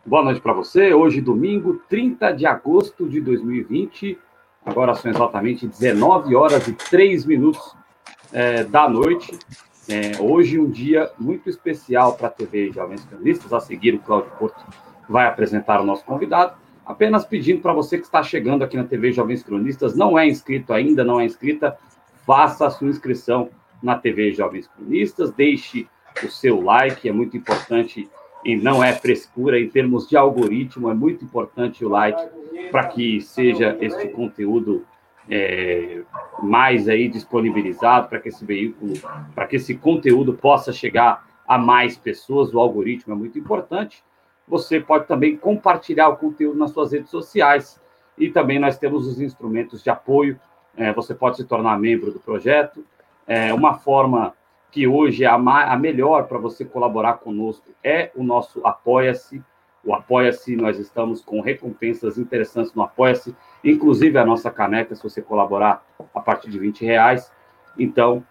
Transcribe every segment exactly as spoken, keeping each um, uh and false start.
Boa noite para você. Hoje, domingo, trinta de agosto de dois mil e vinte. Agora são exatamente dezenove horas e três minutos é, da noite. É, hoje, um dia muito especial para a T V Jovens Cronistas. A seguir, o Cláudio Porto vai apresentar o nosso convidado. Apenas pedindo para você que está chegando aqui na T V Jovens Cronistas, não é inscrito ainda, não é inscrita, faça a sua inscrição na T V Jovens Cronistas, deixe o seu like, é muito importante e não é frescura em termos de algoritmo, é muito importante o like para que seja este conteúdo é, mais aí disponibilizado, para que esse veículo, para que esse conteúdo possa chegar a mais pessoas, o algoritmo é muito importante. Você pode também compartilhar o conteúdo nas suas redes sociais e também nós temos os instrumentos de apoio, é, você pode se tornar membro do projeto, é uma forma que hoje é a, a melhor para você colaborar conosco é o nosso Apoia-se. O Apoia-se, nós estamos com recompensas interessantes no Apoia-se, inclusive a nossa caneca, se você colaborar a partir de vinte reais. Então,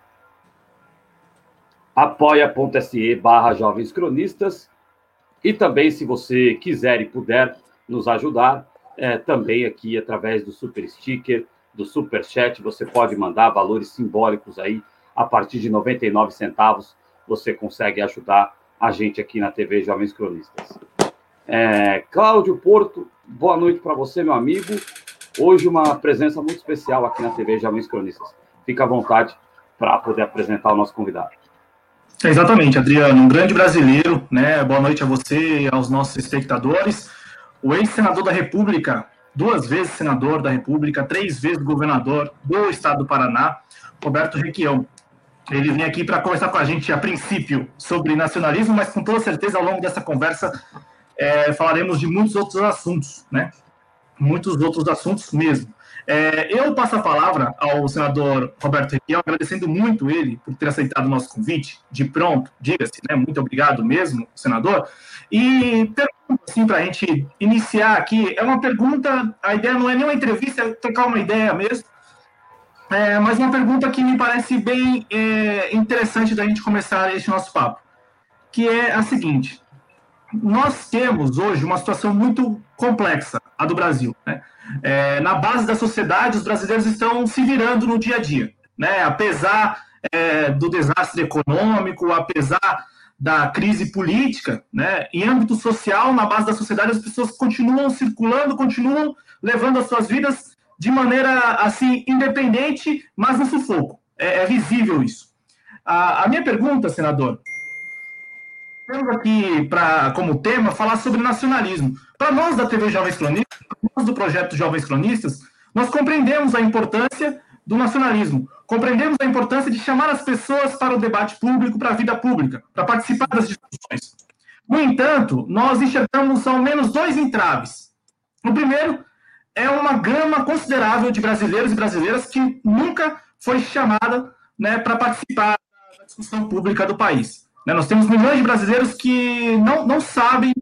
apoia.se barra Jovens Cronistas. E também, se você quiser e puder nos ajudar, é, também aqui através do Super Sticker, do Super Chat, você pode mandar valores simbólicos aí. A partir de noventa e nove centavos, você consegue ajudar a gente aqui na T V Jovens Cronistas. É, Cláudio Porto, boa noite para você, meu amigo. Hoje uma presença muito especial aqui na T V Jovens Cronistas. Fica à vontade para poder apresentar o nosso convidado. Exatamente, Adriano, um grande brasileiro, né? Boa noite a você e aos nossos espectadores. O ex-senador da República, duas vezes senador da República, três vezes governador do estado do Paraná, Roberto Requião. Ele vem aqui para conversar com a gente, a princípio, sobre nacionalismo, mas com toda certeza, ao longo dessa conversa, é, falaremos de muitos outros assuntos, né? Muitos outros assuntos mesmo. É, eu passo a palavra ao senador Roberto Requião, agradecendo muito ele por ter aceitado o nosso convite, de pronto, diga-se, né? Muito obrigado mesmo, senador. E pergunta, assim, para a gente iniciar aqui, é uma pergunta, a ideia não é nem uma entrevista, é trocar uma ideia mesmo, É, mas uma pergunta que me parece bem é, interessante da gente começar este nosso papo, que é a seguinte: nós temos hoje uma situação muito complexa, a do Brasil, né? É, na base da sociedade, os brasileiros estão se virando no dia a dia, né? Apesar é, do desastre econômico, apesar da crise política, né? Em âmbito social, na base da sociedade, as pessoas continuam circulando, continuam levando as suas vidas de maneira, assim, independente, mas no sufoco. É, é visível isso. A, a minha pergunta, senador, temos aqui pra, como tema falar sobre nacionalismo. Para nós da T V Jovens Cronistas, nós do projeto Jovens Cronistas, nós compreendemos a importância do nacionalismo, compreendemos a importância de chamar as pessoas para o debate público, para a vida pública, para participar das discussões. No entanto, nós enxergamos ao menos dois entraves. O primeiro é uma gama considerável de brasileiros e brasileiras que nunca foi chamada, né, para participar da discussão pública do país. Né, nós temos milhões de brasileiros que não, não sabem,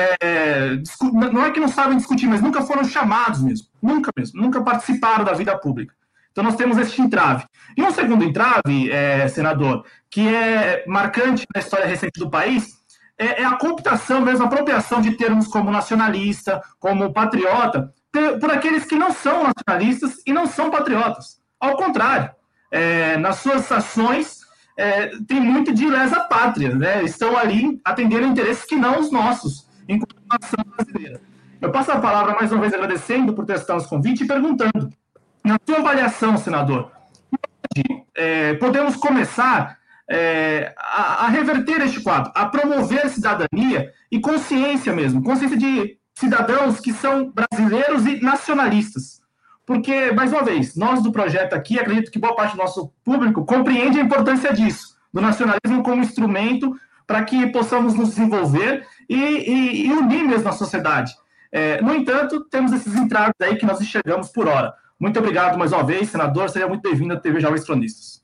é, discu- não é que não sabem discutir, mas nunca foram chamados mesmo, nunca mesmo, nunca participaram da vida pública. Então nós temos este entrave. E um segundo entrave, é, senador, que é marcante na história recente do país, é, é a cooptação mesmo, a apropriação de termos como nacionalista, como patriota, por aqueles que não são nacionalistas e não são patriotas. Ao contrário, é, nas suas ações, é, tem muito de lesa pátria, né? Estão ali atendendo interesses que não os nossos, enquanto nação brasileira. Eu passo a palavra mais uma vez agradecendo por ter aceitado o convite e perguntando, na sua avaliação, senador, onde é, podemos começar é, a, a reverter este quadro, a promover cidadania e consciência mesmo, consciência de cidadãos que são brasileiros e nacionalistas. Porque, mais uma vez, nós do projeto aqui, acredito que boa parte do nosso público compreende a importância disso, do nacionalismo como instrumento para que possamos nos desenvolver e, e, e unir mesmo a sociedade. É, no entanto, temos esses entraves aí que nós enxergamos por hora. Muito obrigado mais uma vez, senador. Seja muito bem-vindo à T V Jovens Cronistas.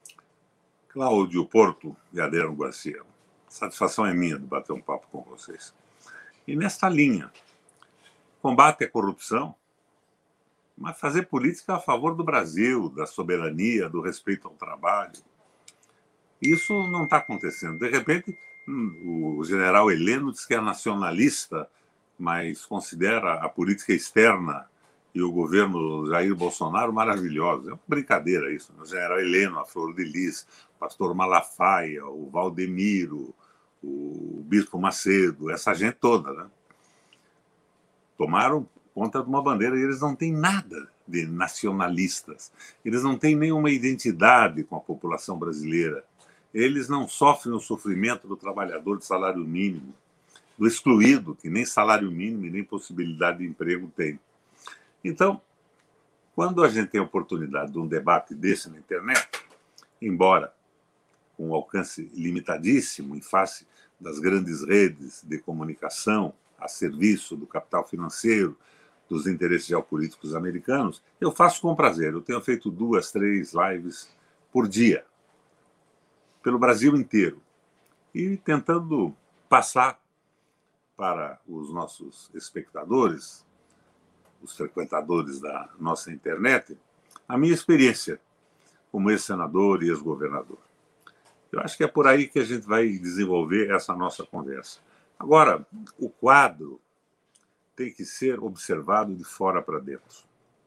Cláudio Porto e Adriano Garcia, satisfação é minha de bater um papo com vocês. E nesta linha, combate à corrupção, mas fazer política a favor do Brasil, da soberania, do respeito ao trabalho. Isso não está acontecendo. De repente, o general Heleno diz que é nacionalista mas considera a política externa e o governo Jair Bolsonaro maravilhosos. É uma brincadeira isso. O general Heleno, a Flor de Lis, o pastor Malafaia, o Valdemiro, o Bispo Macedo, essa gente toda, né? Tomaram conta de uma bandeira e eles não têm nada de nacionalistas. Eles não têm nenhuma identidade com a população brasileira. Eles não sofrem o sofrimento do trabalhador de salário mínimo, do excluído, que nem salário mínimo e nem possibilidade de emprego tem. Então, quando a gente tem a oportunidade de um debate desse na internet, embora com um alcance limitadíssimo em face das grandes redes de comunicação a serviço do capital financeiro, dos interesses geopolíticos americanos, eu faço com prazer. Eu tenho feito duas, três lives por dia, pelo Brasil inteiro, e tentando passar para os nossos espectadores, os frequentadores da nossa internet, a minha experiência como ex-senador e ex-governador. Eu acho que é por aí que a gente vai desenvolver essa nossa conversa. Agora, o quadro tem que ser observado de fora para dentro.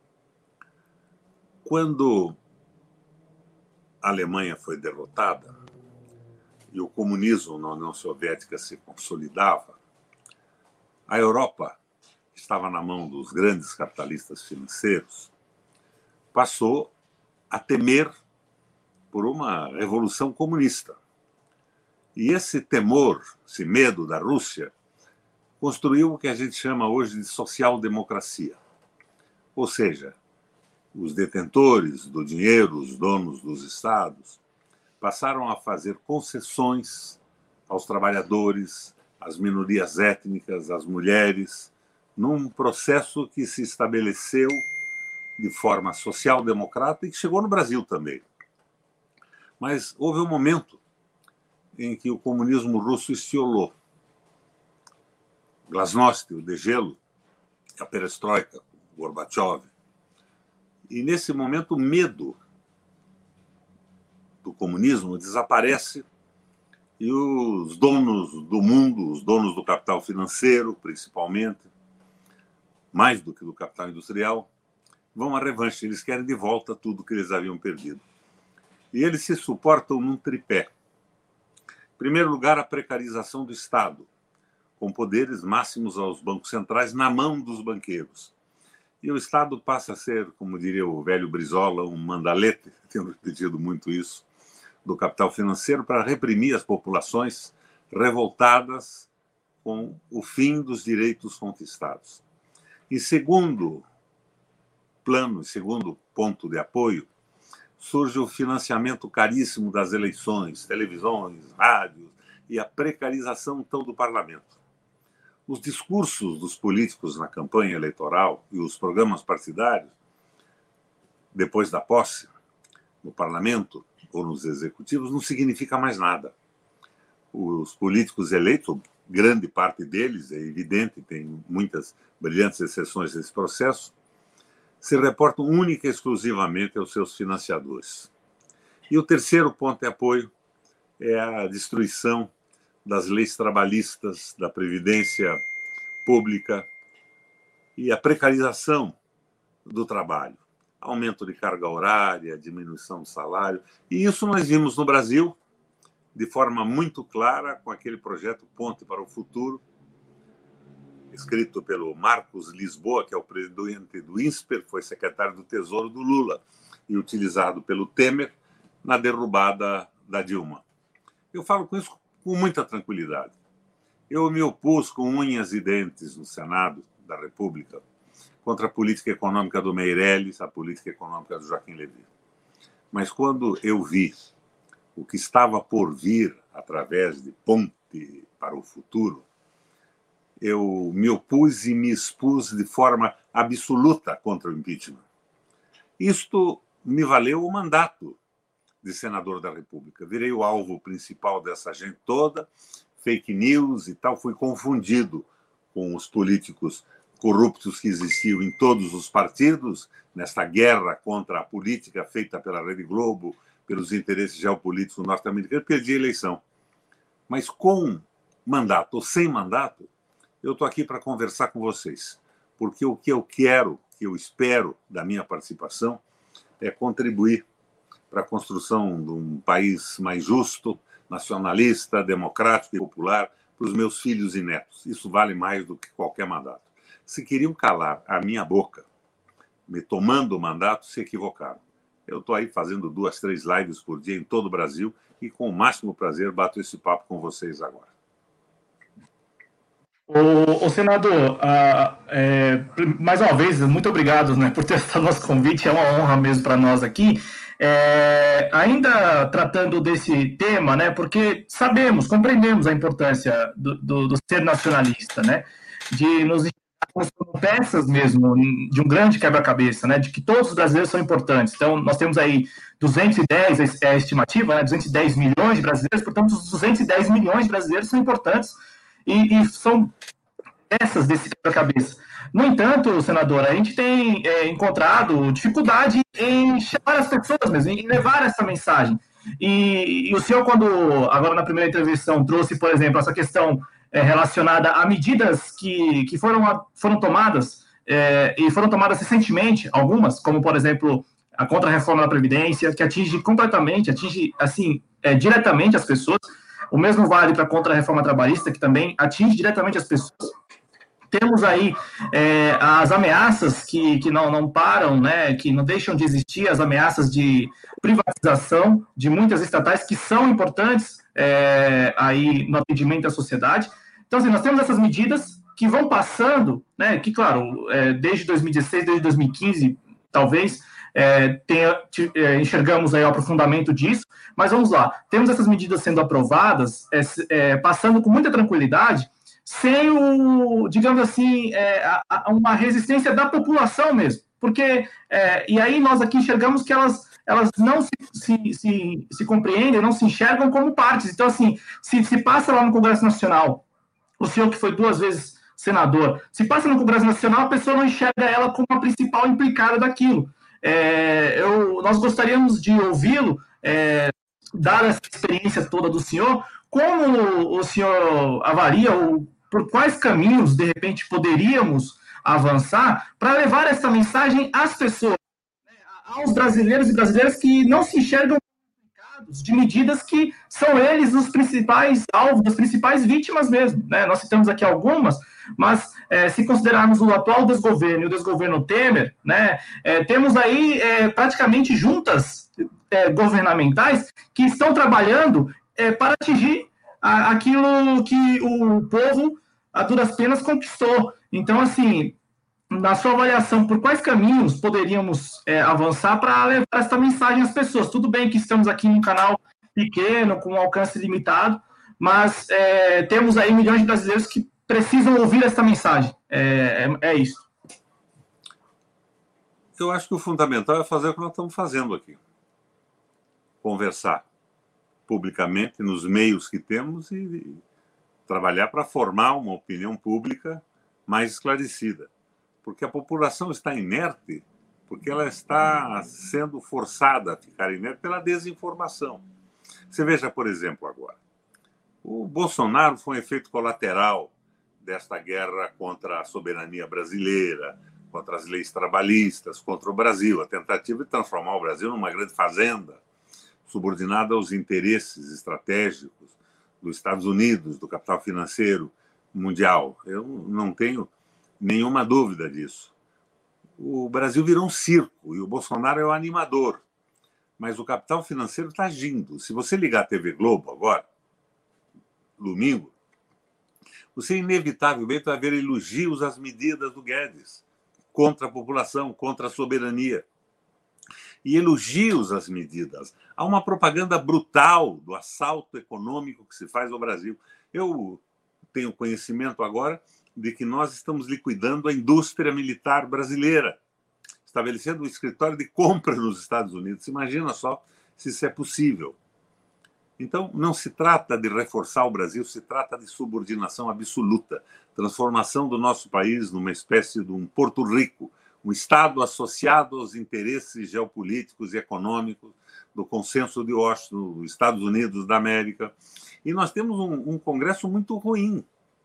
Quando a Alemanha foi derrotada e o comunismo na União Soviética se consolidava, a Europa estava na mão dos grandes capitalistas financeiros, passou a temer por uma revolução comunista. E esse temor, esse medo da Rússia, construiu o que a gente chama hoje de social-democracia. Ou seja, os detentores do dinheiro, os donos dos estados, passaram a fazer concessões aos trabalhadores, às minorias étnicas, às mulheres, num processo que se estabeleceu de forma social-democrata e que chegou no Brasil também. Mas houve um momento em que o comunismo russo estiolou. Glasnost, o degelo, a perestroika, o Gorbachev. E, nesse momento, o medo do comunismo desaparece e os donos do mundo, os donos do capital financeiro, principalmente, mais do que do capital industrial, vão à revanche. Eles querem de volta tudo que eles haviam perdido. E eles se suportam num tripé. Em primeiro lugar, a precarização do Estado, com poderes máximos aos bancos centrais na mão dos banqueiros. E o Estado passa a ser, como diria o velho Brizola, um mandalete, tenho repetido muito isso, do capital financeiro para reprimir as populações revoltadas com o fim dos direitos conquistados. Em segundo plano, segundo ponto de apoio, surge o financiamento caríssimo das eleições, televisões, rádios e a precarização então do parlamento. Os discursos dos políticos na campanha eleitoral e os programas partidários, depois da posse, no parlamento ou nos executivos, não significa mais nada. Os políticos eleitos, grande parte deles, é evidente, tem muitas brilhantes exceções desse processo, se reportam única e exclusivamente aos seus financiadores. E o terceiro ponto de apoio é a destruição das leis trabalhistas, da previdência pública e a precarização do trabalho. Aumento de carga horária, diminuição do salário. E isso nós vimos no Brasil de forma muito clara com aquele projeto Ponte para o Futuro, escrito pelo Marcos Lisboa, que é o presidente do INSPER, foi secretário do Tesouro do Lula, e utilizado pelo Temer na derrubada da Dilma. Eu falo com isso com muita tranquilidade. Eu me opus com unhas e dentes no Senado da República contra a política econômica do Meirelles, a política econômica do Joaquim Levy. Mas quando eu vi o que estava por vir através de Ponte para o Futuro, eu me opus e me expus de forma absoluta contra o impeachment. Isto me valeu o mandato de senador da República. Virei o alvo principal dessa gente toda, fake news e tal, fui confundido com os políticos corruptos que existiam em todos os partidos, nesta guerra contra a política feita pela Rede Globo, pelos interesses geopolíticos norte-americanos, perdi a eleição. Mas com mandato ou sem mandato, eu estou aqui para conversar com vocês, porque o que eu quero, o que eu espero da minha participação é contribuir para a construção de um país mais justo, nacionalista, democrático e popular para os meus filhos e netos. Isso vale mais do que qualquer mandato. Se queriam calar a minha boca, me tomando o mandato, se equivocaram. Eu estou aí fazendo duas, três lives por dia em todo o Brasil e com o máximo prazer bato esse papo com vocês agora. O, o senador, uh, é, mais uma vez, muito obrigado, né, por ter aceitado nosso convite, é uma honra mesmo para nós aqui. É, ainda tratando desse tema, né, porque sabemos, compreendemos a importância do, do, do ser nacionalista, né, de nos como peças mesmo de um grande quebra-cabeça, né, de que todos os brasileiros são importantes. Então, nós temos aí duzentos e dez, é a estimativa, né, duzentos e dez milhões de brasileiros, portanto, os duzentos e dez milhões de brasileiros são importantes e, e são peças desse quebra-cabeça. No entanto, senador, a gente tem é, encontrado dificuldade em chamar as pessoas mesmo, em levar essa mensagem. E, e o senhor, quando, agora na primeira intervenção, trouxe, por exemplo, essa questão é, relacionada a medidas que, que foram, foram tomadas, é, e foram tomadas recentemente, algumas, como, por exemplo, a contra-reforma da Previdência, que atinge completamente, atinge, assim, é, diretamente as pessoas. O mesmo vale para a contra-reforma trabalhista, que também atinge diretamente as pessoas. Temos aí é, as ameaças que, que não, não param, né, que não deixam de existir, as ameaças de privatização de muitas estatais que são importantes é, aí no atendimento à sociedade. Então, assim, nós temos essas medidas que vão passando, né, que, claro, é, desde dois mil e dezesseis, desde dois mil e quinze, talvez, é, tenha, é, enxergamos aí o aprofundamento disso, mas vamos lá, temos essas medidas sendo aprovadas, é, é, passando com muita tranquilidade, sem o, digamos assim, é, a, a uma resistência da população mesmo. Porque, é, e aí nós aqui enxergamos que elas, elas não se, se, se, se compreendem, não se enxergam como partes. Então, assim, se, se passa lá no Congresso Nacional, o senhor que foi duas vezes senador, se passa no Congresso Nacional, a pessoa não enxerga ela como a principal implicada daquilo. É, eu, nós gostaríamos de ouvi-lo, é, dada essa experiência toda do senhor, como o senhor avalia, ou por quais caminhos, de repente, poderíamos avançar para levar essa mensagem às pessoas, né, aos brasileiros e brasileiras que não se enxergam de medidas que são eles os principais alvos, as principais vítimas mesmo, né? Nós citamos aqui algumas, mas é, se considerarmos o atual desgoverno e o desgoverno Temer, né, é, temos aí é, praticamente juntas é, governamentais que estão trabalhando é, para atingir a, aquilo que o povo, a duras penas, conquistou. Então, assim, na sua avaliação, por quais caminhos poderíamos é, avançar para levar essa mensagem às pessoas? Tudo bem que estamos aqui num canal pequeno, com um alcance limitado, mas é, temos aí milhões de brasileiros que precisam ouvir essa mensagem. É, é, é isso. Eu acho que o fundamental é fazer o que nós estamos fazendo aqui. Conversar publicamente nos meios que temos e trabalhar para formar uma opinião pública mais esclarecida. Porque a população está inerte, porque ela está sendo forçada a ficar inerte pela desinformação. Você veja, por exemplo, agora, o Bolsonaro foi um efeito colateral desta guerra contra a soberania brasileira, contra as leis trabalhistas, contra o Brasil, a tentativa de transformar o Brasil numa grande fazenda, subordinada aos interesses estratégicos dos Estados Unidos, do capital financeiro mundial. Eu não tenho nenhuma dúvida disso. O Brasil virou um circo e o Bolsonaro é o animador. Mas o capital financeiro está agindo. Se você ligar a T V Globo agora, domingo, você inevitavelmente vai ver elogios às medidas do Guedes contra a população, contra a soberania. E elogios às medidas. Há uma propaganda brutal do assalto econômico que se faz ao Brasil. Eu tenho conhecimento agora de que nós estamos liquidando a indústria militar brasileira, estabelecendo um escritório de compra nos Estados Unidos. Imagina só se isso é possível. Então, não se trata de reforçar o Brasil, se trata de subordinação absoluta, transformação do nosso país numa espécie de um Porto Rico, um Estado associado aos interesses geopolíticos e econômicos do consenso de Washington, dos Estados Unidos da América. E nós temos um, um Congresso muito ruim.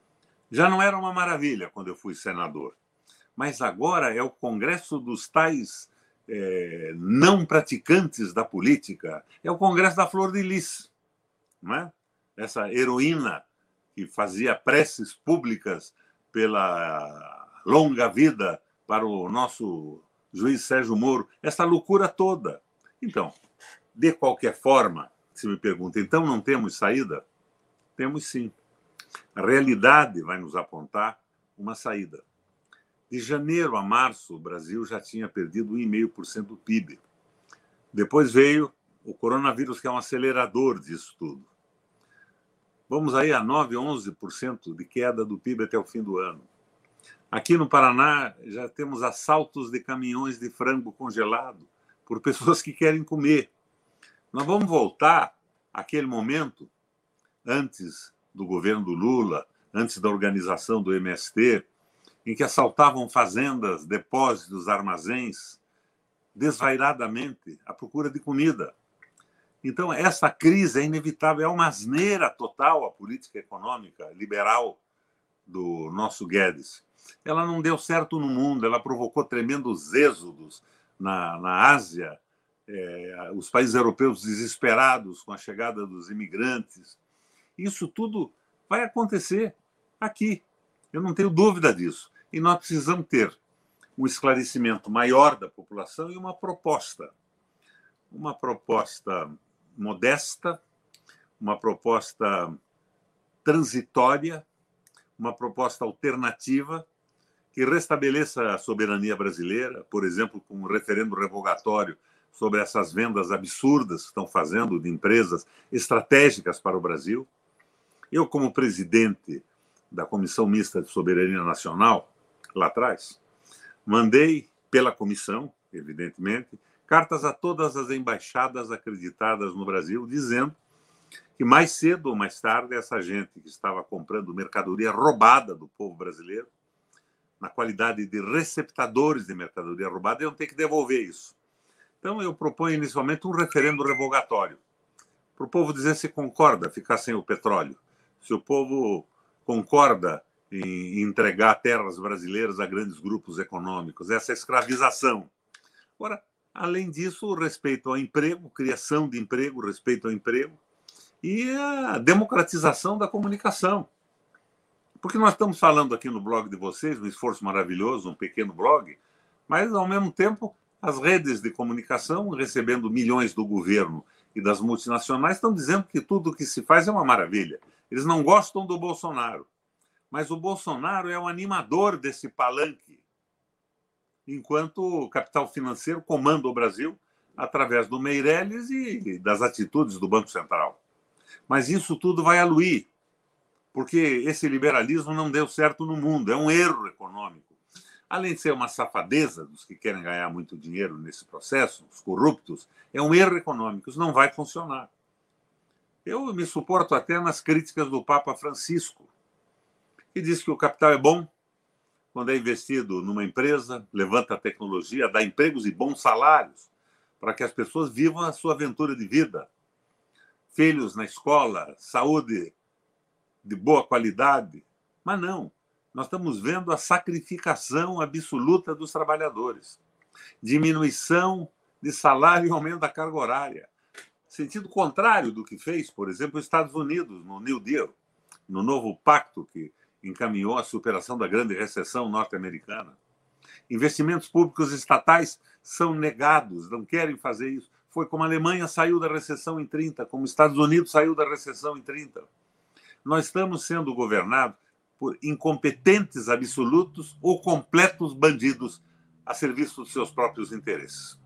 Já não era uma maravilha quando eu fui senador, mas agora é o Congresso dos tais é, não praticantes da política, é o Congresso da Flor de Lis, não é? Essa heroína que fazia preces públicas pela longa vida para o nosso juiz Sérgio Moro, essa loucura toda. Então, de qualquer forma, se me pergunta, então não temos saída? Temos sim. A realidade vai nos apontar uma saída. De janeiro a março, o Brasil já tinha perdido um vírgula cinco por cento do P I B. Depois veio o coronavírus, que é um acelerador disso tudo. Vamos aí a nove, onze por cento de queda do P I B até o fim do ano. Aqui no Paraná, já temos assaltos de caminhões de frango congelado por pessoas que querem comer. Nós vamos voltar àquele momento, antes do governo do Lula, antes da organização do M S T, em que assaltavam fazendas, depósitos, armazéns, desvairadamente, à procura de comida. Então, essa crise é inevitável, é uma asneira total a política econômica liberal do nosso Guedes. Ela não deu certo no mundo, ela provocou tremendos êxodos na, na Ásia, é, os países europeus desesperados com a chegada dos imigrantes. Isso tudo vai acontecer aqui, eu não tenho dúvida disso. E nós precisamos ter um esclarecimento maior da população e uma proposta. Uma proposta modesta, uma proposta transitória, uma proposta alternativa que restabeleça a soberania brasileira, por exemplo, com um referendo revogatório sobre essas vendas absurdas que estão fazendo de empresas estratégicas para o Brasil. Eu, como presidente da Comissão Mista de Soberania Nacional, lá atrás, mandei pela comissão, evidentemente, cartas a todas as embaixadas acreditadas no Brasil, dizendo que mais cedo ou mais tarde essa gente que estava comprando mercadoria roubada do povo brasileiro, na qualidade de receptadores de mercadoria roubada, iam ter que devolver isso. Então, eu proponho inicialmente um referendo revogatório, para o povo dizer se concorda ficar sem o petróleo, se o povo concorda em entregar terras brasileiras a grandes grupos econômicos, essa escravização. Agora, além disso, o respeito ao emprego, criação de emprego, respeito ao emprego e a democratização da comunicação. Porque nós estamos falando aqui no blog de vocês, um esforço maravilhoso, um pequeno blog, mas, ao mesmo tempo, as redes de comunicação, recebendo milhões do governo e das multinacionais, estão dizendo que tudo o que se faz é uma maravilha. Eles não gostam do Bolsonaro, mas o Bolsonaro é o animador desse palanque, enquanto o capital financeiro comanda o Brasil através do Meirelles e das atitudes do Banco Central. Mas isso tudo vai aluir, porque esse liberalismo não deu certo no mundo, é um erro econômico. Além de ser uma safadeza dos que querem ganhar muito dinheiro nesse processo, os corruptos, é um erro econômico, isso não vai funcionar. Eu me suporto até nas críticas do Papa Francisco, que diz que o capital é bom quando é investido numa empresa, levanta a tecnologia, dá empregos e bons salários para que as pessoas vivam a sua aventura de vida. Filhos na escola, saúde de boa qualidade. Mas não, nós estamos vendo a sacrificação absoluta dos trabalhadores. Diminuição de salário e aumento da carga horária. Sentido contrário do que fez, por exemplo, os Estados Unidos, no New Deal, no novo pacto que encaminhou a superação da grande recessão norte-americana. Investimentos públicos estatais são negados, não querem fazer isso. Foi como a Alemanha saiu da recessão em trinta, como os Estados Unidos saiu da recessão em trinta. Nós estamos sendo governados por incompetentes absolutos ou completos bandidos a serviço dos seus próprios interesses.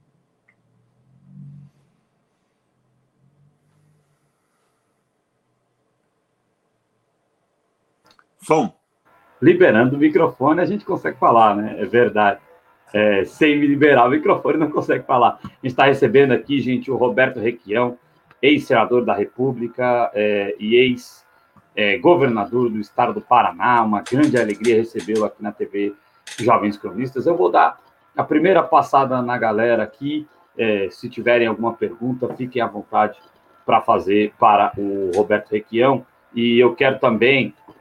Som. Liberando o microfone, a gente consegue falar, né? É verdade. É, sem me liberar o microfone, não consegue falar. A gente está recebendo aqui, gente, o Roberto Requião, ex-senador da República é, e ex-governador do estado do Paraná. Uma grande alegria recebê-lo aqui na T V Jovens Cronistas. Eu vou dar a primeira passada na galera aqui. É, se tiverem alguma pergunta, fiquem à vontade para fazer para o Roberto Requião. E eu quero também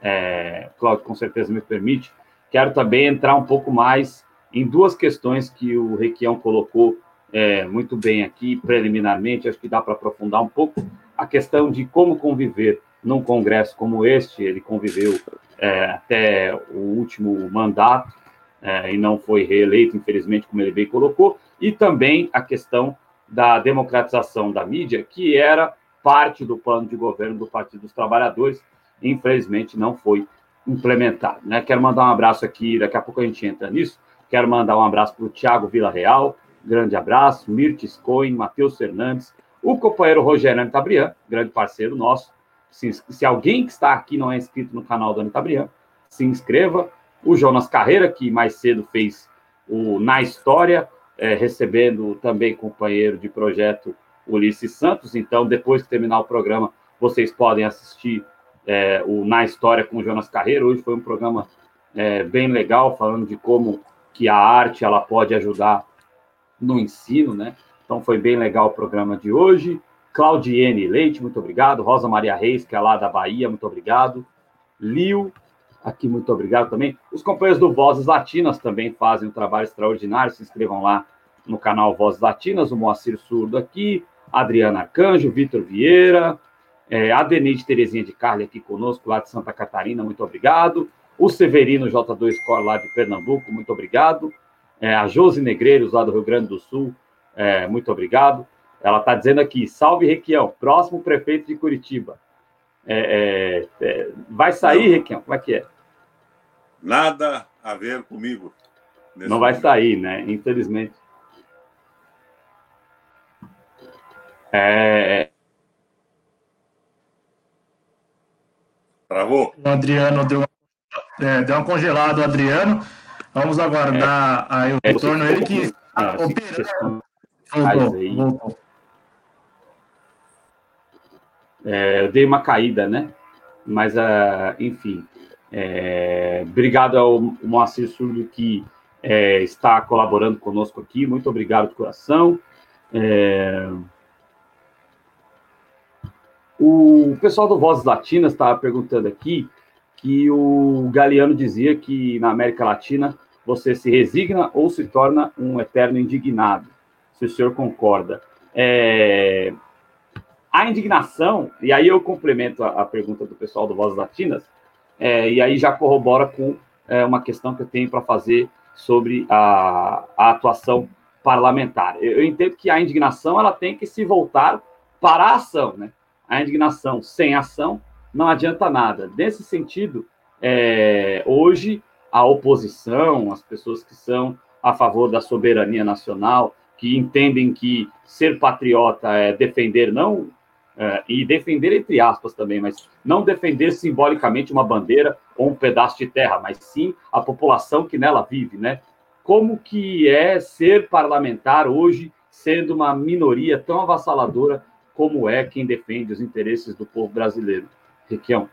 é, Cláudio com certeza me permite, quero também entrar um pouco mais em duas questões que o Requião colocou é, muito bem aqui, preliminarmente, acho que dá para aprofundar um pouco, a questão de como conviver num congresso como este, ele conviveu é, até o último mandato, é, e não foi reeleito, infelizmente, como ele bem colocou, e também a questão da democratização da mídia, que era parte do plano de governo do Partido dos Trabalhadores, e infelizmente não foi implementado. Né? Quero mandar um abraço aqui, daqui a pouco a gente entra nisso, quero mandar um abraço para o Thiago Villarreal, grande abraço, Mirtes Cohen, Matheus Fernandes, o companheiro Rogério Anitabrian, grande parceiro nosso. Se, se alguém que está aqui não é inscrito no canal do Anitabrian, se inscreva. O Jonas Carreira, que mais cedo fez o Na História, é, recebendo também companheiro de projeto Ulisses Santos. Então, depois que terminar o programa, vocês podem assistir é, o Na História com o Jonas Carreira. Hoje foi um programa é, bem legal, falando de como que a arte ela pode ajudar no ensino, né? Então, foi bem legal o programa de hoje. Claudiene Leite, muito obrigado. Rosa Maria Reis, que é lá da Bahia, muito obrigado. Lio, aqui, muito obrigado também. Os companheiros do Vozes Latinas também fazem um trabalho extraordinário. Se inscrevam lá no canal Vozes Latinas. O Moacir Surdo aqui, Adriana Arcanjo, Vitor Vieira, é, a Denise Terezinha de Carli aqui conosco, lá de Santa Catarina, muito obrigado. O Severino J dois Core, lá de Pernambuco, muito obrigado. É, a Josi Negreiros, lá do Rio Grande do Sul, é, muito obrigado. Ela está dizendo aqui, salve Requião, próximo prefeito de Curitiba. É, é, é, vai sair, não. Requião? Como é que é? Nada a ver comigo. Não vai momento. sair, né? Infelizmente. É... Travou? O Adriano deu, é, deu uma congelada, o Adriano. Vamos aguardar é, aí o retorno. Ele que está operando. Voltou, voltou. É, eu dei uma caída, né? Mas, uh, enfim, é, obrigado ao Moacir Surdo que é, está colaborando conosco aqui. Muito obrigado de coração. É, o pessoal do Vozes Latinas estava perguntando aqui que o Galeano dizia que na América Latina você se resigna ou se torna um eterno indignado. Se o senhor concorda. É... A indignação, e aí eu complemento a, a pergunta do pessoal do Vozes Latinas, é, e aí já corrobora com é, uma questão que eu tenho para fazer sobre a, a atuação parlamentar. Eu, eu entendo que a indignação ela tem que se voltar para a ação, né? A indignação sem ação não adianta nada. Nesse sentido, é, hoje a oposição, as pessoas que são a favor da soberania nacional, que entendem que ser patriota é defender não... Uh, e defender entre aspas também, mas não defender simbolicamente uma bandeira ou um pedaço de terra, mas sim a população que nela vive, né? Como que é ser parlamentar hoje, sendo uma minoria tão avassaladora como é quem defende os interesses do povo brasileiro? Requião.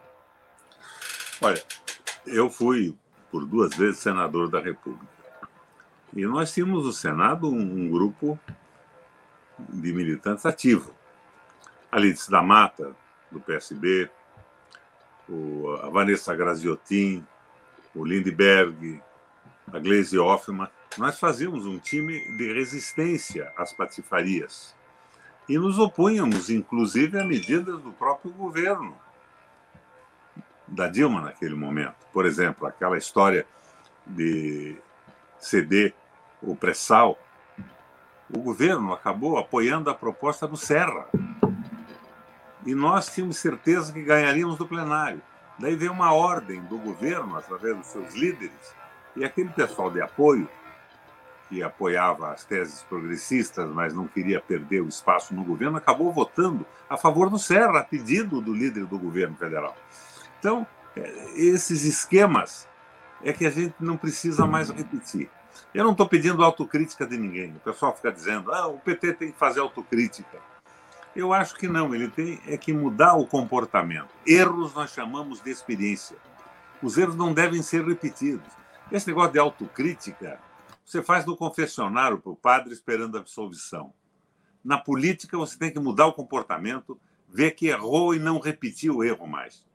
Olha, eu fui por duas vezes senador da República. E nós tínhamos no Senado um, um grupo de militantes ativo. A Lídice da Mata, do P S B, o, a Vanessa Graziotin, o Lindbergh, a Gleisi Hoffmann. Nós fazíamos um time de resistência às patifarias. E nos opunhamos, inclusive, a medidas do próprio governo, da Dilma naquele momento. Por exemplo, aquela história de ceder o pré-sal. O governo acabou apoiando a proposta do Serra. E nós tínhamos certeza que ganharíamos do plenário. Daí veio uma ordem do governo, através dos seus líderes, e aquele pessoal de apoio, que apoiava as teses progressistas, mas não queria perder o espaço no governo, acabou votando a favor do Serra, a pedido do líder do governo federal. Então, esses esquemas é que a gente não precisa mais repetir. Eu não estou pedindo autocrítica de ninguém. O pessoal fica dizendo, ah, o P T tem que fazer autocrítica. Eu acho que não, ele tem é que mudar o comportamento. Erros nós chamamos de experiência. Os erros não devem ser repetidos. Esse negócio de autocrítica, você faz no confessionário para o padre esperando a absolvição. Na política, você tem que mudar o comportamento, ver que errou e não repetir o erro mais.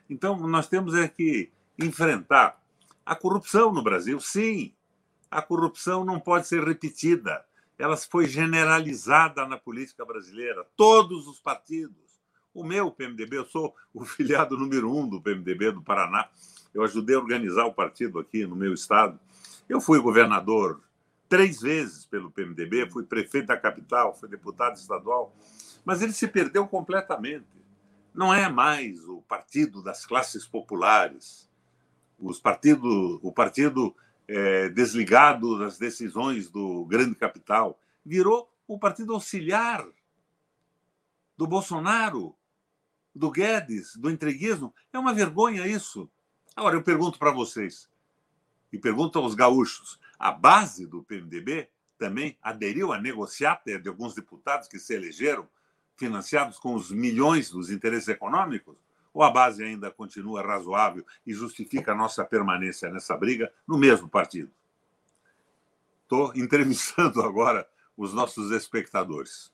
Então, nós temos é que enfrentar a corrupção no Brasil, sim. A corrupção não pode ser repetida. Ela foi generalizada na política brasileira. Todos os partidos. O meu P M D B, eu sou o filiado número um do P M D B do Paraná. Eu ajudei a organizar o partido aqui no meu estado. Eu fui governador três vezes pelo P M D B, fui prefeito da capital, fui deputado estadual, mas ele se perdeu completamente. Não é mais o partido das classes populares, os partido, o partido é, desligado das decisões do grande capital. Virou o partido auxiliar do Bolsonaro, do Guedes, do entreguismo. É uma vergonha isso. Agora, eu pergunto para vocês, e pergunto aos gaúchos, a base do P M D B também aderiu a negociata de alguns deputados que se elegeram, financiados com os milhões dos interesses econômicos? Ou a base ainda continua razoável e justifica a nossa permanência nessa briga no mesmo partido? Estou entrevistando agora os nossos espectadores.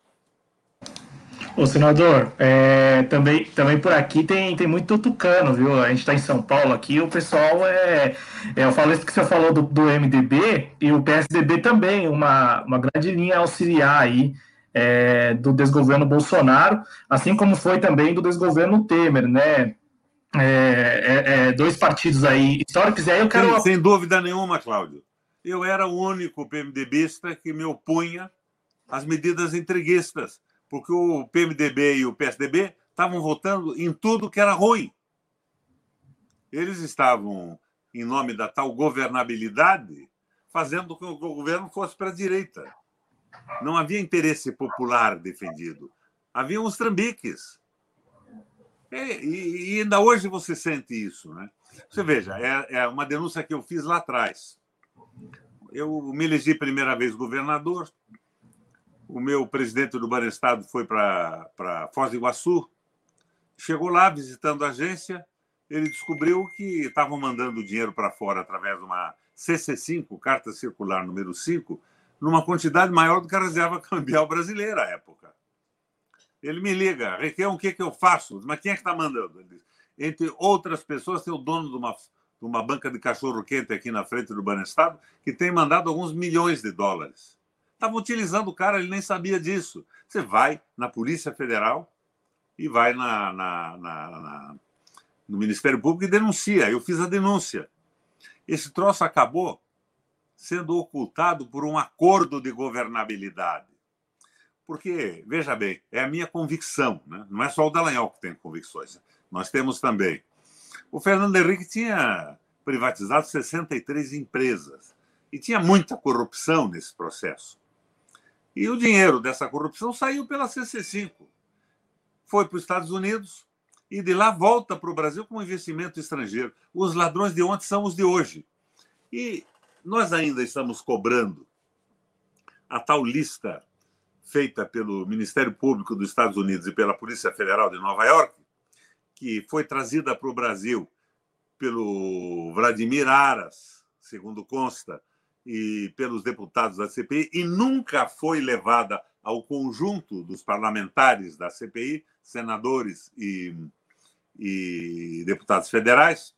Ô, senador, é, também, também por aqui tem, tem muito tucano, viu? A gente está em São Paulo aqui, o pessoal é, é... Eu falo isso que você falou do, do M D B e o P S D B também, uma, uma grande linha auxiliar aí é, do desgoverno Bolsonaro, assim como foi também do desgoverno Temer, né? É, é, é, dois partidos aí históricos, e aí eu quero... Sem, sem dúvida nenhuma, Cláudio. Eu era o único PMDBista que me opunha às medidas entreguistas, porque o P M D B e o P S D B estavam votando em tudo que era ruim. Eles estavam, em nome da tal governabilidade, fazendo com que o governo fosse para a direita. Não havia interesse popular defendido. Havia uns trambiques. E, e, e ainda hoje você sente isso, né? Você veja, é, é uma denúncia que eu fiz lá atrás. Eu me elegi primeira vez governador. O meu presidente do Banestado foi para Foz do Iguaçu. Chegou lá, visitando a agência, ele descobriu que estavam mandando dinheiro para fora através de uma C C cinco, Carta Circular número cinco, numa quantidade maior do que a reserva cambial brasileira à época. Ele me liga, Requião, o que, que eu faço? Mas quem é que está mandando? Ele diz, entre outras pessoas, tem o dono de uma, de uma banca de cachorro-quente aqui na frente do Banestado, que tem mandado alguns milhões de dólares. Estavam utilizando o cara, ele nem sabia disso. Você vai na Polícia Federal e vai na, na, na, na, no Ministério Público e denuncia. Eu fiz a denúncia. Esse troço acabou sendo ocultado por um acordo de governabilidade. Porque, veja bem, é a minha convicção, né? Não é só o Dallagnol que tem convicções. Nós temos também. O Fernando Henrique tinha privatizado sessenta e três empresas e tinha muita corrupção nesse processo. E o dinheiro dessa corrupção saiu pela C C cinco. Foi para os Estados Unidos e de lá volta para o Brasil como investimento estrangeiro. Os ladrões de ontem são os de hoje. E nós ainda estamos cobrando a tal lista feita pelo Ministério Público dos Estados Unidos e pela Polícia Federal de Nova York, que foi trazida para o Brasil pelo Vladimir Aras, segundo consta, e pelos deputados da C P I, e nunca foi levada ao conjunto dos parlamentares da C P I, senadores e, e deputados federais,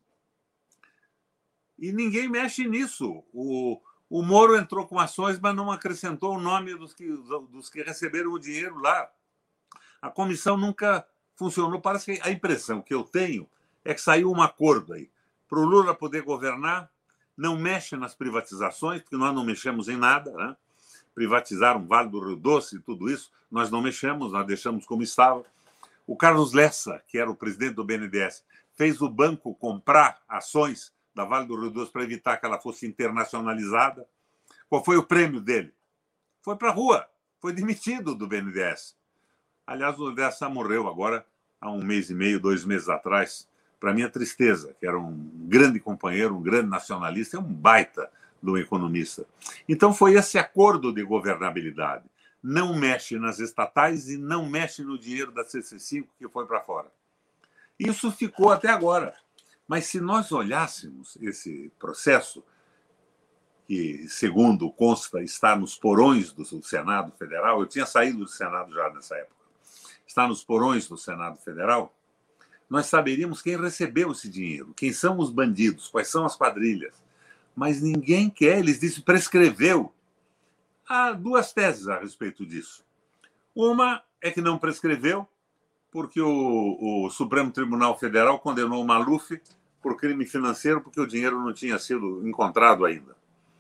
e ninguém mexe nisso. O, o Moro entrou com ações, mas não acrescentou o nome dos que, dos que receberam o dinheiro lá. A comissão nunca funcionou. Parece que a impressão que eu tenho é que saiu um acordo aí para o Lula poder governar. Não mexe nas privatizações, porque nós não mexemos em nada, né? Privatizaram o Vale do Rio Doce e tudo isso, nós não mexemos, nós deixamos como estava. O Carlos Lessa, que era o presidente do B N D E S, fez o banco comprar ações da Vale do Rio Doce para evitar que ela fosse internacionalizada. Qual foi o prêmio dele? Foi para a rua, foi demitido do B N D E S. Aliás, o Lessa morreu agora, há um mês e meio, dois meses atrás, para minha tristeza, que era um grande companheiro, um grande nacionalista, é um baita de um economista. Então foi esse acordo de governabilidade. Não mexe nas estatais e não mexe no dinheiro da C C cinco que foi para fora. Isso ficou até agora. Mas se nós olhássemos esse processo, que, segundo consta, está nos porões do Senado Federal, eu tinha saído do Senado já nessa época, está nos porões do Senado Federal, nós saberíamos quem recebeu esse dinheiro, quem são os bandidos, quais são as quadrilhas. Mas ninguém quer, eles dizem prescreveu. Há duas teses a respeito disso. Uma é que não prescreveu, porque o, o Supremo Tribunal Federal condenou o Maluf por crime financeiro, porque o dinheiro não tinha sido encontrado ainda.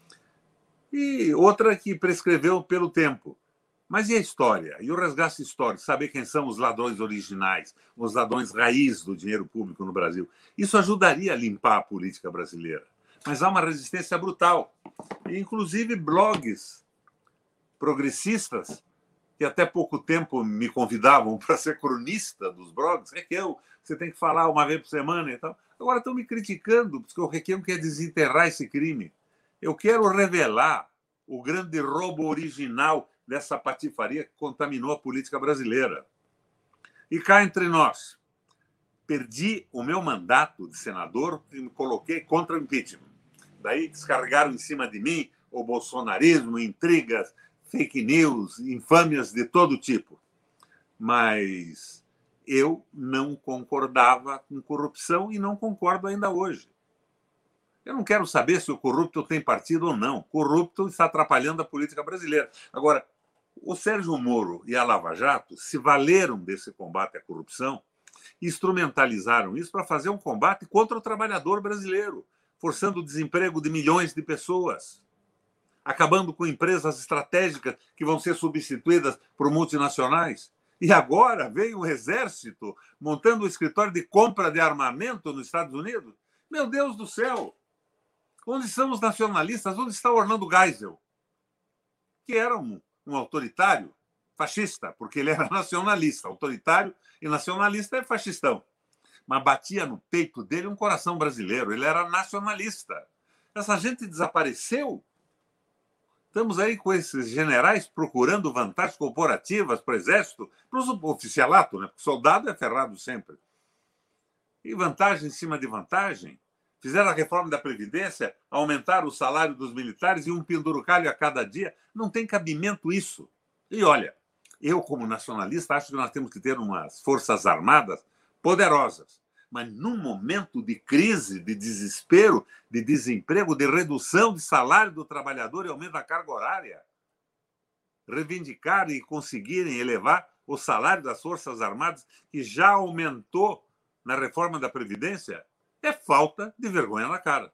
E outra que prescreveu pelo tempo. Mas e a história? E o resgate histórico? Saber quem são os ladrões originais, os ladrões raiz do dinheiro público no Brasil. Isso ajudaria a limpar a política brasileira. Mas há uma resistência brutal. E, inclusive, blogs progressistas, que até pouco tempo me convidavam para ser cronista dos blogs, é que eu, você tem que falar uma vez por semana e tal. Agora estão me criticando, porque o Requião quer desenterrar esse crime. Eu quero revelar o grande roubo original dessa patifaria que contaminou a política brasileira. E cá entre nós, perdi o meu mandato de senador e me coloquei contra o impeachment. Daí descarregaram em cima de mim o bolsonarismo, intrigas, fake news, infâmias de todo tipo. Mas eu não concordava com corrupção e não concordo ainda hoje. Eu não quero saber se o corrupto tem partido ou não. Corrupto está atrapalhando a política brasileira. Agora, o Sérgio Moro e a Lava Jato se valeram desse combate à corrupção e instrumentalizaram isso para fazer um combate contra o trabalhador brasileiro, forçando o desemprego de milhões de pessoas, acabando com empresas estratégicas que vão ser substituídas por multinacionais. E agora veio o Exército montando um escritório de compra de armamento nos Estados Unidos. Meu Deus do céu! Onde estão os nacionalistas? Onde está Orlando Geisel? Que era um, um autoritário fascista, porque ele era nacionalista. Autoritário e nacionalista é fascistão. Mas batia no peito dele um coração brasileiro. Ele era nacionalista. Essa gente desapareceu. Estamos aí com esses generais procurando vantagens corporativas para o Exército, para o oficialato, né? Porque soldado é ferrado sempre. E vantagem em cima de vantagem. Fizeram a reforma da Previdência, aumentaram o salário dos militares e um pendurucalho a cada dia. Não tem cabimento isso. E olha, eu, como nacionalista, acho que nós temos que ter umas forças armadas poderosas. Mas num momento de crise, de desespero, de desemprego, de redução de salário do trabalhador e aumento da carga horária, reivindicar e conseguirem elevar o salário das Forças Armadas, que já aumentou na reforma da Previdência, é falta de vergonha na cara.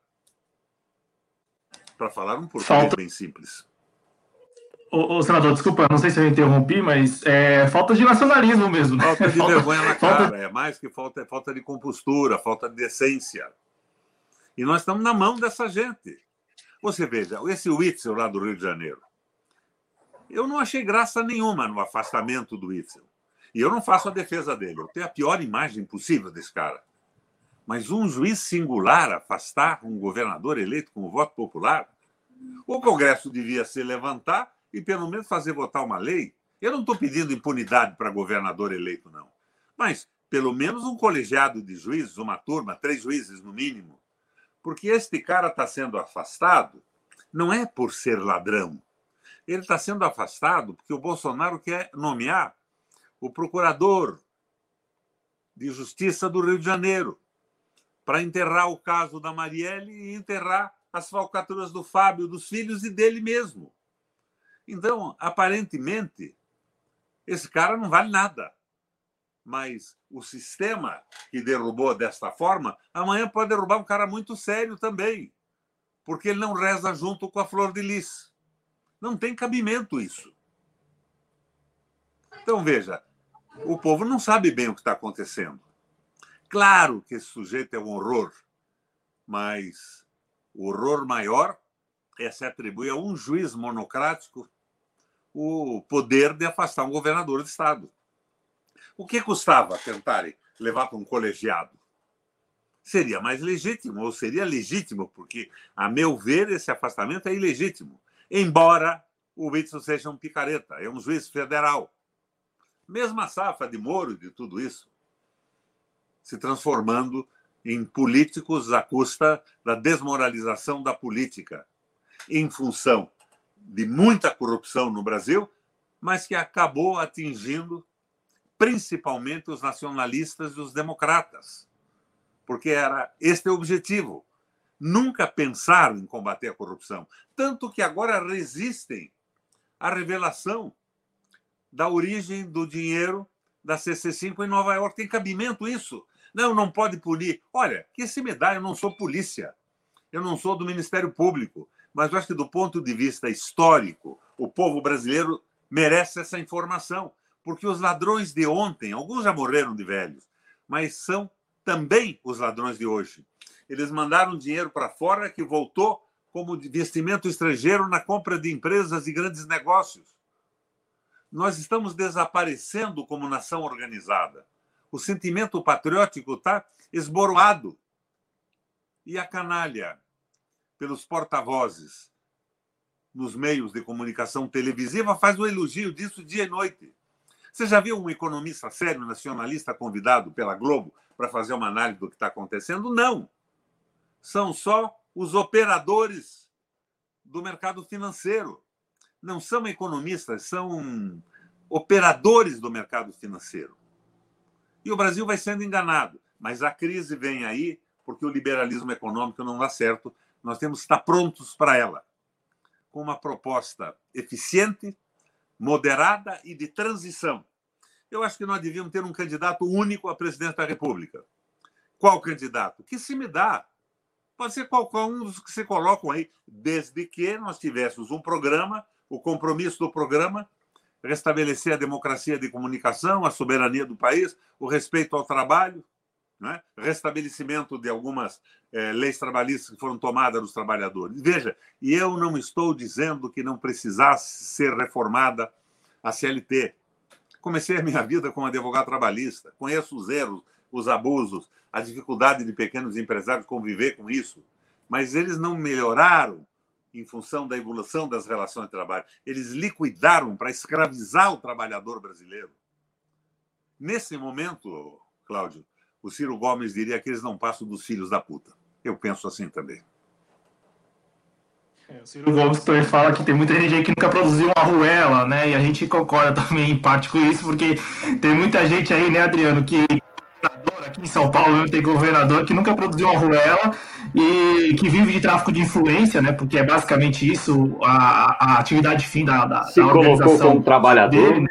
Para falar um português falta... bem simples. Ô, ô, senador, desculpa, não sei se eu interrompi, mas é falta de nacionalismo mesmo. Né? Falta de falta... vergonha na cara, falta... é mais que falta, é falta de compostura, falta de decência. E nós estamos na mão dessa gente. Você veja, esse Witzel lá do Rio de Janeiro, eu não achei graça nenhuma no afastamento do Witzel. E eu não faço a defesa dele, eu tenho a pior imagem possível desse cara. Mas um juiz singular afastar um governador eleito com voto popular, o Congresso devia se levantar e, pelo menos, fazer votar uma lei. Eu não estou pedindo impunidade para governador eleito, não. Mas, pelo menos, um colegiado de juízes, uma turma, três juízes no mínimo. Porque este cara está sendo afastado não é por ser ladrão. Ele está sendo afastado porque o Bolsonaro quer nomear o procurador de Justiça do Rio de Janeiro para enterrar o caso da Marielle e enterrar as falcatruas do Fábio, dos filhos e dele mesmo. Então, aparentemente, esse cara não vale nada. Mas o sistema que derrubou desta forma, amanhã pode derrubar um cara muito sério também, porque ele não reza junto com a Flor de Lis. Não tem cabimento isso. Então, veja, o povo não sabe bem o que está acontecendo. Claro que esse sujeito é um horror, mas o horror maior é se atribuir a um juiz monocrático o poder de afastar um governador de Estado. O que custava tentarem levar para um colegiado? Seria mais legítimo, ou seria legítimo, porque, a meu ver, esse afastamento é ilegítimo, embora o Witzel seja um picareta, é um juiz federal. Mesma safra de Moro e de tudo isso, se transformando em políticos à custa da desmoralização da política, em função de muita corrupção no Brasil, mas que acabou atingindo principalmente os nacionalistas e os democratas, porque era este o objetivo. Nunca pensaram em combater a corrupção. Tanto que agora resistem à revelação da origem do dinheiro da C C cinco em Nova York. Tem cabimento isso? Não, não pode punir. Olha, que se me dá, eu não sou polícia, eu não sou do Ministério Público, mas eu acho que, do ponto de vista histórico, o povo brasileiro merece essa informação, porque os ladrões de ontem, alguns já morreram de velhos, mas são também os ladrões de hoje. Eles mandaram dinheiro para fora que voltou como investimento estrangeiro na compra de empresas e grandes negócios. Nós estamos desaparecendo como nação organizada. O sentimento patriótico está esboroado. E a canalha, pelos porta-vozes nos meios de comunicação televisiva, faz o elogio disso dia e noite. Você já viu um economista sério, nacionalista, convidado pela Globo para fazer uma análise do que está acontecendo? Não. São só os operadores do mercado financeiro. Não são economistas, são operadores do mercado financeiro. E o Brasil vai sendo enganado. Mas a crise vem aí porque o liberalismo econômico não dá certo. Nós temos que estar prontos para ela, com uma proposta eficiente, moderada e de transição. Eu acho que nós devíamos ter um candidato único à presidência da República. Qual candidato? Que se me dá. Pode ser qualquer um dos que se colocam aí, desde que nós tivéssemos um programa, o compromisso do programa, restabelecer a democracia de comunicação, a soberania do país, o respeito ao trabalho, né? Restabelecimento de algumas eh, leis trabalhistas que foram tomadas dos trabalhadores. Veja, e eu não estou dizendo que não precisasse ser reformada a C L T. Comecei a minha vida como advogado trabalhista, conheço os erros, os abusos, a dificuldade de pequenos empresários conviver com isso, mas eles não melhoraram em função da evolução das relações de trabalho. Eles liquidaram para escravizar o trabalhador brasileiro. Nesse momento, Cláudio, o Ciro Gomes diria que eles não passam dos filhos da puta. Eu penso assim também. É, o Ciro Gomes também fala que tem muita gente aí que nunca produziu uma arruela, né? E a gente concorda também em parte com isso, porque tem muita gente aí, né, Adriano, que aqui em São Paulo tem governador que nunca produziu uma arruela e que vive de tráfico de influência, né? Porque é basicamente isso a, a atividade fim da, da, Se da colocou organização como trabalhador. dele, né?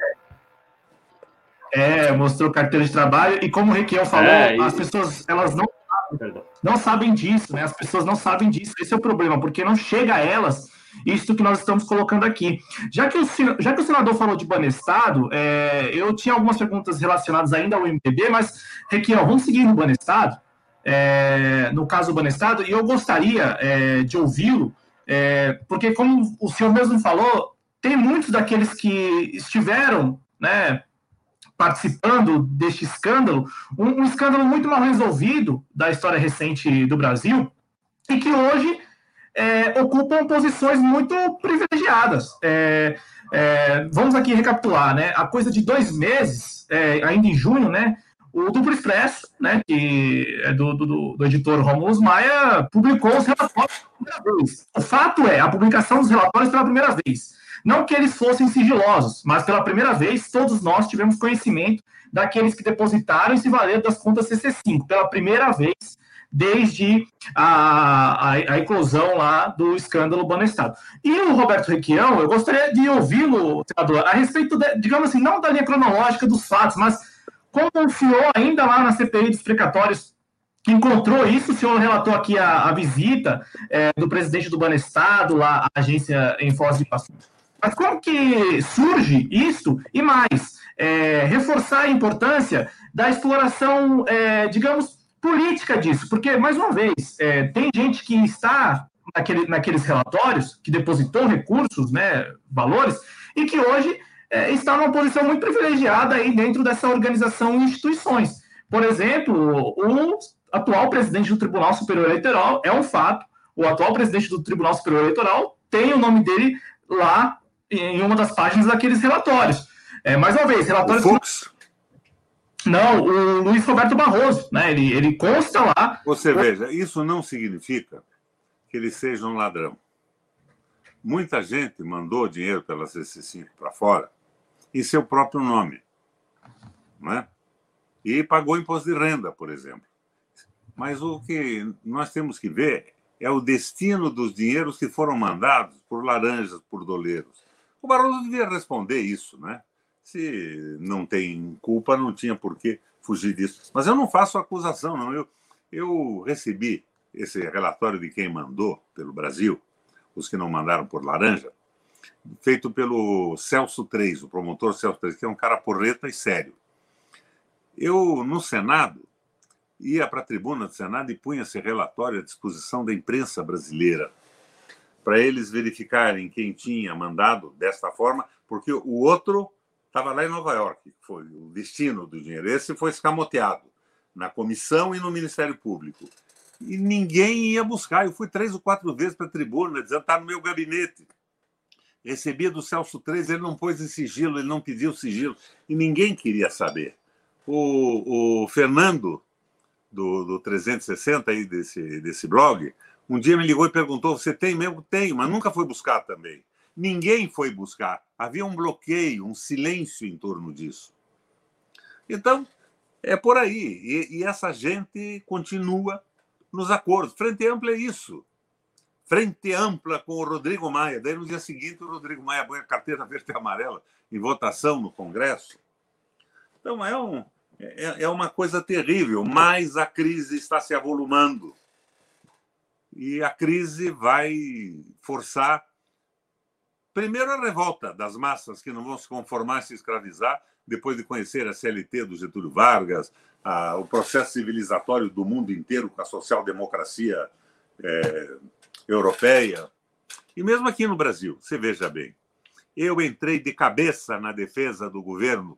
É, mostrou carteira de trabalho e, como o Requião falou, É, e... as pessoas elas não sabem, não sabem disso, né? As pessoas não sabem disso. Esse é o problema, porque não chega a elas isso que nós estamos colocando aqui. Já que o, já que o senador falou de Banestado, é, eu tinha algumas perguntas relacionadas ainda ao M D B, mas, Requião, vamos seguir no Banestado, é, no caso do Banestado, e eu gostaria é, de ouvi-lo, é, porque, como o senhor mesmo falou, tem muitos daqueles que estiveram, né, participando deste escândalo, um, um escândalo muito mal resolvido da história recente do Brasil, e que hoje é, ocupam posições muito privilegiadas. É, é, vamos aqui recapitular, né? Há coisa de dois meses, é, ainda em junho, né? O Duplo Expresso, né, que é do, do, do editor Rômulo Maia, publicou os relatórios pela primeira vez. O fato é a publicação dos relatórios pela primeira vez. Não que eles fossem sigilosos, mas pela primeira vez todos nós tivemos conhecimento daqueles que depositaram e se valeram das contas C C cinco, pela primeira vez desde a, a, a eclosão lá do escândalo Banestado. E o Roberto Requião, eu gostaria de ouvi-lo, senador, a respeito, de, digamos assim, não da linha cronológica dos fatos, mas como o senhor, ainda lá na C P I dos precatórios, encontrou isso, o senhor relatou aqui a, a visita é, do presidente do Banestado, lá à agência em Foz do Iguaçu. Mas como que surge isso? E mais, é, reforçar a importância da exploração, é, digamos, política disso. Porque, mais uma vez, é, tem gente que está naquele, naqueles relatórios, que depositou recursos, né, valores, e que hoje é, está numa posição muito privilegiada aí dentro dessa organização e instituições. Por exemplo, o atual presidente do Tribunal Superior Eleitoral, é um fato, o atual presidente do Tribunal Superior Eleitoral tem o nome dele lá em uma das páginas daqueles relatórios. É, mais uma vez, relatórios... O Fux? Não, o Luiz Roberto Barroso, né? Ele, ele consta lá... Você veja, isso não significa que ele seja um ladrão. Muita gente mandou dinheiro pela C C cinco para fora em seu próprio nome. né? E pagou imposto de renda, por exemplo. Mas o que nós temos que ver é o destino dos dinheiros que foram mandados por laranjas, por doleiros. O Barroso devia responder isso, né? Se não tem culpa, não tinha por que fugir disso. Mas eu não faço acusação, não. Eu, eu recebi esse relatório de quem mandou pelo Brasil, os que não mandaram por laranja, feito pelo Celso Três, o promotor Celso Três, que é um cara porreta e sério. Eu, no Senado, ia para a tribuna do Senado e punha esse relatório à disposição da imprensa brasileira, para eles verificarem quem tinha mandado desta forma, porque o outro estava lá em Nova York, que foi o destino do dinheiro. Esse foi escamoteado na comissão e no Ministério Público. E ninguém ia buscar. Eu fui três ou quatro vezes para a tribuna, dizendo está no meu gabinete. Recebia do Celso Três, ele não pôs em sigilo, ele não pediu sigilo, e ninguém queria saber. O, o Fernando, do, do trezentos e sessenta, aí desse, desse blog, um dia me ligou e perguntou, você tem mesmo? Tenho, mas nunca foi buscar também. Ninguém foi buscar. Havia um bloqueio, um silêncio em torno disso. Então, é por aí. E, e essa gente continua nos acordos. Frente Ampla é isso. Frente Ampla com o Rodrigo Maia. Daí, no dia seguinte, o Rodrigo Maia põe a carteira verde e amarela em votação no Congresso. Então, é, um, é, é uma coisa terrível, mas a crise está se avolumando. E a crise vai forçar, primeiro, a revolta das massas que não vão se conformar e se escravizar, depois de conhecer a C L T do Getúlio Vargas, a, o processo civilizatório do mundo inteiro com a social-democracia é, europeia. E mesmo aqui no Brasil, você veja bem, eu entrei de cabeça na defesa do governo,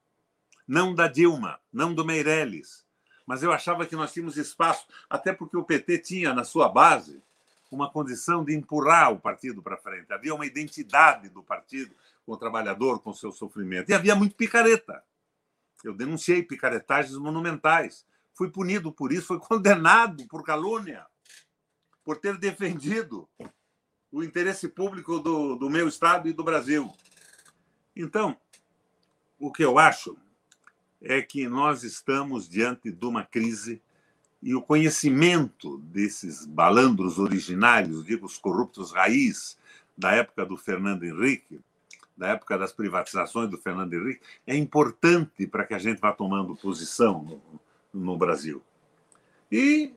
não da Dilma, não do Meirelles, mas eu achava que nós tínhamos espaço, até porque o P T tinha na sua base uma condição de empurrar o partido para frente. Havia uma identidade do partido com o trabalhador, com o seu sofrimento. E havia muito picareta. Eu denunciei picaretagens monumentais. Fui punido por isso, fui condenado por calúnia, por ter defendido o interesse público do, do meu Estado e do Brasil. Então, o que eu acho é que nós estamos diante de uma crise e o conhecimento desses balandros originários, digo, os corruptos raiz da época do Fernando Henrique, da época das privatizações do Fernando Henrique, é importante para que a gente vá tomando posição no, no Brasil. E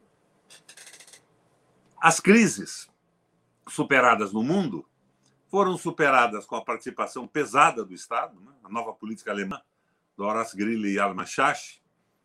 as crises superadas no mundo foram superadas com a participação pesada do Estado, né? A nova política alemã, do Horace Greeley e Alma Schacht,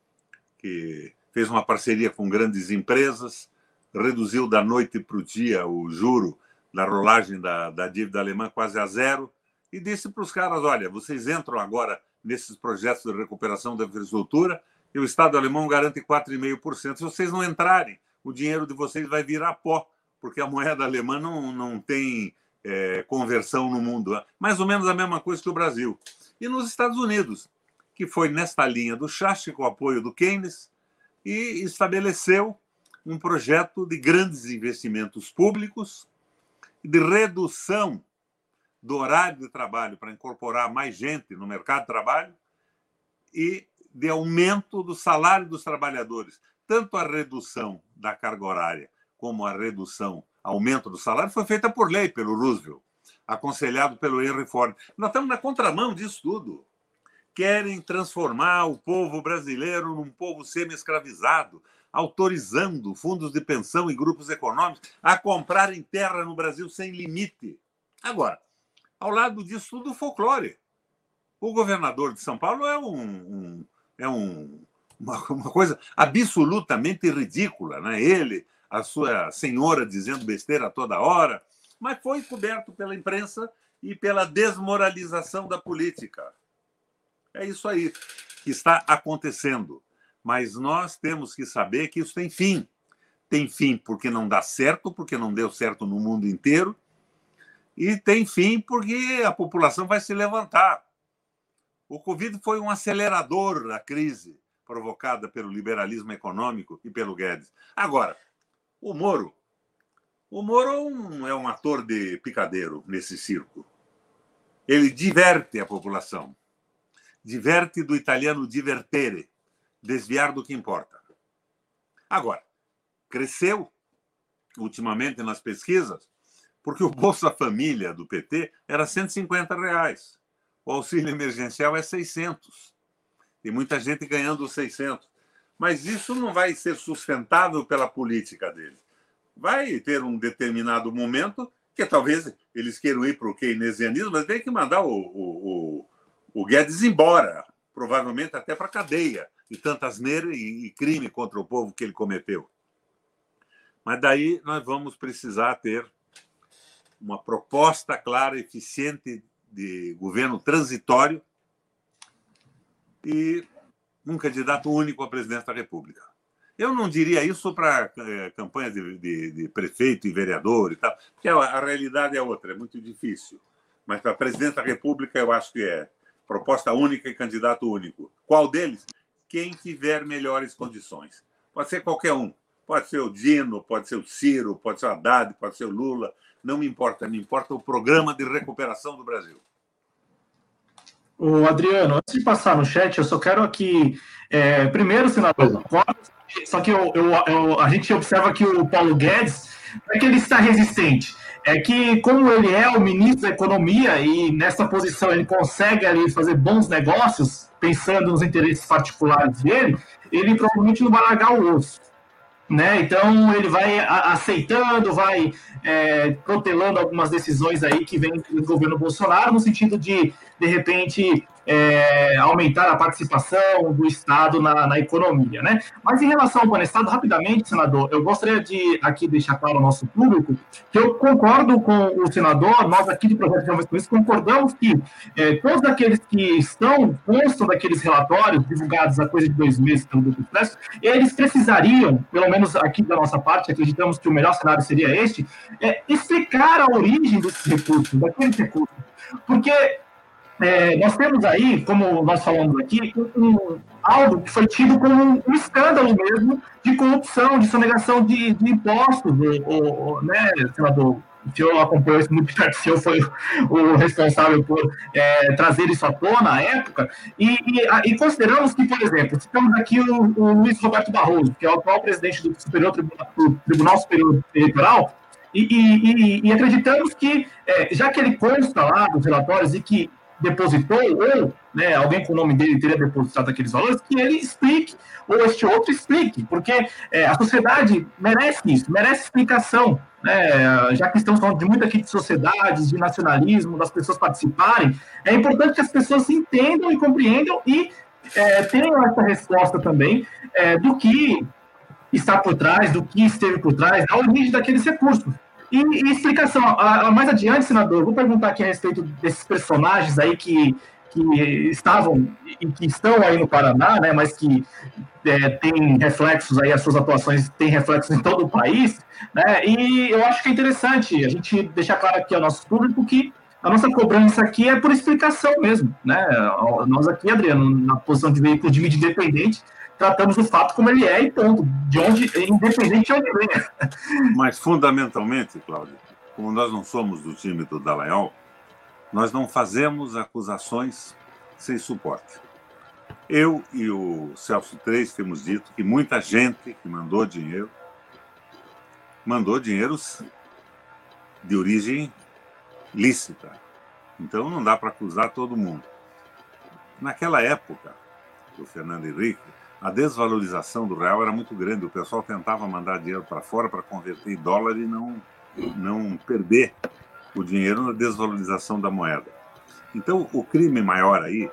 que fez uma parceria com grandes empresas, reduziu da noite para o dia o juro da rolagem da, da dívida alemã quase a zero, e disse para os caras, olha, vocês entram agora nesses projetos de recuperação da infraestrutura e o Estado alemão garante quatro vírgula cinco por cento. Se vocês não entrarem, o dinheiro de vocês vai virar pó, porque a moeda alemã não, não tem é, conversão no mundo. Mais ou menos a mesma coisa que o Brasil. E nos Estados Unidos, que foi nesta linha do Schacht, com o apoio do Keynes, e estabeleceu um projeto de grandes investimentos públicos, de redução do horário de trabalho para incorporar mais gente no mercado de trabalho e de aumento do salário dos trabalhadores. Tanto a redução da carga horária como a redução, aumento do salário, foi feita por lei, pelo Roosevelt, aconselhado pelo Henry Ford. Nós estamos na contramão disso tudo. Querem transformar o povo brasileiro num povo semi-escravizado, autorizando fundos de pensão e grupos econômicos a comprarem terra no Brasil sem limite. Agora, ao lado disso tudo, o folclore. O governador de São Paulo é, um, um, é um, uma, uma coisa absolutamente ridícula, né? Ele, a sua senhora dizendo besteira toda hora, mas foi coberto pela imprensa e pela desmoralização da política. É isso aí que está acontecendo. Mas nós temos que saber que isso tem fim. Tem fim porque não dá certo, porque não deu certo no mundo inteiro, e tem fim porque a população vai se levantar. O Covid foi um acelerador da crise provocada pelo liberalismo econômico e pelo Guedes. Agora, o Moro. O Moro é um, é um ator de picadeiro nesse circo. Ele diverte a população. Diverte do italiano divertere, desviar do que importa. Agora, cresceu ultimamente nas pesquisas porque o Bolsa Família do P T era cento e cinquenta reais. O auxílio emergencial é seiscentos. Tem muita gente ganhando seiscentos. Mas isso não vai ser sustentável pela política dele. Vai ter um determinado momento que talvez eles queiram ir para o keynesianismo, mas tem que mandar o, o, o, o Guedes embora, provavelmente até para a cadeia, de tanta asneira e, e crime contra o povo que ele cometeu. Mas daí nós vamos precisar ter uma proposta clara, eficiente de governo transitório e um candidato único à presidência da República. Eu não diria isso para é, campanhas de, de, de prefeito e vereador e tal, porque a, a realidade é outra, é muito difícil. Mas para a presidência da República eu acho que é proposta única e candidato único. Qual deles? Quem tiver melhores condições. Pode ser qualquer um. Pode ser o Dino, pode ser o Ciro, pode ser o Haddad, pode ser o Lula. Não me importa, me importa o programa de recuperação do Brasil. O Adriano, antes de passar no chat, eu só quero aqui, é, primeiro, senador, só que eu, eu, eu, a gente observa que o Paulo Guedes, não é que ele está resistente, é que como ele é o ministro da Economia e nessa posição ele consegue ali fazer bons negócios, pensando nos interesses particulares dele, ele provavelmente não vai largar o osso. Né? Então ele vai aceitando, vai é, protelando algumas decisões aí que vem do governo Bolsonaro no sentido de, de repente, é, aumentar a participação do Estado na, na economia, né? Mas em relação ao Banestado, rapidamente, senador, eu gostaria de aqui deixar claro ao nosso público que eu concordo com o senador, nós aqui do Projeto Jovens com isso, concordamos que é, todos aqueles que estão, constam daqueles relatórios divulgados há coisa de dois meses pelo Grupo Expresso, eles precisariam, pelo menos aqui da nossa parte, acreditamos que o melhor cenário seria este, é, explicar a origem desses recursos, daqueles recursos. Porque é, nós temos aí, como nós falamos aqui, um, algo que foi tido como um, um escândalo mesmo de corrupção, de sonegação de, de impostos, o, o, né, senador? O senhor acompanhou isso muito perto, o senhor foi o responsável por é, trazer isso à tona à época, e, e, e consideramos que, por exemplo, citamos aqui o, o Luiz Roberto Barroso, que é o atual presidente do Superior Tribunal, do Tribunal Superior Eleitoral, e, e, e, e acreditamos que, é, já que ele consta lá dos relatórios e que depositou, ou né, alguém com o nome dele teria depositado aqueles valores, que ele explique, ou este outro explique, porque é, a sociedade merece isso, merece explicação, né? Já que estamos falando de muito aqui de sociedades, de nacionalismo, das pessoas participarem, é importante que as pessoas entendam e compreendam e é, tenham essa resposta também é, do que está por trás, do que esteve por trás, da origem daqueles recursos. E, e explicação, a, a, mais adiante, senador, vou perguntar aqui a respeito desses personagens aí que, que estavam e que estão aí no Paraná, né, mas que é, têm reflexos aí, as suas atuações têm reflexos em todo o país, né, e eu acho que é interessante a gente deixar claro aqui ao nosso público que a nossa cobrança aqui é por explicação mesmo, né, nós aqui, Adriano, na posição de veículo de mídia independente, tratamos o fato como ele é e ponto, de onde, independente de onde venha. Mas, fundamentalmente, Cláudio, como nós não somos do time do Dallagnol, nós não fazemos acusações sem suporte. Eu e o Celso Três temos dito que muita gente que mandou dinheiro, mandou dinheiros de origem lícita. Então, não dá para acusar todo mundo. Naquela época, do Fernando Henrique, a desvalorização do real era muito grande. O pessoal tentava mandar dinheiro para fora para converter em dólar e não, não perder o dinheiro na desvalorização da moeda. Então, o crime maior aí,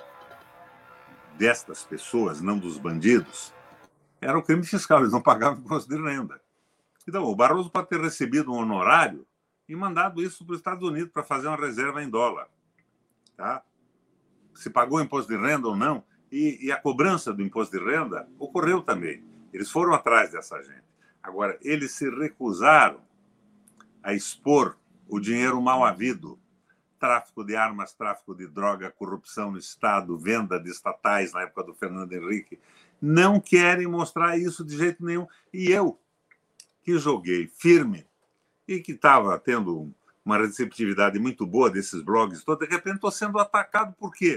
destas pessoas, não dos bandidos, era o crime fiscal. Eles não pagavam imposto de renda. Então, o Barroso pode ter recebido um honorário e mandado isso para os Estados Unidos para fazer uma reserva em dólar. Tá? Se pagou imposto de renda ou não, E, e a cobrança do imposto de renda ocorreu também. Eles foram atrás dessa gente. Agora, eles se recusaram a expor o dinheiro mal havido, tráfico de armas, tráfico de droga, corrupção no Estado, venda de estatais na época do Fernando Henrique. Não querem mostrar isso de jeito nenhum. E eu, que joguei firme e que estava tendo uma receptividade muito boa desses blogs todos, de repente estou sendo atacado. Por quê? Porque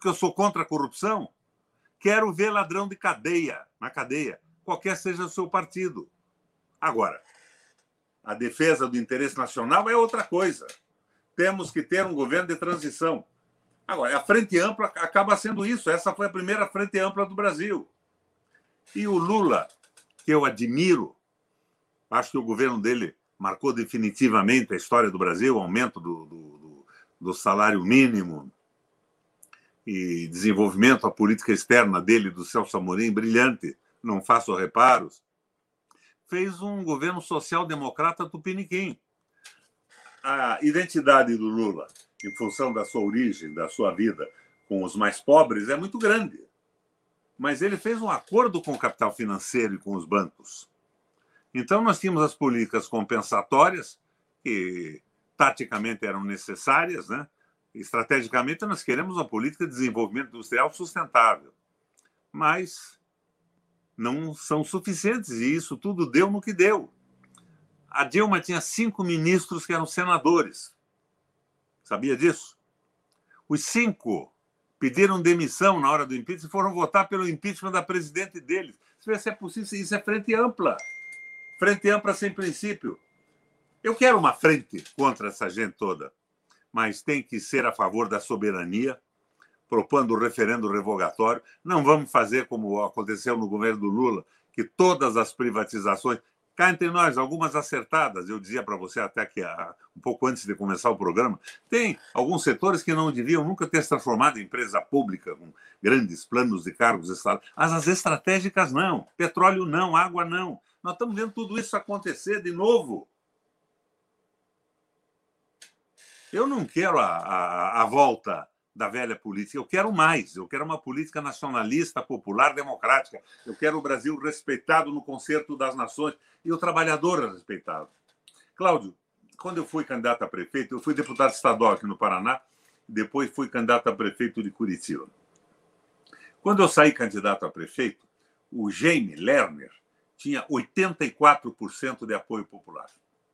porque eu sou contra a corrupção? Quero ver ladrão de cadeia, na cadeia, qualquer seja o seu partido. Agora, a defesa do interesse nacional é outra coisa. Temos que ter um governo de transição. Agora, a Frente Ampla acaba sendo isso. Essa foi a primeira Frente Ampla do Brasil. E o Lula, que eu admiro, acho que o governo dele marcou definitivamente a história do Brasil, o aumento do, do, do salário mínimo e desenvolvimento da política externa dele, do Celso Amorim, brilhante, não faço reparos, fez um governo social-democrata tupiniquim. A identidade do Lula, em função da sua origem, da sua vida com os mais pobres, é muito grande. Mas ele fez um acordo com o capital financeiro e com os bancos. Então, nós tínhamos as políticas compensatórias, que taticamente eram necessárias, né? Estrategicamente, nós queremos uma política de desenvolvimento industrial sustentável. Mas não são suficientes, e isso tudo deu no que deu. A Dilma tinha cinco ministros que eram senadores. Sabia disso? Os cinco pediram demissão na hora do impeachment e foram votar pelo impeachment da presidente deles. Isso é possível, isso é frente ampla. Frente ampla sem princípio. Eu quero uma frente contra essa gente toda, mas tem que ser a favor da soberania, propondo o referendo revogatório. Não vamos fazer como aconteceu no governo do Lula, que todas as privatizações, cá entre nós, algumas acertadas, eu dizia para você até que um pouco antes de começar o programa, tem alguns setores que não deviam nunca ter se transformado em empresa pública, com grandes planos de cargos estatais. Mas as estratégicas não, petróleo não, água não. Nós estamos vendo tudo isso acontecer de novo. Eu não quero a, a, a volta da velha política, eu quero mais. Eu quero uma política nacionalista, popular, democrática. Eu quero o Brasil respeitado no concerto das nações e o trabalhador respeitado. Cláudio, quando eu fui candidato a prefeito, eu fui deputado estadual aqui no Paraná, depois fui candidato a prefeito de Curitiba. Quando eu saí candidato a prefeito, o Jaime Lerner tinha oitenta e quatro por cento de apoio popular.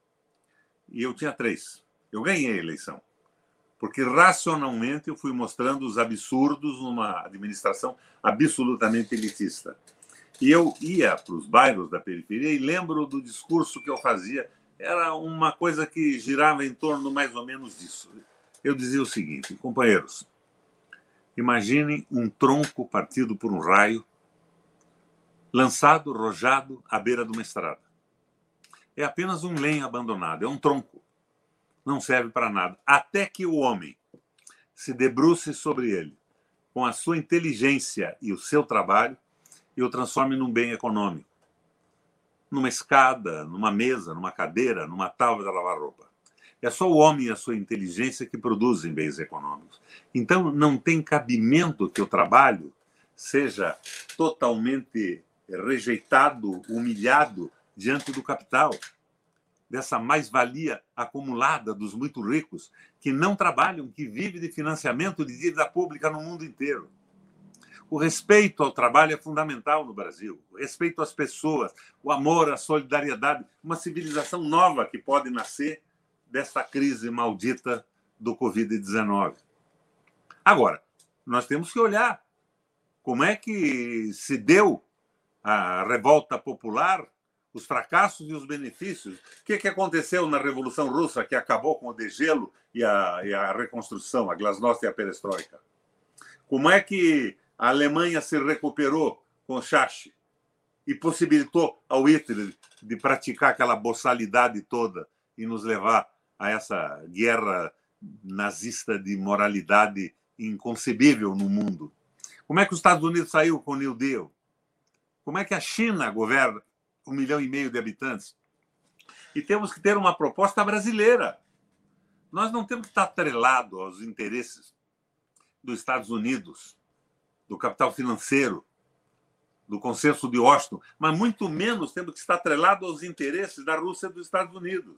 E eu tinha três. Eu ganhei a eleição. Porque, racionalmente, eu fui mostrando os absurdos numa administração absolutamente elitista. E eu ia para os bairros da periferia e lembro do discurso que eu fazia. Era uma coisa que girava em torno mais ou menos disso. Eu dizia o seguinte: companheiros, imaginem um tronco partido por um raio, lançado, rojado, à beira de uma estrada. É apenas um lenho abandonado, é um tronco. Não serve para nada. Até que o homem se debruce sobre ele, com a sua inteligência e o seu trabalho, e o transforme num bem econômico. Numa escada, numa mesa, numa cadeira, numa tábua de lavar roupa. É só o homem e a sua inteligência que produzem bens econômicos. Então, não tem cabimento que o trabalho seja totalmente rejeitado, humilhado diante do capital, dessa mais-valia acumulada dos muito ricos que não trabalham, que vivem de financiamento de dívida pública no mundo inteiro. O respeito ao trabalho é fundamental no Brasil, o respeito às pessoas, o amor, a solidariedade, uma civilização nova que pode nascer dessa crise maldita do covid dezenove. Agora, nós temos que olhar como é que se deu a revolta popular, os fracassos e os benefícios. O que, que aconteceu na Revolução Russa, que acabou com o degelo e a, e a reconstrução, a glasnost e a perestroika? Como é que a Alemanha se recuperou com Churchill e possibilitou ao Hitler de praticar aquela boçalidade toda e nos levar a essa guerra nazista de moralidade inconcebível no mundo? Como é que os Estados Unidos saiu com o New Deal? Como é que a China governa um milhão e meio de habitantes? E temos que ter uma proposta brasileira. Nós não temos que estar atrelados aos interesses dos Estados Unidos, do capital financeiro, do consenso de Washington, mas muito menos temos que estar atrelados aos interesses da Rússia e dos Estados Unidos,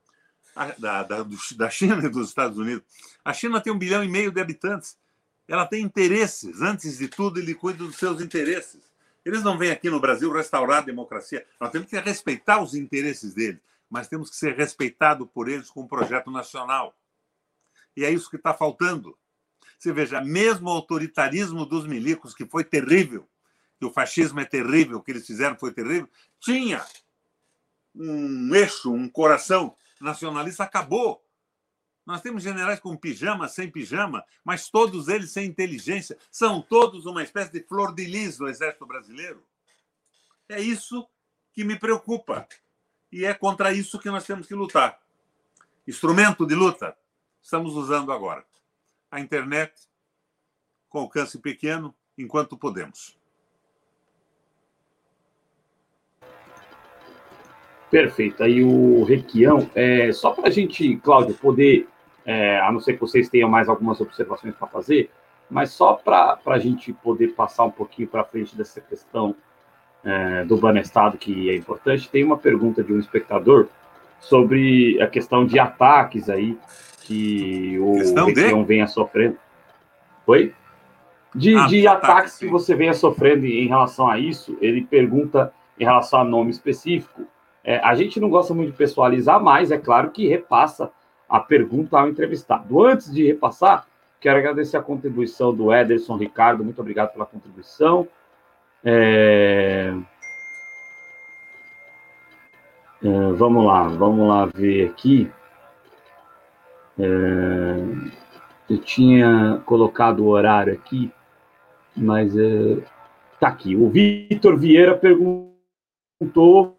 da, da, da China e dos Estados Unidos. A China tem um bilhão e meio de habitantes. Ela tem interesses. Antes de tudo, ele cuida dos seus interesses. Eles não vêm aqui no Brasil restaurar a democracia. Nós temos que respeitar os interesses deles, mas temos que ser respeitados por eles com um projeto nacional. E é isso que está faltando. Você veja, mesmo o autoritarismo dos milicos, que foi terrível, que o fascismo é terrível, o que eles fizeram foi terrível, tinha um eixo, um coração nacionalista, acabou. Nós temos generais com pijama, sem pijama, mas todos eles sem inteligência. São todos uma espécie de flor de lis do Exército Brasileiro. É isso que me preocupa. E é contra isso que nós temos que lutar. Instrumento de luta, estamos usando agora. A internet, com alcance pequeno, enquanto podemos. Perfeito. Aí o Requião, é, só para a gente, Cláudio, poder, é, a não ser que vocês tenham mais algumas observações para fazer, mas só para a gente poder passar um pouquinho para frente dessa questão é, do Banestado, que é importante, tem uma pergunta de um espectador sobre a questão de ataques aí que o Requião venha sofrendo. Oi? De, ah, de ataques, ataques que você venha sofrendo em relação a isso. Ele pergunta em relação a nome específico. É, a gente não gosta muito de pessoalizar, mas é claro que repassa a pergunta ao entrevistado. Antes de repassar, quero agradecer a contribuição do Ederson Ricardo. Muito obrigado pela contribuição. É... É, vamos lá, vamos lá ver aqui. É... Eu tinha colocado o horário aqui, mas é... tá aqui. O Vitor Vieira perguntou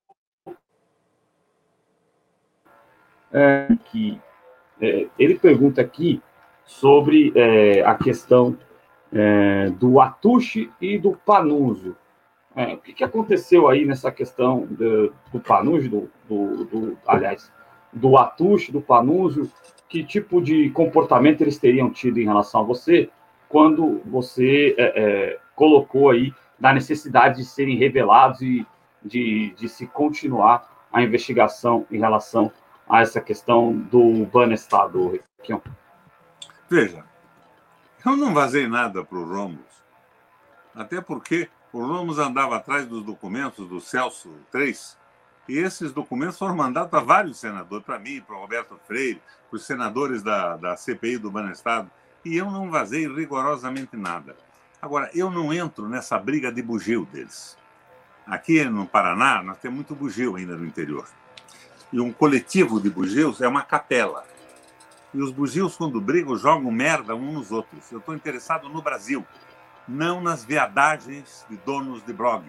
é, que é, ele pergunta aqui sobre é, a questão é, do Hattush e do Panuso. É, o que, que aconteceu aí nessa questão do, do Panuso, do, do, do, aliás, do Hattush, do Panuso? Que tipo de comportamento eles teriam tido em relação a você quando você é, é, colocou aí da necessidade de serem revelados e de, de se continuar a investigação em relação a essa questão do Banestado? Veja, eu não vazei nada para o Rômulo, até porque o Rômulo andava atrás dos documentos do Celso três, e esses documentos foram mandados para vários senadores, para mim, para o Roberto Freire, para os senadores da, da C P I do Banestado, e eu não vazei rigorosamente nada. Agora, eu não entro nessa briga de bugio deles. Aqui no Paraná, nós temos muito bugio ainda no interior. E um coletivo de bugios é uma capela. E os bugios, quando brigam, jogam merda uns nos outros. Eu estou interessado no Brasil, não nas viadagens de donos de blog,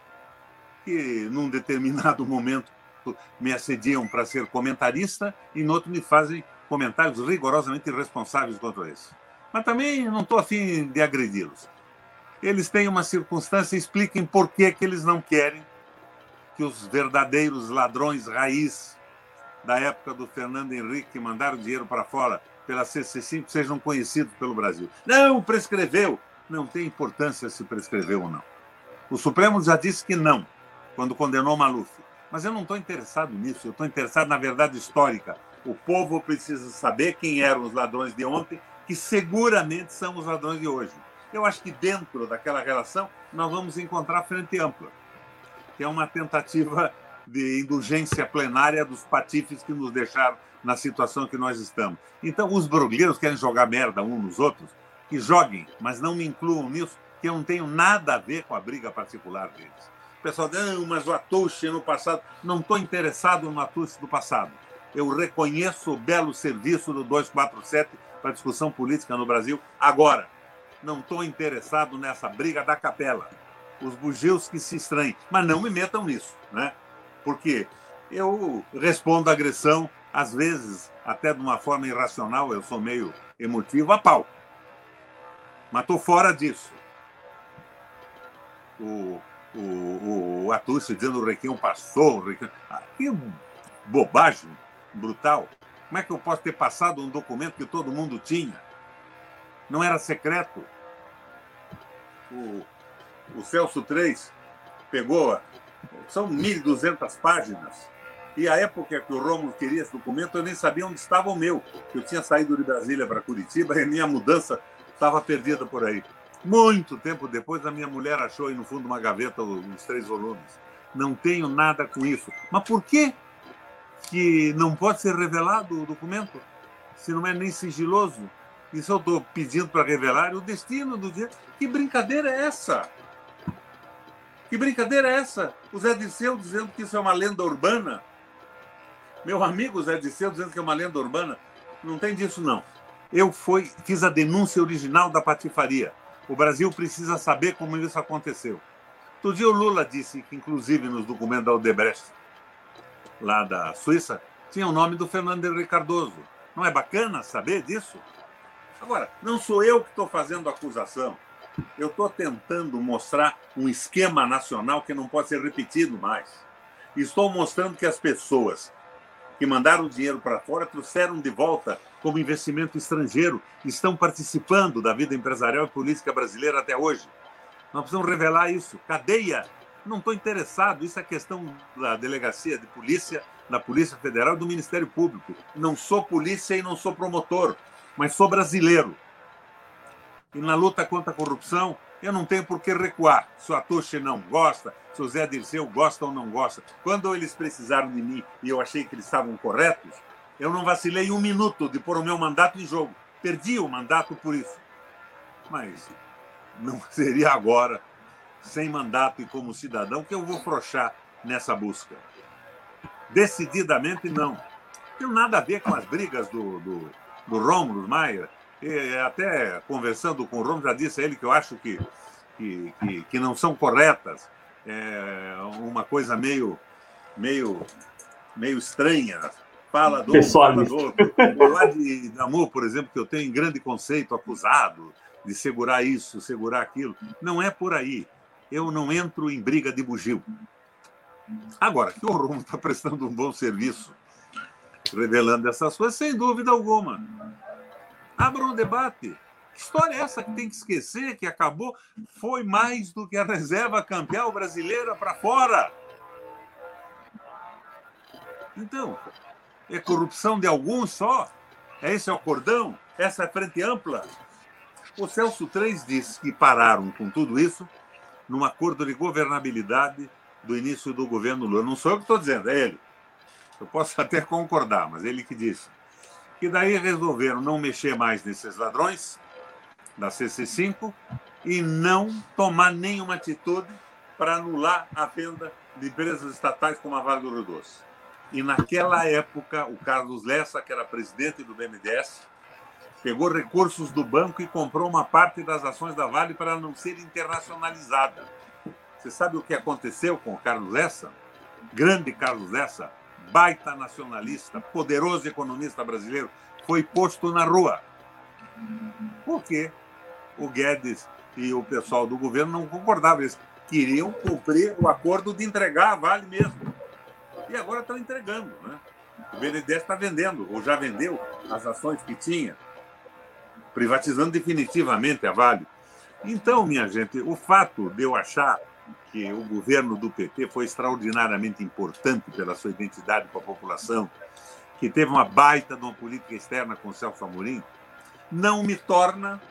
que num determinado momento me assediam para ser comentarista e no outro me fazem comentários rigorosamente irresponsáveis contra isso. Mas também não estou afim de agredi-los. Eles têm uma circunstância, expliquem por que que eles não querem que os verdadeiros ladrões raiz da época do Fernando Henrique, que mandaram dinheiro para fora pela C C cinco, sejam conhecidos pelo Brasil. Não, prescreveu. Não tem importância se prescreveu ou não. O Supremo já disse que não, quando condenou Maluf. Mas eu não estou interessado nisso, eu estou interessado na verdade histórica. O povo precisa saber quem eram os ladrões de ontem, que seguramente são os ladrões de hoje. Eu acho que dentro daquela relação nós vamos encontrar frente ampla, que é uma tentativa de indulgência plenária dos patifes que nos deixaram na situação que nós estamos. Então, os blogueiros querem jogar merda uns nos outros, que joguem, mas não me incluam nisso, que eu não tenho nada a ver com a briga particular deles. O pessoal diz, não, mas o Hattush no passado... Não estou interessado no Hattush do passado. Eu reconheço o belo serviço do duzentos e quarenta e sete para a discussão política no Brasil agora. Não estou interessado nessa briga da capela. Os bugios que se estranhem. Mas não me metam nisso, né? Porque eu respondo a agressão, às vezes, até de uma forma irracional, eu sou meio emotivo, a pau. Mas estou fora disso. O, o, o Hattush dizendo que o Requião passou. O Requião... Ah, que bobagem brutal. Como é que eu posso ter passado um documento que todo mundo tinha? Não era secreto. O, o Celso três pegou... São mil e duzentas páginas. E a época que o Rômulo queria esse documento, eu nem sabia onde estava o meu. Eu tinha saído de Brasília para Curitiba e a minha mudança estava perdida por aí. Muito tempo depois, a minha mulher achou aí no fundo de uma gaveta os três volumes. Não tenho nada com isso. Mas por que que não pode ser revelado o documento? Se não é nem sigiloso? Isso eu estou pedindo para revelar o destino do dia. Que brincadeira é essa? Que brincadeira é essa? O Zé Dirceu dizendo que isso é uma lenda urbana. Meu amigo Zé Dirceu dizendo que é uma lenda urbana. Não tem disso, não. Eu fui, fiz a denúncia original da patifaria. O Brasil precisa saber como isso aconteceu. Outro dia o Lula disse que, inclusive, nos documentos da Odebrecht, lá da Suíça, tinha o nome do Fernando Henrique Cardoso. Não é bacana saber disso? Agora, não sou eu que estou fazendo a acusação. Eu estou tentando mostrar um esquema nacional que não pode ser repetido mais. Estou mostrando que as pessoas que mandaram o dinheiro para fora trouxeram de volta como investimento estrangeiro, estão participando da vida empresarial e política brasileira até hoje. Nós precisamos revelar isso. Cadeia. Não estou interessado. Isso é questão da delegacia de polícia, da Polícia Federal e do Ministério Público. Não sou polícia e não sou promotor, mas sou brasileiro. E na luta contra a corrupção, eu não tenho por que recuar. Se o Atushi não gosta, se o Zé Dirceu gosta ou não gosta. Quando eles precisaram de mim e eu achei que eles estavam corretos, eu não vacilei um minuto de pôr o meu mandato em jogo. Perdi o mandato por isso. Mas não seria agora, sem mandato e como cidadão, que eu vou afrouxar nessa busca. Decididamente não. Não tem nada a ver com as brigas do, do, do Rômulo Maia. E até conversando com o Rômulo, já disse a ele que eu acho que, que, que, que não são corretas. É uma coisa meio, meio, meio estranha. Fala do fala do outro. Lá de Damu, por exemplo, que eu tenho em grande conceito acusado de segurar isso, segurar aquilo. Não é por aí. Eu não entro em briga de bugio. Agora, que o Rômulo está prestando um bom serviço, revelando essas coisas, sem dúvida alguma. Abra um debate. Que história é essa que tem que esquecer que acabou? Foi mais do que a reserva campeã brasileira para fora. Então, é corrupção de alguns só? Esse é o cordão? Essa é a frente ampla? O Celso três disse que pararam com tudo isso num acordo de governabilidade do início do governo Lula. Não sou eu que estou dizendo, é ele. Eu posso até concordar, mas ele que disse. Que daí resolveram não mexer mais nesses ladrões da C C cinco e não tomar nenhuma atitude para anular a venda de empresas estatais como a Vale do Rio Doce. E naquela época, o Carlos Lessa, que era presidente do B N D E S, pegou recursos do banco e comprou uma parte das ações da Vale para não ser internacionalizada. Você sabe o que aconteceu com o Carlos Lessa? Grande Carlos Lessa, baita nacionalista, poderoso economista brasileiro, foi posto na rua. Por quê? O Guedes e o pessoal do governo não concordavam. Eles queriam cumprir o acordo de entregar a Vale mesmo. E agora estão entregando, né? O B N D E S está vendendo, ou já vendeu, as ações que tinha, privatizando definitivamente a Vale. Então, minha gente, o fato de eu achar que o governo do P T foi extraordinariamente importante pela sua identidade com a população, que teve uma baita de uma política externa com o Celso Amorim, não me torna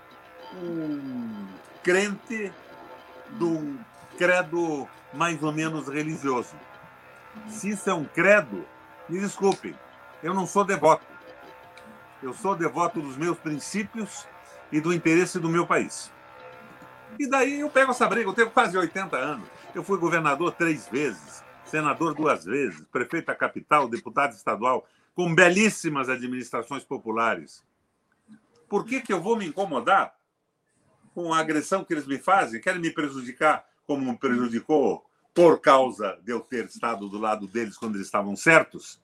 um crente de um credo mais ou menos religioso. Se isso é um credo, me desculpem, eu não sou devoto. Eu sou devoto dos meus princípios e do interesse do meu país. E daí eu pego essa briga. Eu tenho quase oitenta anos. Eu fui governador três vezes, senador duas vezes, prefeito da capital, deputado estadual, com belíssimas administrações populares. Por que que eu vou me incomodar com a agressão que eles me fazem? Querem me prejudicar como me prejudicou por causa de eu ter estado do lado deles quando eles estavam certos?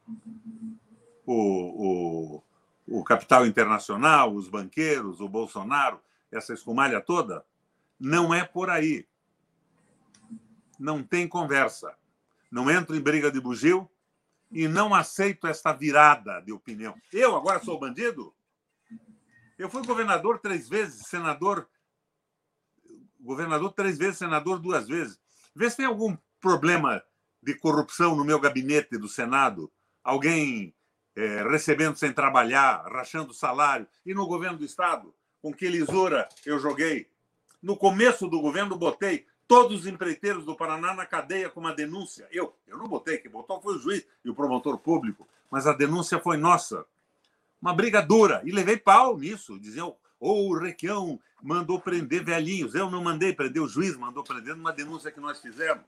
O, o, o capital internacional, os banqueiros, o Bolsonaro, essa escumalha toda? Não é por aí. Não tem conversa. Não entro em briga de bugio e não aceito esta virada de opinião. Eu agora sou bandido? Eu fui governador três vezes, senador... Governador três vezes, senador duas vezes. Vê se tem algum problema de corrupção no meu gabinete do Senado. Alguém é, recebendo sem trabalhar, rachando salário. E no governo do Estado, com que lisura eu joguei. No começo do governo, botei todos os empreiteiros do Paraná na cadeia com uma denúncia. Eu, eu não botei, quem botou foi o juiz e o promotor público, mas a denúncia foi nossa. uma briga dura, e levei pau nisso, diziam, ou oh, o Requião mandou prender velhinhos. Eu não mandei prender, o juiz mandou prender numa denúncia que nós fizemos.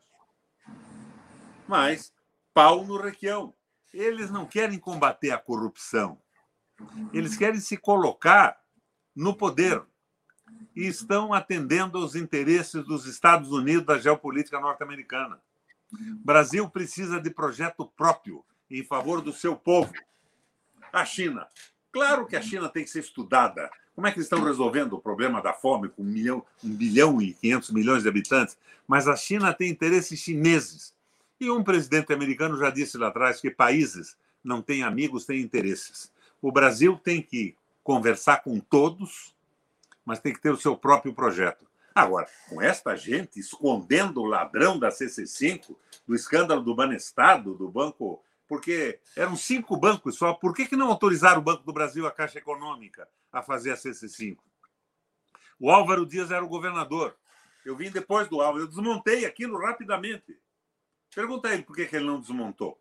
Mas, pau no Requião. Eles não querem combater a corrupção. Eles querem se colocar no poder e estão atendendo aos interesses dos Estados Unidos da geopolítica norte-americana. O Brasil precisa de projeto próprio em favor do seu povo. A China. Claro que a China tem que ser estudada. Como é que eles estão resolvendo o problema da fome com um, milhão, um bilhão e quinhentos milhões de habitantes? Mas a China tem interesses chineses. E um presidente americano já disse lá atrás que países não têm amigos, têm interesses. O Brasil tem que conversar com todos, mas tem que ter o seu próprio projeto. Agora, com esta gente escondendo o ladrão da C C cinco, do escândalo do Banestado, do banco... Porque eram cinco bancos só. Por que, que não autorizaram o Banco do Brasil, a Caixa Econômica, a fazer a C C cinco? O Álvaro Dias era o governador. Eu vim depois do Álvaro. Eu desmontei aquilo rapidamente. Pergunta a ele por que, que ele não desmontou.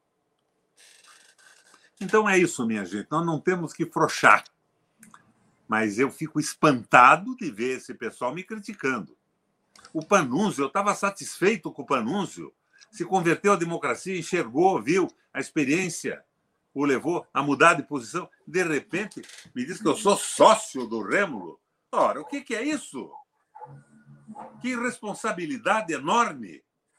Então é isso, minha gente. Nós não temos que frouxar. Mas eu fico espantado de ver esse pessoal me criticando. O Panunzio, eu estava satisfeito com o Panunzio. Se converteu à democracia, enxergou, viu, a experiência o levou a mudar de posição. De repente, me diz que eu sou sócio do Rêmulo. Ora, o que, que é isso? Que irresponsabilidade enorme.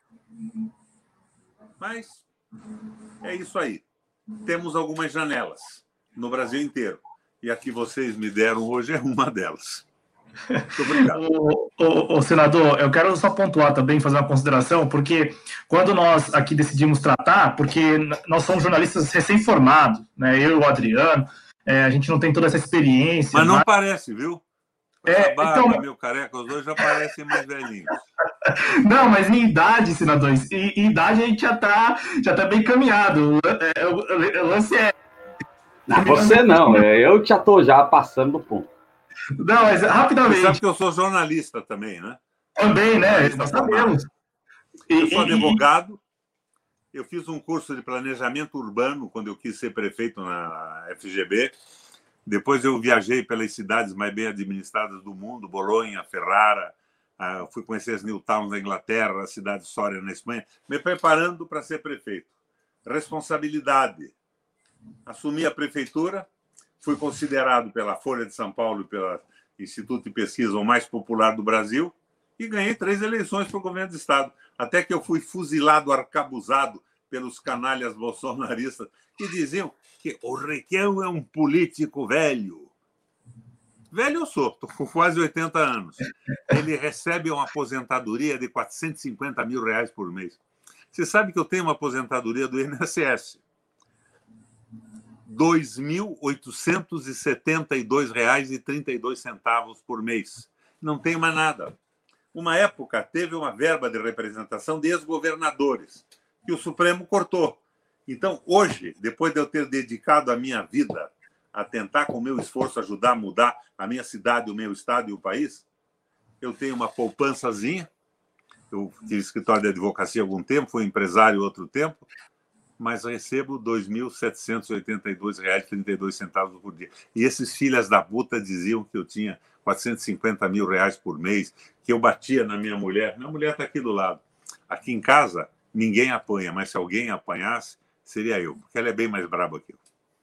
Mas é isso aí. Temos algumas janelas no Brasil inteiro. E a que vocês me deram hoje é uma delas. Muito obrigado. O, o, o senador, eu quero só pontuar também, fazer uma consideração, porque quando nós aqui decidimos tratar, porque nós somos jornalistas recém-formados, né? Eu e o Adriano, é, a gente não tem toda essa experiência. Mas não mas... parece, viu? É, barba, então... meu careca, os dois já parecem mais velhinhos. Não, mas em idade, senador, em, em idade a gente já está já tá bem caminhado. O, o, o lance é... Não, você não, eu já estou já passando do ponto. Não, mas rapidamente. Você sabe que eu sou jornalista também, né? Também, né? Nós sabemos. Eu sou advogado. Eu fiz um curso de planejamento urbano quando eu quis ser prefeito na F G B. Depois eu viajei pelas cidades mais bem administradas do mundo, Bolonha, Ferrara. Fui conhecer as Newtowns na Inglaterra, a cidade de Soria na Espanha, me preparando para ser prefeito. Responsabilidade. Assumi a prefeitura. Fui considerado pela Folha de São Paulo e pelo Instituto de Pesquisa o mais popular do Brasil e ganhei três eleições para o governo do Estado. Até que eu fui fuzilado, arcabuzado pelos canalhas bolsonaristas que diziam que o Requião é um político velho. Velho eu sou, estou com quase oitenta anos. Ele recebe uma aposentadoria de quatrocentos e cinquenta mil reais por mês. Você sabe que eu tenho uma aposentadoria do I N S S. dois mil oitocentos e setenta e dois reais e trinta e dois centavos por mês. Não tem mais nada. Uma época, teve uma verba de representação de ex-governadores, que o Supremo cortou. Então, hoje, depois de eu ter dedicado a minha vida a tentar, com o meu esforço, ajudar a mudar a minha cidade, o meu estado e o país, eu tenho uma poupançazinha. Eu tive escritório de advocacia há algum tempo, fui empresário outro tempo, mas recebo dois mil setecentos e oitenta e dois reais e trinta e dois centavos por dia. E esses filhas da puta diziam que eu tinha quatrocentos e cinquenta mil reais por mês, que eu batia na minha mulher. Minha mulher está aqui do lado. Aqui em casa, ninguém apanha, mas se alguém apanhasse, seria eu, porque ela é bem mais braba que eu.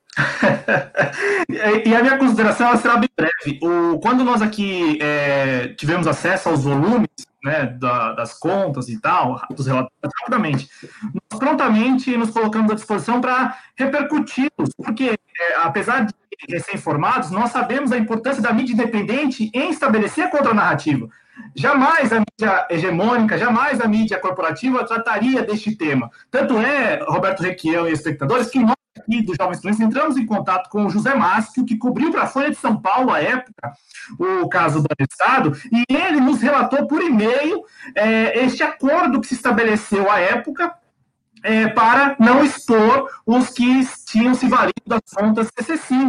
E a minha consideração será bem breve. O, quando nós aqui é, tivemos acesso aos volumes, né, da, das contas e tal, dos relatórios, rapidamente, nós prontamente nos colocamos à disposição para repercuti-los, porque, é, apesar de recém-formados, nós sabemos a importância da mídia independente em estabelecer a contranarrativa. Jamais a mídia hegemônica, jamais a mídia corporativa trataria deste tema. Tanto é, Roberto Requião e espectadores, que nós aqui do Jovens Talentos entramos em contato com o José Máscio, que cobriu para a Folha de São Paulo, à época, o caso do Estado, e ele nos relatou por e-mail é, este acordo que se estabeleceu à época é, para não expor os que tinham se valido das contas C C cinco.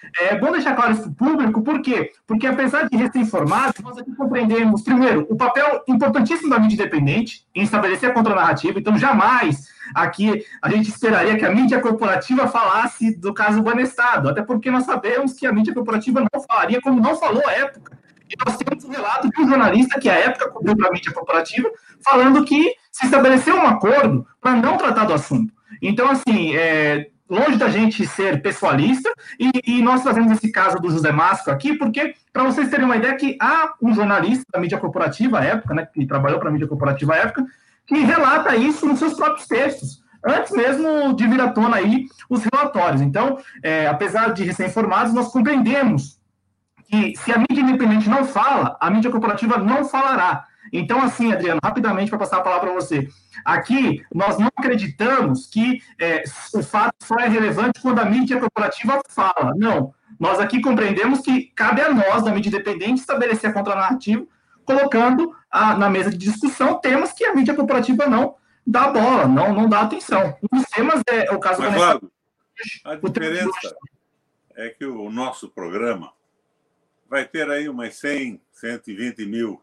É bom deixar claro isso para o público, por quê? Porque, apesar de recém-informados, nós aqui compreendemos, primeiro, o papel importantíssimo da mídia independente em estabelecer a contranarrativa. Então, jamais aqui a gente esperaria que a mídia corporativa falasse do caso Banestado, até porque nós sabemos que a mídia corporativa não falaria, como não falou à época. E nós temos um relato de um jornalista que, à época, cobriu para a mídia corporativa, falando que se estabeleceu um acordo para não tratar do assunto. Então, assim, é, longe da gente ser pessoalista, e, e nós trazemos esse caso do José Máscio aqui, porque, para vocês terem uma ideia, que há um jornalista da mídia corporativa à época, né, que trabalhou para a mídia corporativa à época, que relata isso nos seus próprios textos, antes mesmo de vir à tona aí os relatórios. Então, é, apesar de recém-informados, nós compreendemos que se a mídia independente não fala, a mídia corporativa não falará. Então, assim, Adriano, rapidamente para passar a palavra para você. Aqui, nós não acreditamos que é, o fato só é relevante quando a mídia corporativa fala. Não. Nós aqui compreendemos que cabe a nós, da mídia independente, estabelecer a contranarrativa, colocando a, na mesa de discussão temas que a mídia corporativa não dá bola, não, não dá atenção. Um dos temas é o caso... Mas, claro, a diferença é que o nosso programa vai ter aí umas cem, cento e vinte mil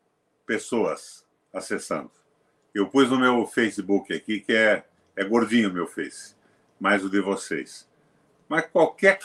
pessoas acessando. Eu pus no meu Facebook aqui, que é, é gordinho o meu Face, mais o de vocês. Mas qualquer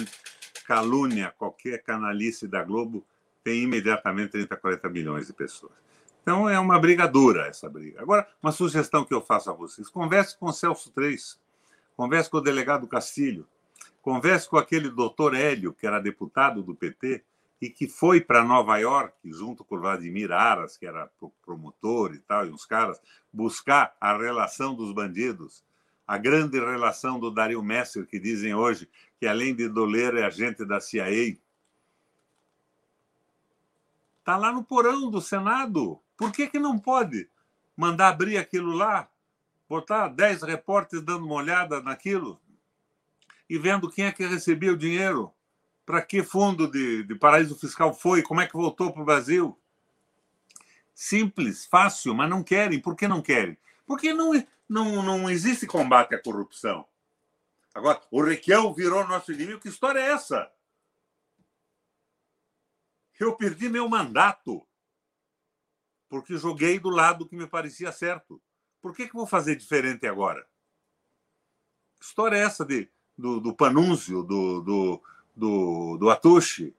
calúnia, qualquer canalice da Globo tem imediatamente trinta, quarenta milhões de pessoas. Então é uma briga dura essa briga. Agora, uma sugestão que eu faço a vocês. Converse com o Celso Três, converse com o delegado Castilho, converse com aquele doutor Hélio, que era deputado do P T, e que foi para Nova York, junto com o Vladimir Aras, que era promotor e tal, e uns caras, buscar a relação dos bandidos, a grande relação do Dario Messer, que dizem hoje que, além de doleiro, é agente da C I A. Está lá no porão do Senado. Por que que não pode mandar abrir aquilo lá, botar dez repórteres dando uma olhada naquilo e vendo quem é que recebia o dinheiro? Para que fundo de, de paraíso fiscal foi? Como é que voltou para o Brasil? Simples, fácil, mas não querem. Por que não querem? Porque não, não, não existe combate à corrupção. Agora, o Requião virou nosso inimigo. Que história é essa? Eu perdi meu mandato porque joguei do lado que me parecia certo. Por que que vou fazer diferente agora? Que história é essa de, do, do Panunzio, do... do do, do Atushi?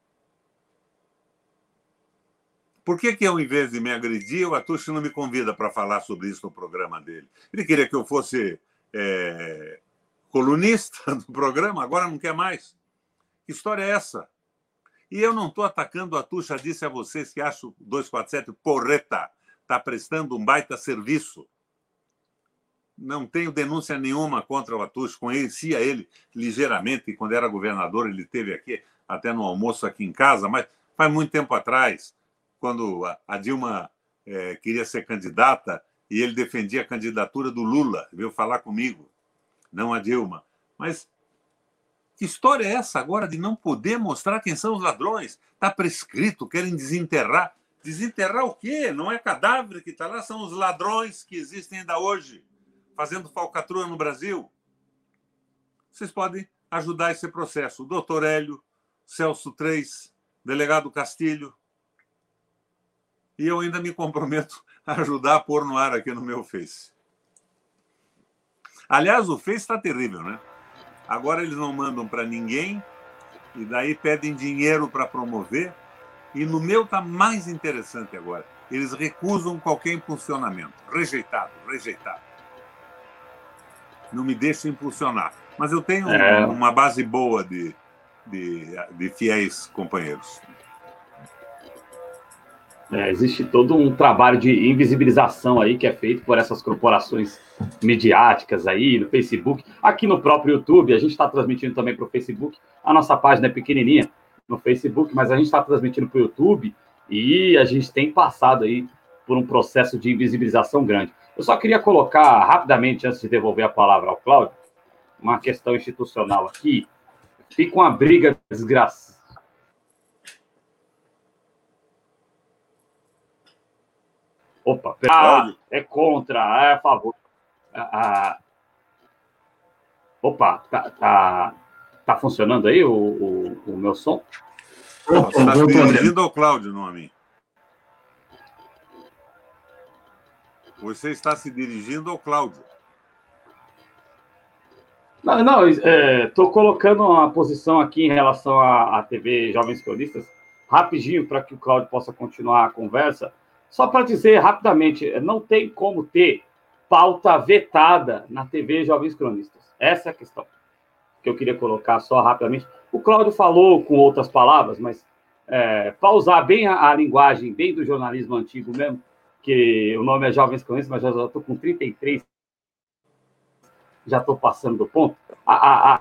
Por que que, ao invés de me agredir, o Atushi não me convida para falar sobre isso no programa dele? Ele queria que eu fosse é, colunista do programa, agora não quer mais. Que história é essa? E eu não estou atacando o Atushi, já disse a vocês que acho o duzentos e quarenta e sete porreta, está prestando um baita serviço. Não tenho denúncia nenhuma contra o Atushi, conhecia ele ligeiramente, e quando era governador ele esteve aqui, até no almoço aqui em casa, mas faz muito tempo atrás, quando a Dilma é, queria ser candidata e ele defendia a candidatura do Lula, veio falar comigo, não a Dilma. Mas que história é essa agora de não poder mostrar quem são os ladrões? Está prescrito, querem desenterrar. Desenterrar o quê? Não é cadáver que está lá, são os ladrões que existem ainda hoje, fazendo falcatrua no Brasil. Vocês podem ajudar esse processo. O doutor Hélio, Celso Três, delegado Castilho. E eu ainda me comprometo a ajudar a pôr no ar aqui no meu Face. Aliás, o Face está terrível, né? Agora eles não mandam para ninguém e daí pedem dinheiro para promover. E no meu está mais interessante agora. Eles recusam qualquer impulsionamento. Rejeitado, rejeitado. Não me deixa impulsionar. Mas eu tenho é... uma base boa de, de, de fiéis companheiros. É, existe todo um trabalho de invisibilização aí que é feito por essas corporações midiáticas aí, no Facebook, aqui no próprio YouTube. A gente está transmitindo também para o Facebook. A nossa página é pequenininha no Facebook, mas a gente está transmitindo para o YouTube e a gente tem passado aí por um processo de invisibilização grande. Eu só queria colocar rapidamente, antes de devolver a palavra ao Cláudio, uma questão institucional aqui. Fica uma briga desgraçada. Opa, ah, é contra, é a favor. Ah, ah, opa, tá, tá. Tá funcionando aí o, o, o meu som? Você está se dirigindo ao Cláudio, não a mim. Você está se dirigindo ao Cláudio. Não, não, estou é, colocando uma posição aqui em relação à, à T V Jovens Cronistas, rapidinho, para que o Cláudio possa continuar a conversa. Só para dizer rapidamente, não tem como ter pauta vetada na T V Jovens Cronistas. Essa é a questão que eu queria colocar só rapidamente. O Cláudio falou com outras palavras, mas é, para usar bem a, a linguagem, bem do jornalismo antigo mesmo, que o nome é Jovens Cronistas, mas já estou com trinta e três, já estou passando do ponto. A, a, a,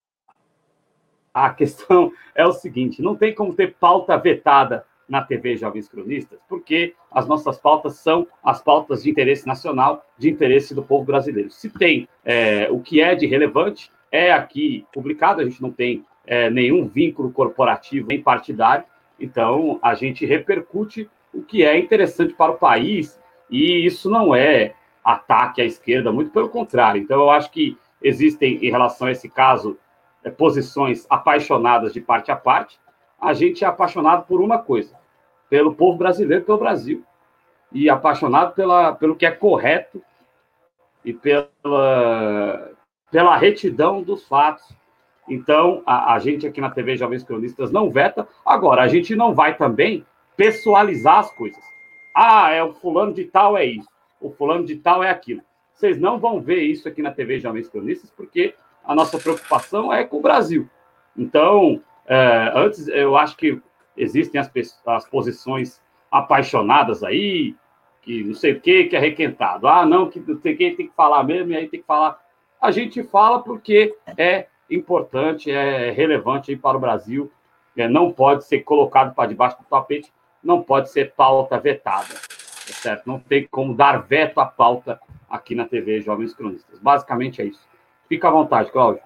a questão é o seguinte, não tem como ter pauta vetada na T V Jovens Cronistas, porque as nossas pautas são as pautas de interesse nacional, de interesse do povo brasileiro. Se tem é, o que é de relevante, é aqui publicado, a gente não tem é, nenhum vínculo corporativo nem partidário, então a gente repercute o que é interessante para o país, e isso não é ataque à esquerda, muito pelo contrário. Então eu acho que existem, em relação a esse caso, é, posições apaixonadas de parte a parte. A gente é apaixonado por uma coisa, pelo povo brasileiro, pelo Brasil, e apaixonado pela, pelo que é correto e pela, pela retidão dos fatos. Então, a, a gente aqui na T V Jovens Cronistas não veta. Agora, a gente não vai também pessoalizar as coisas. Ah, é o fulano de tal é isso, o fulano de tal é aquilo. Vocês não vão ver isso aqui na T V Jovens Cronistas, porque a nossa preocupação é com o Brasil. Então, é, antes, eu acho que existem as, as posições apaixonadas aí, que não sei o que, que é requentado. Ah, não, que não sei o que, tem que falar mesmo, e aí tem que falar. A gente fala porque é importante, é relevante aí para o Brasil, é, não pode ser colocado para debaixo do tapete, não pode ser pauta vetada, certo? Não tem como dar veto à pauta aqui na T V Jovens Cronistas. Basicamente é isso. Fica à vontade, Cláudio.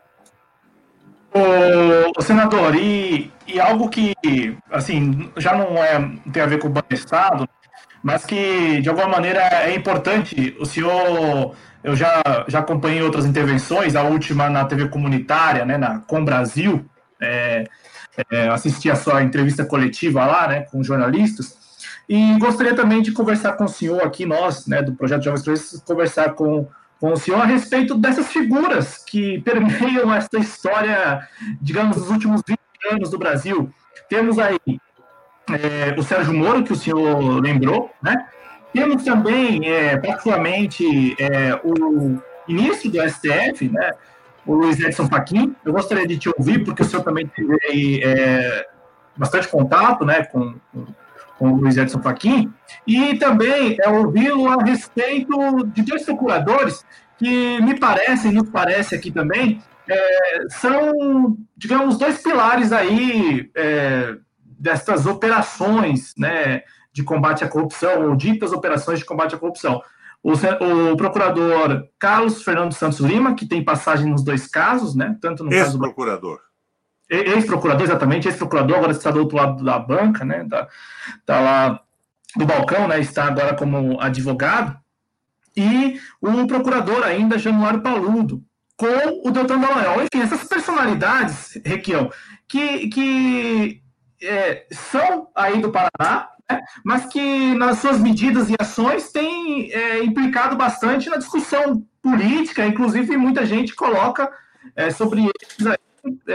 O senador, e, e algo que, assim, já não, é, não tem a ver com o Banco do Estado, mas que, de alguma maneira, é importante. O senhor, eu já, já acompanhei outras intervenções, a última na T V comunitária, né, na Com Brasil, é, é, assisti a sua entrevista coletiva lá, né, com jornalistas, e gostaria também de conversar com o senhor aqui, nós, né, do Projeto Jovens Cronistas, conversar com com o senhor a respeito dessas figuras que permeiam essa história, digamos, dos últimos vinte anos do Brasil. Temos aí é, o Sérgio Moro, que o senhor lembrou, né? Temos também, é, praticamente, é, o ministro do S T F, né? O Luiz Edson Fachin. Eu gostaria de te ouvir, porque o senhor também teve aí, é, bastante contato, né, com, com com o Luiz Edson Fachin, e também é ouvi-lo a respeito de dois procuradores que me parecem, nos parece aqui também, é, são, digamos, dois pilares aí é, dessas operações, né, de combate à corrupção, ou ditas operações de combate à corrupção. O, o procurador Carlos Fernando Santos Lima, que tem passagem nos dois casos, né, tanto no caso do ex-procurador. Ex-procurador, exatamente, ex-procurador, agora está do outro lado da banca, né? Está tá lá do balcão, né? Está agora como advogado. E o procurador ainda, Januário Paludo, com o doutor Dallagnol. Enfim, essas personalidades, Requião, que, que é, são aí do Paraná, né? Mas que nas suas medidas e ações têm é, implicado bastante na discussão política, inclusive muita gente coloca é, sobre eles aí,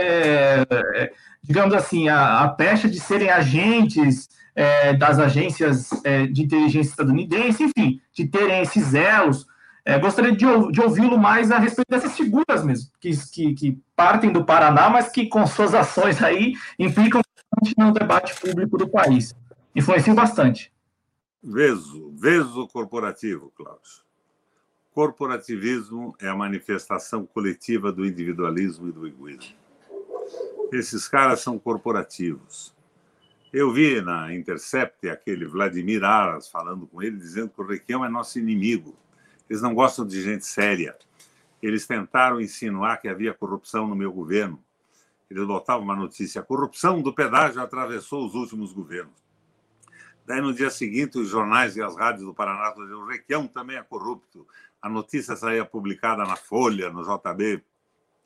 É, digamos assim, a, a pecha de serem agentes é, das agências é, de inteligência estadunidense, enfim, de terem esses elos. É, gostaria de, de ouvi-lo mais a respeito dessas figuras mesmo, que, que, que partem do Paraná, mas que com suas ações aí implicam no debate público do país. Influenciam bastante. Veso, veso corporativo, Cláudio. Corporativismo é a manifestação coletiva do individualismo e do egoísmo. Esses caras são corporativos. Eu vi na Intercept aquele Vladimir Aras falando com ele, dizendo que o Requião é nosso inimigo. Eles não gostam de gente séria. Eles tentaram insinuar que havia corrupção no meu governo. Eles botavam uma notícia: a corrupção do pedágio atravessou os últimos governos. Daí, no dia seguinte, os jornais e as rádios do Paraná diziam: o Requião também é corrupto. A notícia saía publicada na Folha, no J B.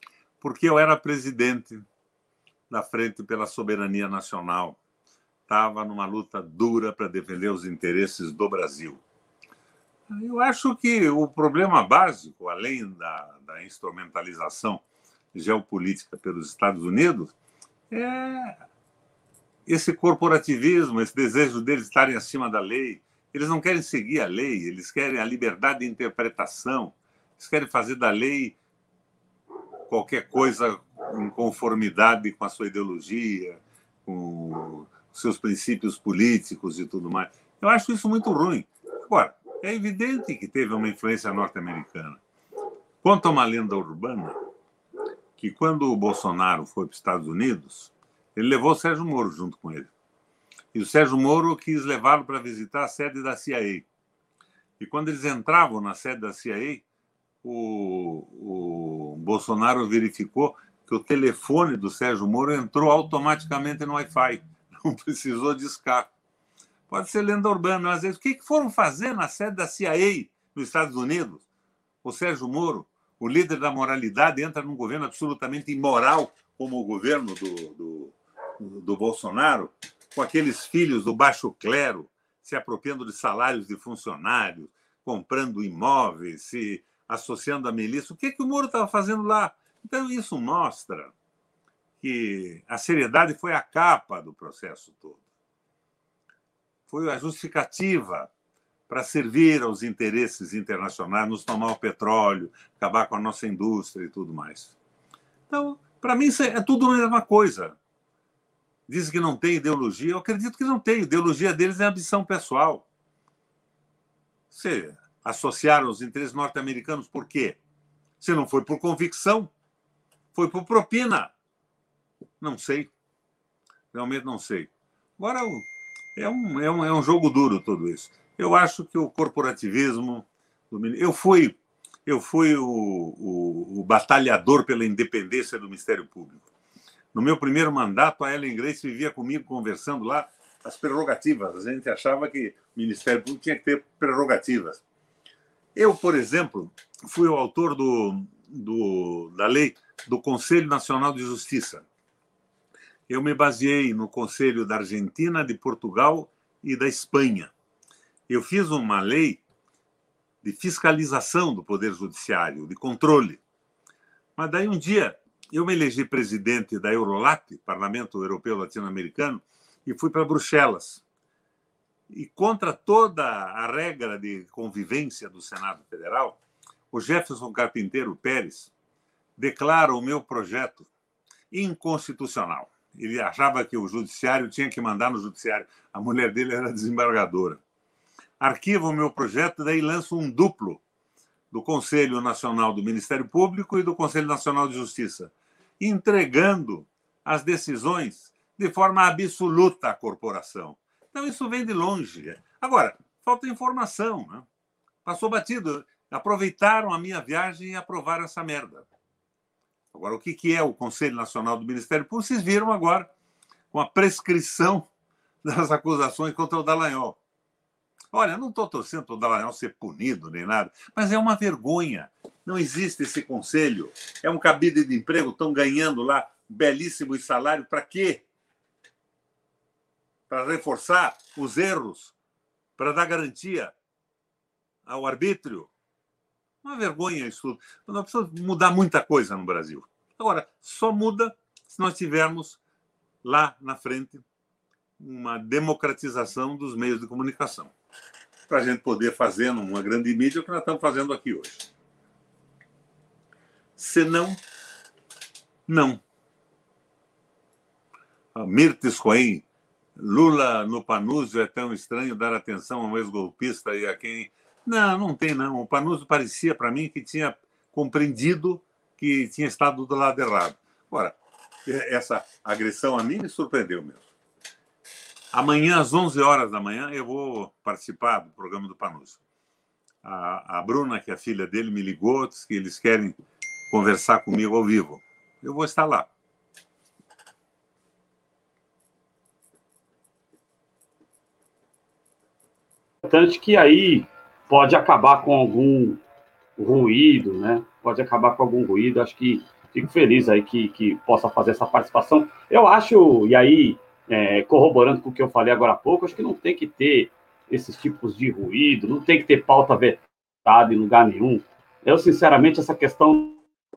porque eu era presidente da Frente pela Soberania Nacional. Estava numa luta dura para defender os interesses do Brasil. Eu acho que o problema básico, além da, da instrumentalização geopolítica pelos Estados Unidos, é esse corporativismo, esse desejo deles estarem acima da lei. Eles não querem seguir a lei, eles querem a liberdade de interpretação, eles querem fazer da lei qualquer coisa em conformidade com a sua ideologia, com os seus princípios políticos e tudo mais. Eu acho isso muito ruim. Agora, é evidente que teve uma influência norte-americana. Conta uma lenda urbana que, quando o Bolsonaro foi para os Estados Unidos, ele levou o Sérgio Moro junto com ele. E o Sérgio Moro quis levá-lo para visitar a sede da C I A. E quando eles entravam na sede da C I A, o, o Bolsonaro verificou que o telefone do Sérgio Moro entrou automaticamente no Wi-Fi. Não precisou discar. Pode ser lenda urbana, às vezes. O que foram fazer na sede da C I A nos Estados Unidos? O Sérgio Moro, o líder da moralidade, entra num governo absolutamente imoral, como o governo do, do, do Bolsonaro, com aqueles filhos do baixo clero se apropriando de salários de funcionários, comprando imóveis, se associando à milícia. O que, que o Moro estava fazendo lá? Então, isso mostra que a seriedade foi a capa do processo todo. Foi a justificativa para servir aos interesses internacionais, nos tomar o petróleo, acabar com a nossa indústria e tudo mais. Então, para mim, isso é tudo a mesma coisa. Dizem que não tem ideologia. Eu acredito que não tem. A ideologia deles é ambição pessoal. Você associaram os interesses norte-americanos por quê? Se não foi por convicção, foi por propina. Não sei. Realmente não sei. Agora, é um, é um, é um jogo duro tudo isso. Eu acho que o corporativismo... Eu fui, eu fui o, o, o batalhador pela independência do Ministério Público. No meu primeiro mandato, a Ellen Grace vivia comigo conversando lá as prerrogativas. A gente achava que o Ministério Público tinha que ter prerrogativas. Eu, por exemplo, fui o autor do, do, da lei do Conselho Nacional de Justiça. Eu me baseei no Conselho da Argentina, de Portugal e da Espanha. Eu fiz uma lei de fiscalização do Poder Judiciário, de controle. Mas daí um dia eu me elegi presidente da Eurolat, Parlamento Europeu Latino-Americano, e fui para Bruxelas. E contra toda a regra de convivência do Senado Federal, o Jefferson Carpinteiro Pérez declara o meu projeto inconstitucional. Ele achava que o judiciário tinha que mandar no judiciário. A mulher dele era desembargadora. Arquiva o meu projeto e daí lança um duplo do Conselho Nacional do Ministério Público e do Conselho Nacional de Justiça, entregando as decisões de forma absoluta à corporação. Então, isso vem de longe. Agora, falta informação. Né? Passou batido. Aproveitaram a minha viagem e aprovaram essa merda. Agora, o que é o Conselho Nacional do Ministério Público? Vocês viram agora, com a prescrição das acusações contra o Dallagnol. Olha, não estou torcendo para o Dallagnol ser punido nem nada, mas é uma vergonha. Não existe esse conselho. É um cabide de emprego, estão ganhando lá belíssimos salários. Para quê? Para reforçar os erros, para dar garantia ao arbítrio. Uma vergonha isso tudo. Nós precisamos mudar muita coisa no Brasil. Agora, só muda se nós tivermos lá na frente uma democratização dos meios de comunicação, para a gente poder fazer numa grande mídia o que nós estamos fazendo aqui hoje. Senão, não. Mirtes Cohen, Lula no Panúzio é tão estranho dar atenção a um ex-golpista e a quem... Não, não tem não. O Panúzio parecia para mim que tinha compreendido que tinha estado do lado errado. Agora, essa agressão a mim me surpreendeu mesmo. Amanhã, às onze horas da manhã, eu vou participar do programa do Panúzio. A, a Bruna, que é a filha dele, me ligou, disse que eles querem conversar comigo ao vivo. Eu vou estar lá. Importante que aí pode acabar com algum ruído, né? Pode acabar com algum ruído. Acho que fico feliz aí que, que possa fazer essa participação. Eu acho, e aí, é, corroborando com o que eu falei agora há pouco, acho que não tem que ter esses tipos de ruído, não tem que ter pauta vetada em lugar nenhum. Eu, sinceramente, essa questão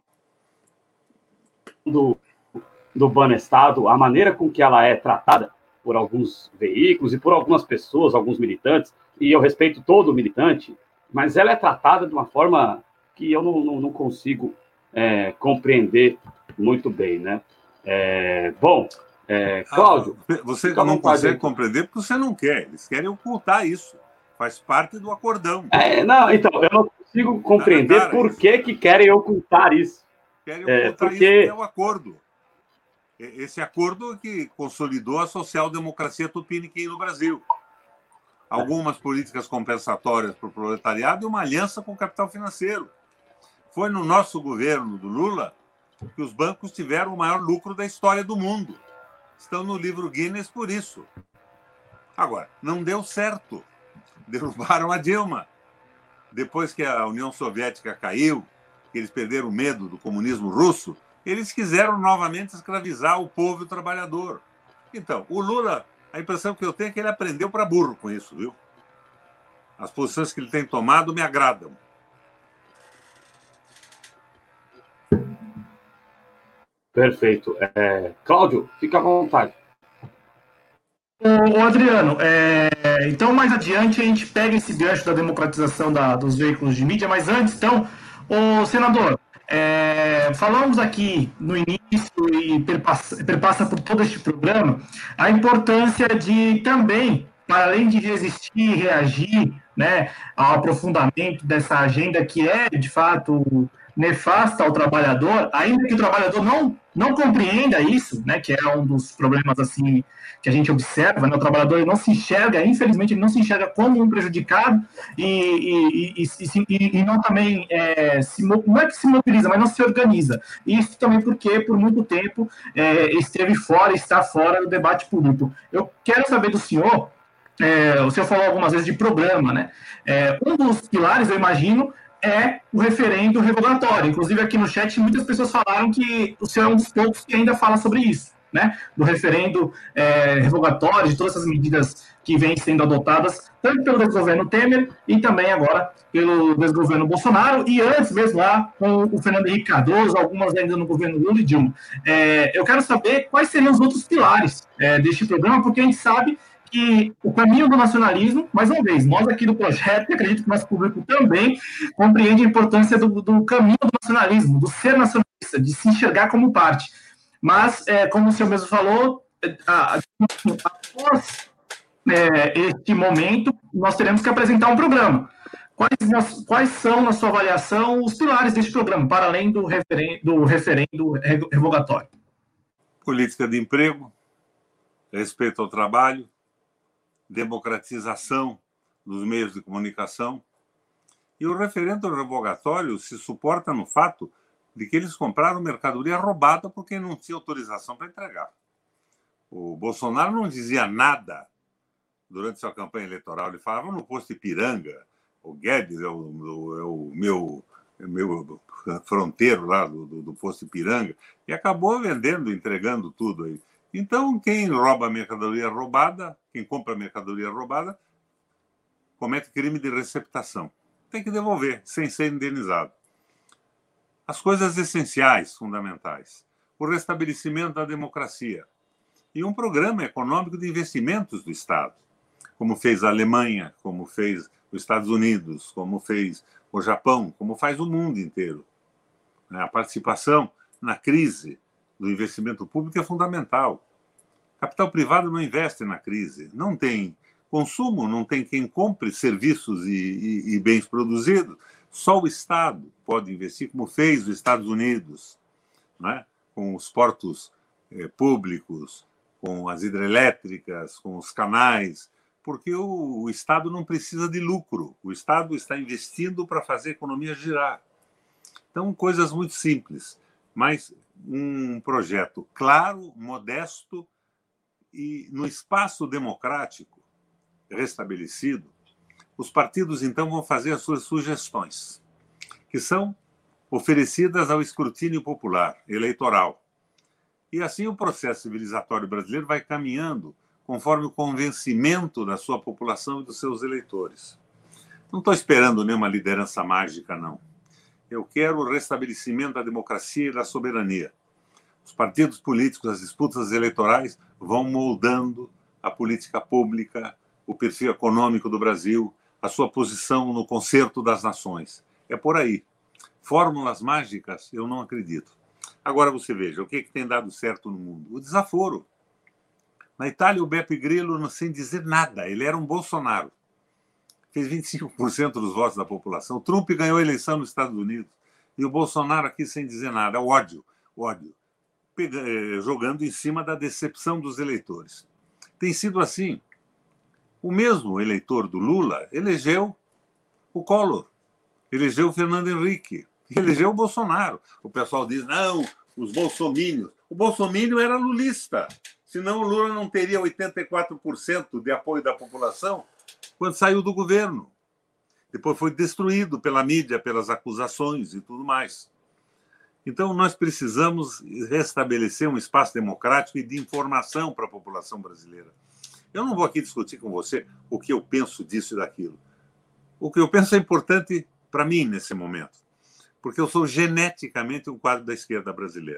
do, do Banestado, a maneira com que ela é tratada por alguns veículos e por algumas pessoas, alguns militantes, e eu respeito todo militante, mas ela é tratada de uma forma que eu não, não, não consigo é, compreender muito bem, né? É, bom, é, Cláudio... Ah, você não consegue compreender porque você não quer. Eles querem ocultar isso. Faz parte do acordão. É, não, então, eu não consigo compreender cara, por que, que querem ocultar isso. Querem ocultar é, porque... isso porque é o acordo. Esse acordo que consolidou a social-democracia tupiniquim no Brasil. Algumas políticas compensatórias para o proletariado e uma aliança com o capital financeiro. Foi no nosso governo do Lula que os bancos tiveram o maior lucro da história do mundo. Estão no livro Guinness por isso. Agora, não deu certo. Derrubaram a Dilma. Depois que a União Soviética caiu, que eles perderam o medo do comunismo russo, eles quiseram novamente escravizar o povo e o trabalhador. Então, o Lula, a impressão que eu tenho é que ele aprendeu para burro com isso, viu? As posições que ele tem tomado me agradam. Perfeito. É, Cláudio, fica à vontade. Ô, Adriano, é, então mais adiante a gente pega esse gancho da democratização da, dos veículos de mídia, mas antes, então, ô, senador, é, falamos aqui no início e perpassa, perpassa por todo este programa a importância de também, para além de resistir e reagir, né, ao aprofundamento dessa agenda que é, de fato, nefasta ao trabalhador, ainda que o trabalhador não, não compreenda isso, né, que é um dos problemas assim que a gente observa, né, o trabalhador ele não se enxerga, infelizmente, ele não se enxerga como um prejudicado e, e, e, e, e não também é, se, não é que se mobiliza, mas não se organiza. Isso também porque, por muito tempo, é, esteve fora, está fora do debate público. Eu quero saber do senhor, é, o senhor falou algumas vezes de programa, né? É, um dos pilares, eu imagino, é o referendo revogatório. Inclusive, aqui no chat, muitas pessoas falaram que o senhor é um dos poucos que ainda fala sobre isso, né? Do referendo é, revogatório, de todas essas medidas que vêm sendo adotadas, tanto pelo desgoverno Temer e também agora pelo desgoverno Bolsonaro, e antes mesmo lá com o Fernando Henrique Cardoso, algumas ainda no governo Lula e Dilma. É, eu quero saber quais seriam os outros pilares é, deste programa, porque a gente sabe que o caminho do nacionalismo, mais uma vez, nós aqui do projeto, e acredito que o nosso público também compreende a importância do, do caminho do nacionalismo, do ser nacionalista, de se enxergar como parte. Mas, é, como o senhor mesmo falou, a, a, após é, este momento, nós teremos que apresentar um programa. Quais, quais são, na sua avaliação, os pilares deste programa, para além do, referen do referendo revogatório? Política de emprego, respeito ao trabalho, democratização dos meios de comunicação. E o referendo revogatório se suporta no fato de que eles compraram mercadoria roubada porque não tinha autorização para entregar. O Bolsonaro não dizia nada durante sua campanha eleitoral. Ele falava no posto Ipiranga, o Guedes é o, é o meu, é meu fronteiro lá do, do, do posto Ipiranga, e acabou vendendo, entregando tudo aí. Então, quem rouba mercadoria roubada, quem compra mercadoria roubada, comete crime de receptação. Tem que devolver, sem ser indenizado. As coisas essenciais, fundamentais. O restabelecimento da democracia. E um programa econômico de investimentos do Estado, como fez a Alemanha, como fez os Estados Unidos, como fez o Japão, como faz o mundo inteiro. A participação na crise do investimento público é fundamental. Capital privado não investe na crise. Não tem consumo, não tem quem compre serviços e, e, e bens produzidos. Só o Estado pode investir, como fez os Estados Unidos, né? Com os portos eh, públicos, com as hidrelétricas, com os canais, porque o, o Estado não precisa de lucro. O Estado está investindo para fazer a economia girar. Então, coisas muito simples, mas um projeto claro, modesto e no espaço democrático restabelecido, os partidos, então, vão fazer as suas sugestões, que são oferecidas ao escrutínio popular, eleitoral. E assim o processo civilizatório brasileiro vai caminhando conforme o convencimento da sua população e dos seus eleitores. Não estou esperando nenhuma liderança mágica, não. Eu quero o restabelecimento da democracia e da soberania. Os partidos políticos, as disputas eleitorais vão moldando a política pública, o perfil econômico do Brasil, a sua posição no concerto das nações. É por aí. Fórmulas mágicas, eu não acredito. Agora você veja, o que, é que tem dado certo no mundo? O desaforo. Na Itália, o Beppe Grillo, não sem dizer nada, ele era um Bolsonaro. Fez vinte e cinco por cento dos votos da população. O Trump ganhou a eleição nos Estados Unidos. E o Bolsonaro aqui sem dizer nada. O ódio, o ódio. Pega, eh, jogando em cima da decepção dos eleitores. Tem sido assim. O mesmo eleitor do Lula elegeu o Collor, elegeu o Fernando Henrique, elegeu o Bolsonaro. O pessoal diz, não, os bolsomínios. O bolsomínio era lulista. Senão o Lula não teria oitenta e quatro por cento de apoio da população quando saiu do governo. Depois foi destruído pela mídia, pelas acusações e tudo mais. Então, nós precisamos restabelecer um espaço democrático e de informação para a população brasileira. Eu não vou aqui discutir com você o que eu penso disso e daquilo. O que eu penso é importante para mim nesse momento, porque eu sou geneticamente um quadro da esquerda brasileira.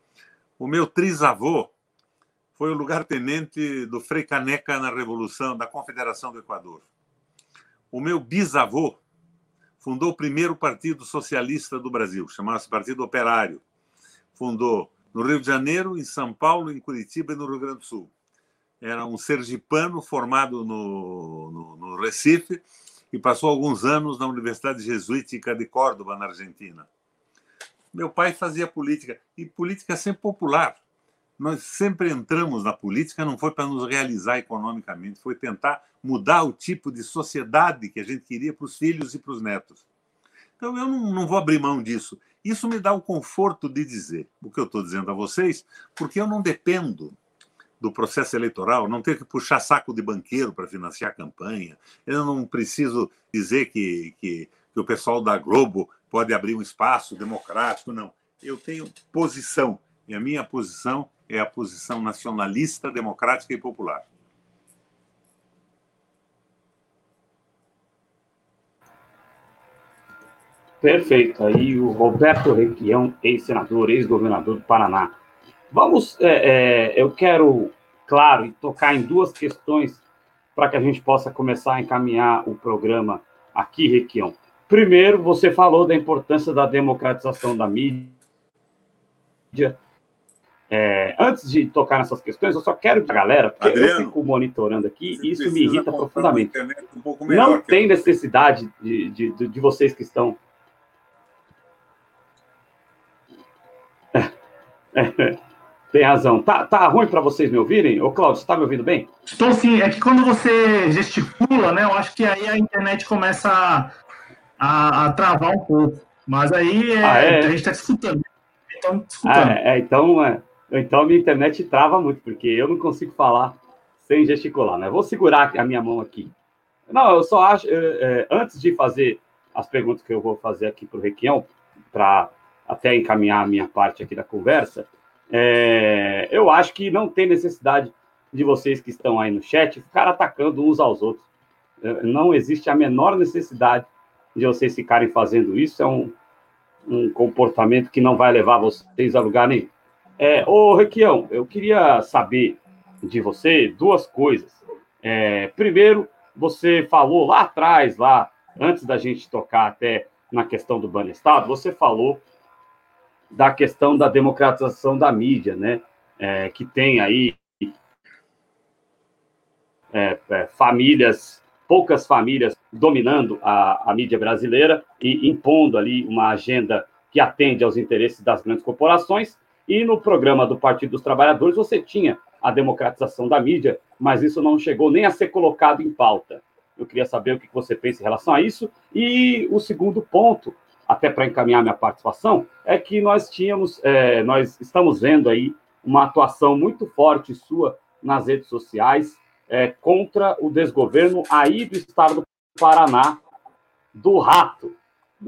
O meu trisavô foi o lugar-tenente do Frei Caneca na Revolução, da Confederação do Equador. O meu bisavô fundou o primeiro partido socialista do Brasil, chamava-se Partido Operário. Fundou no Rio de Janeiro, em São Paulo, em Curitiba e no Rio Grande do Sul. Era um sergipano formado no, no, no Recife e passou alguns anos na Universidade Jesuítica de Córdoba, na Argentina. Meu pai fazia política, e política sempre popular. Nós sempre entramos na política, não foi para nos realizar economicamente, foi tentar mudar o tipo de sociedade que a gente queria para os filhos e para os netos. Então, eu não, não vou abrir mão disso. Isso me dá o conforto de dizer o que eu estou dizendo a vocês, porque eu não dependo do processo eleitoral, não tenho que puxar saco de banqueiro para financiar a campanha, eu não preciso dizer que, que, que o pessoal da Globo pode abrir um espaço democrático, não. Eu tenho posição, e a minha posição é a posição nacionalista, democrática e popular. Perfeito. Aí o Roberto Requião, ex-senador, ex-governador do Paraná. Vamos, é, é, eu quero, claro, tocar em duas questões para que a gente possa começar a encaminhar o programa aqui, Requião. Primeiro, você falou da importância da democratização da mídia. É, antes de tocar nessas questões, eu só quero que a galera, porque Adriano, eu fico monitorando aqui e isso me irrita profundamente. Um pouco não tem necessidade de, de, de, de vocês que estão... É, tem razão. Tá, tá ruim para vocês me ouvirem? Ô, Cláudio, você está me ouvindo bem? Estou sim. É que quando você gesticula, né, eu acho que aí a internet começa a, a, a travar um pouco. Mas aí é, ah, é? a gente está escutando. Então, ah, é, então, é, então a minha internet trava muito, porque eu não consigo falar sem gesticular, né? Vou segurar a minha mão aqui. Não, eu só acho... É, antes de fazer as perguntas que eu vou fazer aqui para o Requião, para até encaminhar a minha parte aqui da conversa, é, eu acho que não tem necessidade de vocês que estão aí no chat ficar atacando uns aos outros. Não existe a menor necessidade de vocês ficarem fazendo isso. É um, um comportamento que não vai levar vocês a lugar nenhum. É, ô, Requião, eu queria saber de você duas coisas. É, primeiro, você falou lá atrás, lá antes da gente tocar até na questão do Banestado, você falou da questão da democratização da mídia, né? É, que tem aí é, é, famílias, poucas famílias dominando a, a mídia brasileira e impondo ali uma agenda que atende aos interesses das grandes corporações. E no programa do Partido dos Trabalhadores você tinha a democratização da mídia, mas isso não chegou nem a ser colocado em pauta. Eu queria saber o que você pensa em relação a isso. E o segundo ponto, até para encaminhar minha participação, é que nós tínhamos, é, nós estamos vendo aí uma atuação muito forte sua nas redes sociais é, contra o desgoverno aí do estado do Paraná, do Rato, né?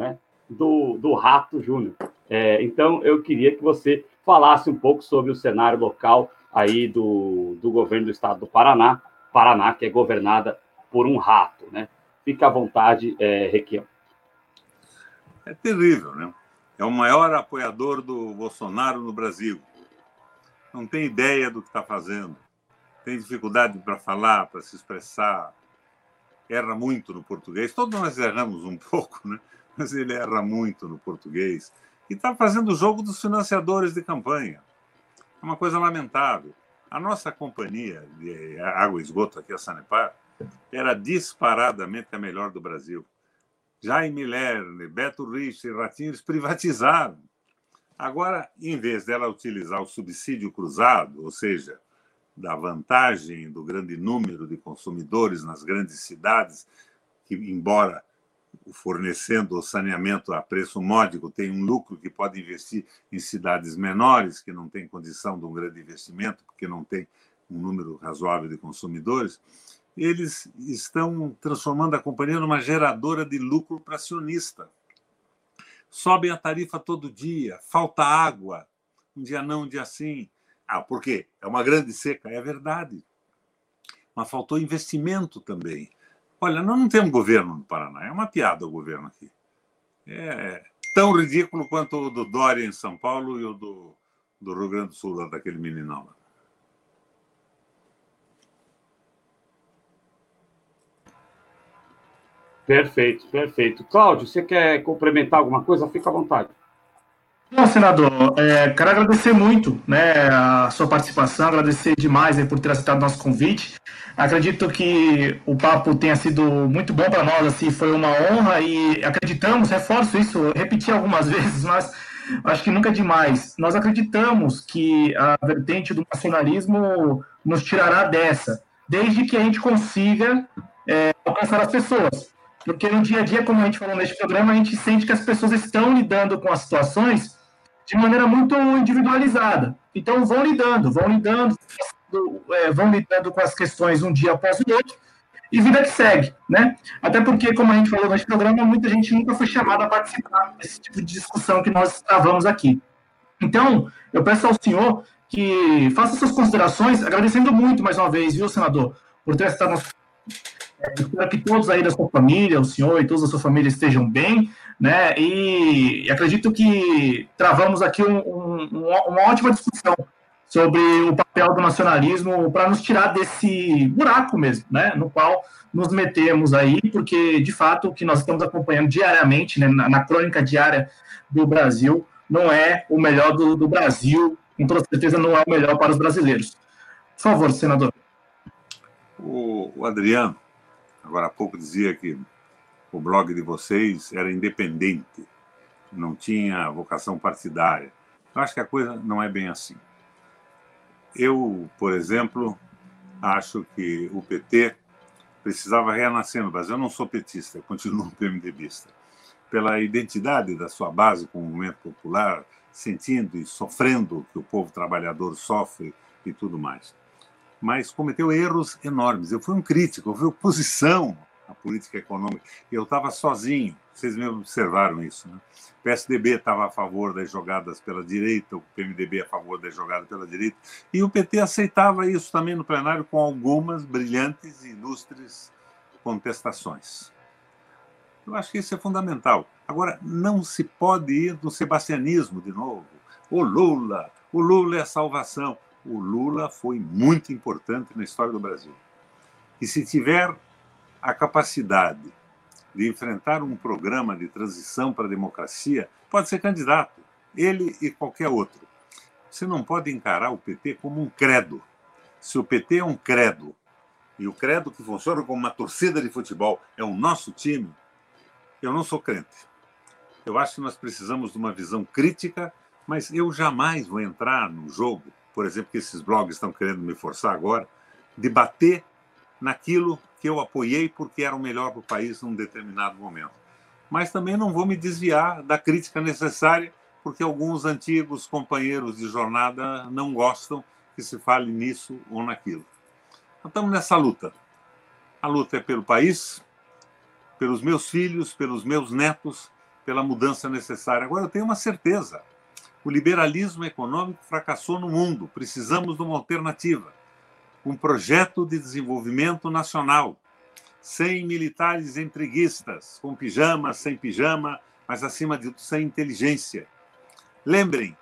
do, do Rato Júnior. É, então, eu queria que você falasse um pouco sobre o cenário local aí do, do governo do estado do Paraná, Paraná, que é governada por um rato, né? Fica à vontade, é, Requião. É terrível, né? É o maior apoiador do Bolsonaro no Brasil. Não tem ideia do que está fazendo. Tem dificuldade para falar, para se expressar. Erra muito no português. Todos nós erramos um pouco, né? Mas ele erra muito no português. E está fazendo o jogo dos financiadores de campanha. É uma coisa lamentável. A nossa companhia de água e esgoto aqui, a Sanepar, era disparadamente a melhor do Brasil. Jaime Lerner, Beto Rich e Ratinho, eles privatizaram. Agora, em vez dela utilizar o subsídio cruzado, ou seja, da vantagem do grande número de consumidores nas grandes cidades, que, embora fornecendo o saneamento a preço módico, tem um lucro que pode investir em cidades menores, que não têm condição de um grande investimento, porque não tem um número razoável de consumidores, eles estão transformando a companhia numa geradora de lucro para acionista. Sobem a tarifa todo dia, falta água, um dia não, um dia sim. Ah, por quê? É uma grande seca, é verdade. Mas faltou investimento também. Olha, nós não temos governo no Paraná, é uma piada o governo aqui. É tão ridículo quanto o do Dória em São Paulo e o do, do Rio Grande do Sul, daquele meninão lá. Perfeito, perfeito. Cláudio, você quer complementar alguma coisa? Fica à vontade. Bom, senador, é, quero agradecer muito, né, a sua participação, agradecer demais, né, por ter aceitado o nosso convite. Acredito que o papo tenha sido muito bom para nós, assim, foi uma honra e acreditamos, reforço isso, repeti algumas vezes, mas acho que nunca é demais. Nós acreditamos que a vertente do nacionalismo nos tirará dessa, desde que a gente consiga é, alcançar as pessoas. Porque no dia a dia, como a gente falou neste programa, a gente sente que as pessoas estão lidando com as situações de maneira muito individualizada. Então, vão lidando, vão lidando, vão lidando com as questões um dia após o outro, e vida que segue, né? Até porque, como a gente falou neste programa, muita gente nunca foi chamada a participar desse tipo de discussão que nós travamos aqui. Então, eu peço ao senhor que faça suas considerações, agradecendo muito, mais uma vez, viu, senador, por ter estado nosso... Espero que todos aí da sua família, o senhor e todos da sua família estejam bem, né? E acredito que travamos aqui um, um, uma ótima discussão sobre o papel do nacionalismo para nos tirar desse buraco mesmo, né? No qual nos metemos aí, porque, de fato, o que nós estamos acompanhando diariamente, né, na, na crônica diária do Brasil, não é o melhor do, do Brasil, com toda certeza não é o melhor para os brasileiros. Por favor, senador. O, o Adriano, agora há pouco, dizia que o blog de vocês era independente, não tinha vocação partidária. Eu acho que a coisa não é bem assim. Eu, por exemplo, acho que o P T precisava renascer no Brasil. Eu não sou petista, eu continuo PMDBista. Pela identidade da sua base com o movimento popular, sentindo e sofrendo o que o povo trabalhador sofre e tudo mais. Mas cometeu erros enormes. Eu fui um crítico, eu fui oposição à política econômica. Eu estava sozinho, vocês mesmos observaram isso, né? O P S D B estava a favor das jogadas pela direita, o P M D B a favor das jogadas pela direita, e o P T aceitava isso também no plenário com algumas brilhantes e ilustres contestações. Eu acho que isso é fundamental. Agora, não se pode ir no sebastianismo de novo. O Lula, o Lula é a salvação. O Lula foi muito importante na história do Brasil. E se tiver a capacidade de enfrentar um programa de transição para a democracia, pode ser candidato, ele e qualquer outro. Você não pode encarar o P T como um credo. Se o P T é um credo, e o credo que funciona como uma torcida de futebol é o nosso time, eu não sou crente. Eu acho que nós precisamos de uma visão crítica, mas eu jamais vou entrar no jogo, por exemplo, que esses blogs estão querendo me forçar agora, de bater naquilo que eu apoiei porque era o melhor para o país num determinado momento. Mas também não vou me desviar da crítica necessária, porque alguns antigos companheiros de jornada não gostam que se fale nisso ou naquilo. Então, estamos nessa luta. A luta é pelo país, pelos meus filhos, pelos meus netos pela mudança necessária. Agora, eu tenho uma certeza. O liberalismo econômico fracassou no mundo. Precisamos de uma alternativa. Um projeto de desenvolvimento nacional, sem militares entreguistas, com pijama, sem pijama, mas, acima de tudo, sem inteligência. Lembrem,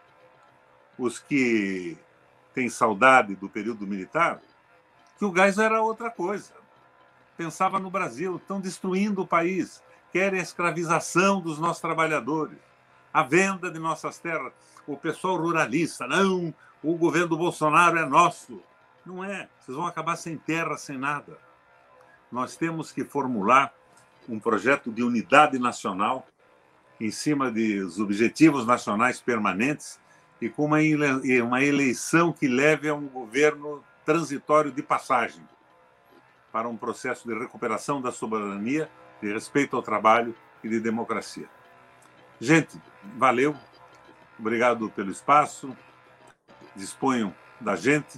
os que têm saudade do período militar, que o gás era outra coisa. Pensava no Brasil, estão destruindo o país, querem a escravização dos nossos trabalhadores, a venda de nossas terras. O pessoal ruralista, não, o governo do Bolsonaro é nosso. Não é, vocês vão acabar sem terra, sem nada. Nós temos que formular um projeto de unidade nacional em cima dos objetivos nacionais permanentes e com uma eleição que leve a um governo transitório de passagem para um processo de recuperação da soberania, de respeito ao trabalho e de democracia. Gente, valeu. Obrigado pelo espaço. Disponham da gente.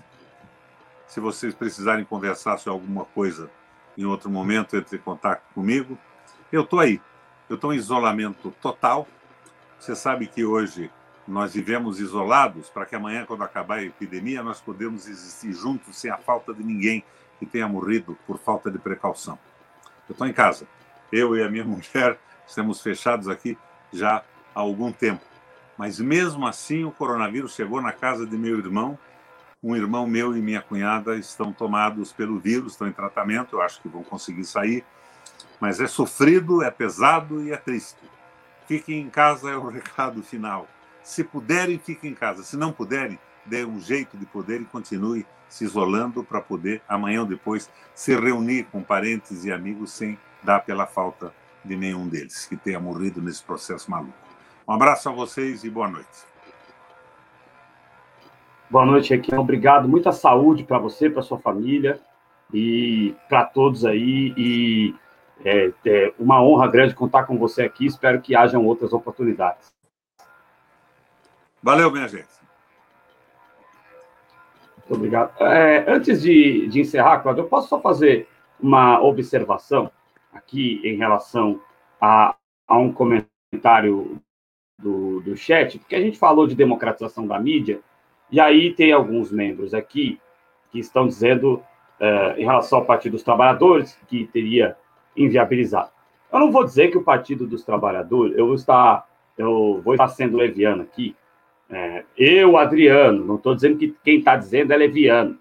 Se vocês precisarem conversar sobre alguma coisa em outro momento, entre em contato comigo. Eu estou aí. Eu estou em isolamento total. Você sabe que hoje nós vivemos isolados para que amanhã, quando acabar a epidemia, nós podemos existir juntos sem a falta de ninguém que tenha morrido por falta de precaução. Eu estou em casa. Eu e a minha mulher estamos fechados aqui já há algum tempo. Mas mesmo assim o coronavírus chegou na casa de meu irmão. Um irmão meu e minha cunhada estão tomados pelo vírus, estão em tratamento, eu acho que vão conseguir sair. Mas é sofrido, é pesado e é triste. Fiquem em casa é o recado final. Se puderem, fiquem em casa. Se não puderem, dê um jeito de poder e continue se isolando para poder, amanhã ou depois, se reunir com parentes e amigos sem dar pela falta de nenhum deles que tenha morrido nesse processo maluco. Um abraço a vocês e boa noite. Boa noite, Requião. Obrigado. Muita saúde para você, para sua família e para todos aí. E é, é uma honra grande contar com você aqui. Espero que hajam outras oportunidades. Valeu, minha gente. Muito obrigado. É, antes de, de encerrar, Cláudio, eu posso só fazer uma observação aqui em relação a, a um comentário do, do chat, porque a gente falou de democratização da mídia, e aí tem alguns membros aqui que estão dizendo, uh, em relação ao Partido dos Trabalhadores, que teria inviabilizado. Eu não vou dizer que o Partido dos Trabalhadores, eu vou estar, eu vou estar sendo leviano aqui, é, eu, Adriano, não estou dizendo que quem está dizendo é leviano,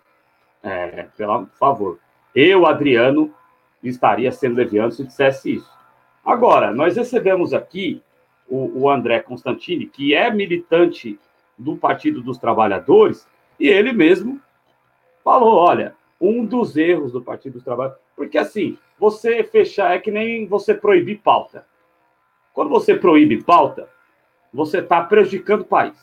é, pelo favor, eu, Adriano, estaria sendo leviano se dissesse isso. Agora, nós recebemos aqui o, o André Constantini, que é militante do Partido dos Trabalhadores, e ele mesmo falou, olha, um dos erros do Partido dos Trabalhadores, porque assim, você fechar, é que nem você proibir pauta. Quando você proíbe pauta, você está prejudicando o país.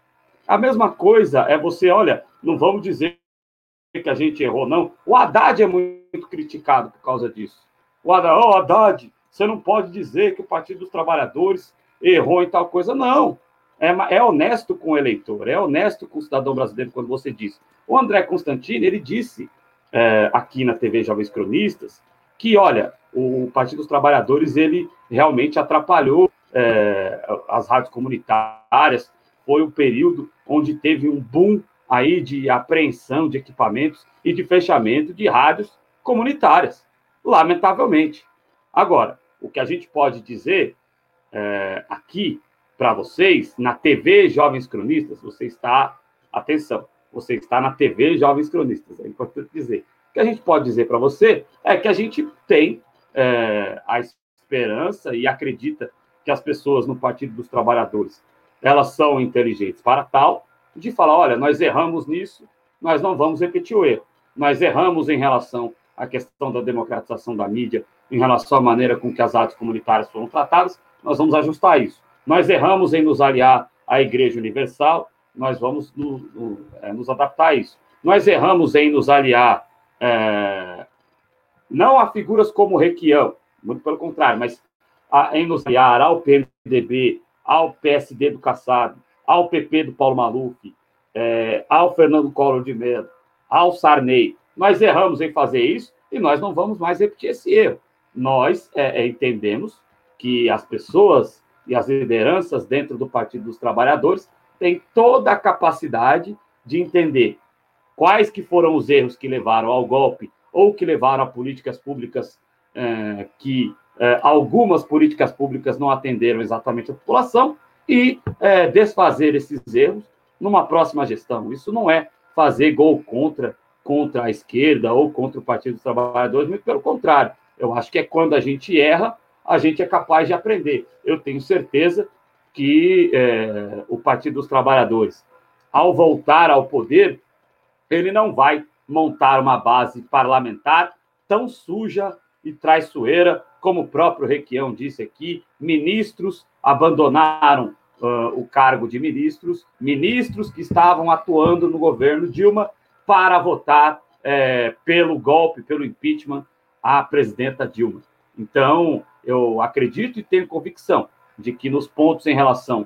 A mesma coisa é você, olha, não vamos dizer que a gente errou, não. O Haddad é muito criticado por causa disso. O Haddad, oh, Haddad, você não pode dizer que o Partido dos Trabalhadores errou em tal coisa. Não. É, é honesto com o eleitor, é honesto com o cidadão brasileiro quando você diz. O André Constantini, ele disse é, aqui na T V Jovens Cronistas que, olha, o Partido dos Trabalhadores, ele realmente atrapalhou é, as rádios comunitárias. Foi um período onde teve um boom aí de apreensão de equipamentos e de fechamento de rádios comunitárias, lamentavelmente. Agora, o que a gente pode dizer é, aqui para vocês, na T V Jovens Cronistas, você está, atenção, você está na T V Jovens Cronistas, é importante dizer. O que a gente pode dizer para você é que a gente tem é, a esperança e acredita que as pessoas no Partido dos Trabalhadores, elas são inteligentes para tal, de falar, olha, nós erramos nisso, nós não vamos repetir o erro. Nós erramos em relação à questão da democratização da mídia, em relação à maneira com que as rádios comunitárias foram tratadas, nós vamos ajustar isso. Nós erramos em nos aliar à Igreja Universal, nós vamos no, no, é, nos adaptar a isso. Nós erramos em nos aliar, é, não a figuras como Requião, muito pelo contrário, mas a, em nos aliar ao P M D B, ao P S D do Kassab, ao P P do Paulo Maluf, é, ao Fernando Collor de Mello, ao Sarney. Nós erramos em fazer isso e nós não vamos mais repetir esse erro. Nós é, é, entendemos que as pessoas e as lideranças dentro do Partido dos Trabalhadores têm toda a capacidade de entender quais que foram os erros que levaram ao golpe ou que levaram a políticas públicas eh, que eh, algumas políticas públicas não atenderam exatamente a população e eh, desfazer esses erros numa próxima gestão. Isso não é fazer gol contra, contra a esquerda ou contra o Partido dos Trabalhadores, muito pelo contrário. Eu acho que é quando a gente erra, a gente é capaz de aprender. Eu tenho certeza que eh, o Partido dos Trabalhadores, ao voltar ao poder, ele não vai montar uma base parlamentar tão suja e traiçoeira, como o próprio Requião disse aqui. Ministros abandonaram uh, o cargo de ministros, ministros que estavam atuando no governo Dilma para votar eh, pelo golpe, pelo impeachment à presidenta Dilma. Então, eu acredito e tenho convicção de que nos pontos em relação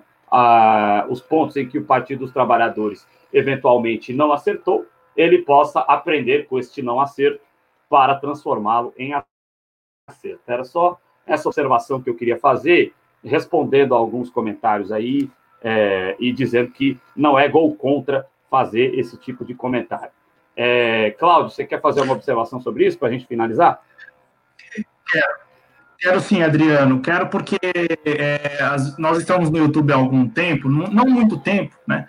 a os pontos em que o Partido dos Trabalhadores eventualmente não acertou, ele possa aprender com este não acerto para transformá-lo em acerto. Era só essa observação que eu queria fazer, respondendo a alguns comentários aí é, e dizendo que não é gol contra fazer esse tipo de comentário. É, Cláudio, você quer fazer uma observação sobre isso para a gente finalizar? Quero. Quero sim, Adriano. Quero porque é, as, nós estamos no YouTube há algum tempo, não, não muito tempo, né?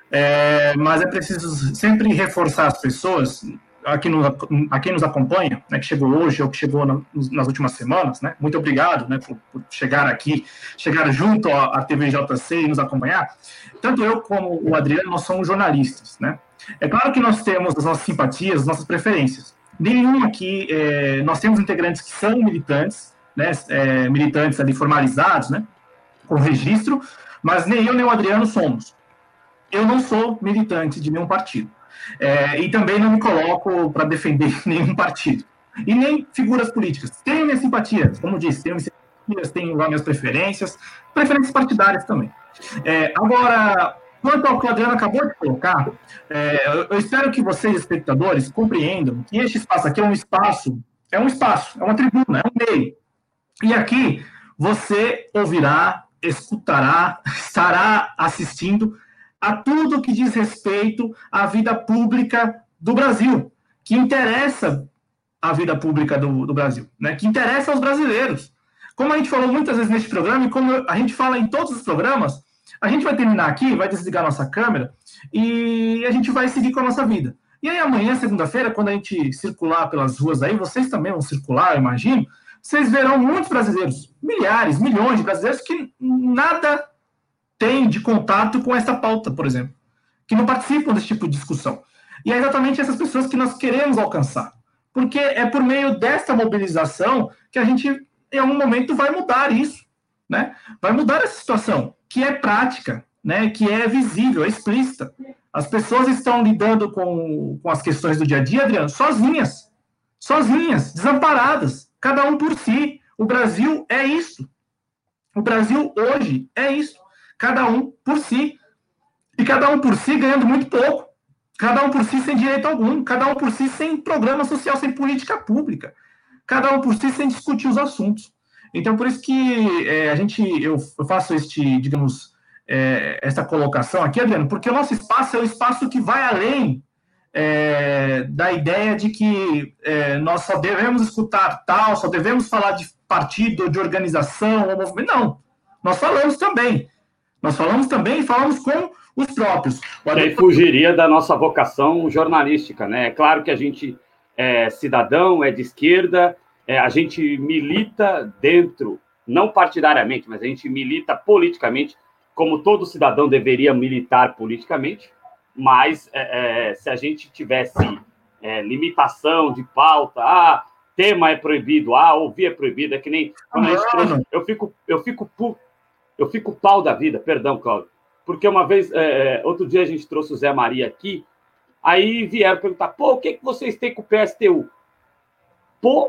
É, mas é preciso sempre reforçar as pessoas, a quem nos, a quem nos acompanha, né, que chegou hoje ou que chegou na, nas últimas semanas, né? Muito obrigado, né, por, por chegar aqui, chegar junto à, à T V J C e nos acompanhar. Tanto eu como o Adriano, nós somos jornalistas, né? É claro que nós temos as nossas simpatias, as nossas preferências. Nenhum aqui, é, nós temos integrantes que são militantes, né, é, militantes ali formalizados, né, com registro, mas nem eu nem o Adriano somos. Eu não sou militante de nenhum partido. É, e também não me coloco para defender nenhum partido. E nem figuras políticas. Tenho minhas simpatias, como disse, tenho minhas simpatias, tenho lá minhas preferências, preferências partidárias também. É, agora, quanto ao que o Adriano acabou de colocar, é, eu, eu espero que vocês, espectadores, compreendam que este espaço aqui é um espaço, é um espaço, é uma tribuna, é um meio. E aqui você ouvirá, escutará, estará assistindo a tudo que diz respeito à vida pública do Brasil, que interessa a vida pública do, do Brasil, né? Que interessa aos brasileiros. Como a gente falou muitas vezes neste programa, e como a gente fala em todos os programas, a gente vai terminar aqui, vai desligar nossa câmera e a gente vai seguir com a nossa vida. E aí amanhã, segunda-feira, quando a gente circular pelas ruas aí, vocês também vão circular, eu imagino, vocês verão muitos brasileiros, milhares, milhões de brasileiros que nada têm de contato com essa pauta, por exemplo, que não participam desse tipo de discussão. E é exatamente essas pessoas que nós queremos alcançar, porque é por meio dessa mobilização que a gente, em algum momento, vai mudar isso, né? Vai mudar essa situação, que é prática, né? Que é visível, é explícita. As pessoas estão lidando com, com as questões do dia a dia, Adriano, sozinhas, sozinhas, desamparadas, cada um por si. O Brasil é isso. O Brasil hoje é isso. Cada um por si. E cada um por si ganhando muito pouco. Cada um por si sem direito algum. Cada um por si sem programa social, sem política pública. Cada um por si sem discutir os assuntos. Então, por isso que é, a gente, eu, eu faço este, digamos, é, essa colocação aqui, Adriano, porque o nosso espaço é o espaço que vai além É, da ideia de que é, nós só devemos escutar tal, só devemos falar de partido, de organização, ou movimento. Não, nós falamos também. Nós falamos também e falamos com os próprios. E aí fugiria da nossa vocação jornalística, né? É claro que a gente é cidadão, é de esquerda, é, a gente milita dentro, não partidariamente, mas a gente milita politicamente, como todo cidadão deveria militar politicamente. Mas é, é, se a gente tivesse é, limitação de pauta, ah, tema é proibido, ah, ouvir é proibido, é que nem quando a gente trouxe, eu fico, eu fico, eu fico pau da vida, perdão, Cláudio, porque uma vez, é, outro dia a gente trouxe o Zé Maria aqui, aí vieram perguntar, pô, o que, que vocês têm com o P S T U? Pô,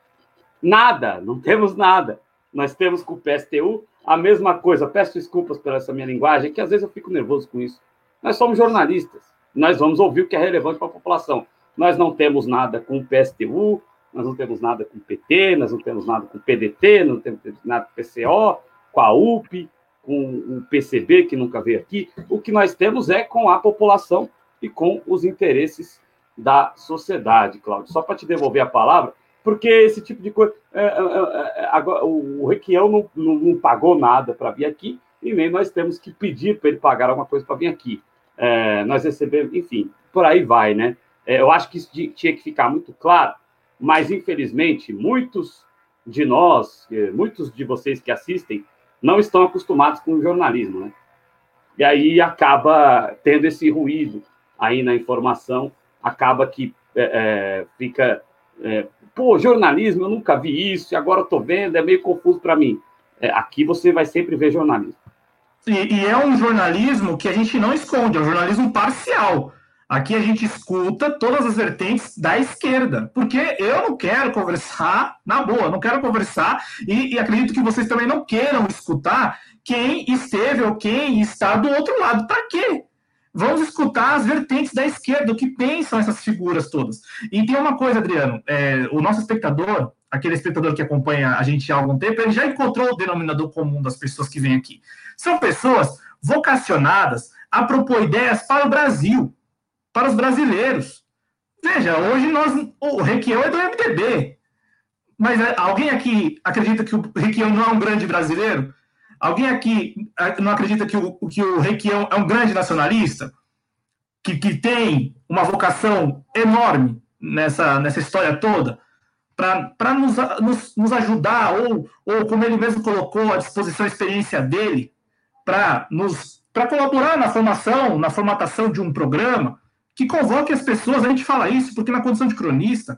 nada, não temos nada. Nós temos com o P S T U a mesma coisa. Peço desculpas pela essa minha linguagem, que às vezes eu fico nervoso com isso. Nós somos jornalistas, nós vamos ouvir o que é relevante para a população. Nós não temos nada com o P S T U, nós não temos nada com o P T, nós não temos nada com o P D T, não temos nada com o P C O, com a U P, com o P C B, que nunca veio aqui. O que nós temos é com a população e com os interesses da sociedade, Cláudio. Só para te devolver a palavra, porque esse tipo de coisa... É, é, é, agora, o Requião não, não, não pagou nada para vir aqui, e nem nós temos que pedir para ele pagar alguma coisa para vir aqui. É, nós recebemos, enfim, por aí vai, né? É, eu acho que isso tinha que ficar muito claro, mas, infelizmente, muitos de nós, muitos de vocês que assistem, não estão acostumados com o jornalismo, né? E aí acaba tendo esse ruído aí na informação, acaba que é, é, fica... É, pô, jornalismo, eu nunca vi isso, e agora eu tô vendo, é meio confuso para mim. É, aqui você vai sempre ver jornalismo. E, e é um jornalismo que a gente não esconde, é um jornalismo parcial. Aqui a gente escuta todas as vertentes da esquerda, porque eu não quero conversar, na boa, não quero conversar, e, e acredito que vocês também não queiram escutar quem esteve ou quem está do outro lado. Para quê? Vamos escutar as vertentes da esquerda, o que pensam essas figuras todas. E tem uma coisa, Adriano, é, o nosso espectador, aquele espectador que acompanha a gente há algum tempo, ele já encontrou o denominador comum das pessoas que vêm aqui. São pessoas vocacionadas a propor ideias para o Brasil, para os brasileiros. Veja, hoje nós, o Requião é do M D B, mas alguém aqui acredita que o Requião não é um grande brasileiro? Alguém aqui não acredita que o, que o Requião é um grande nacionalista? Que, que tem uma vocação enorme nessa, nessa história toda? Para nos, nos, nos ajudar, ou, ou, como ele mesmo colocou, à disposição a experiência dele, para colaborar na formação, na formatação de um programa, que convoque as pessoas. A gente fala isso porque na condição de cronista,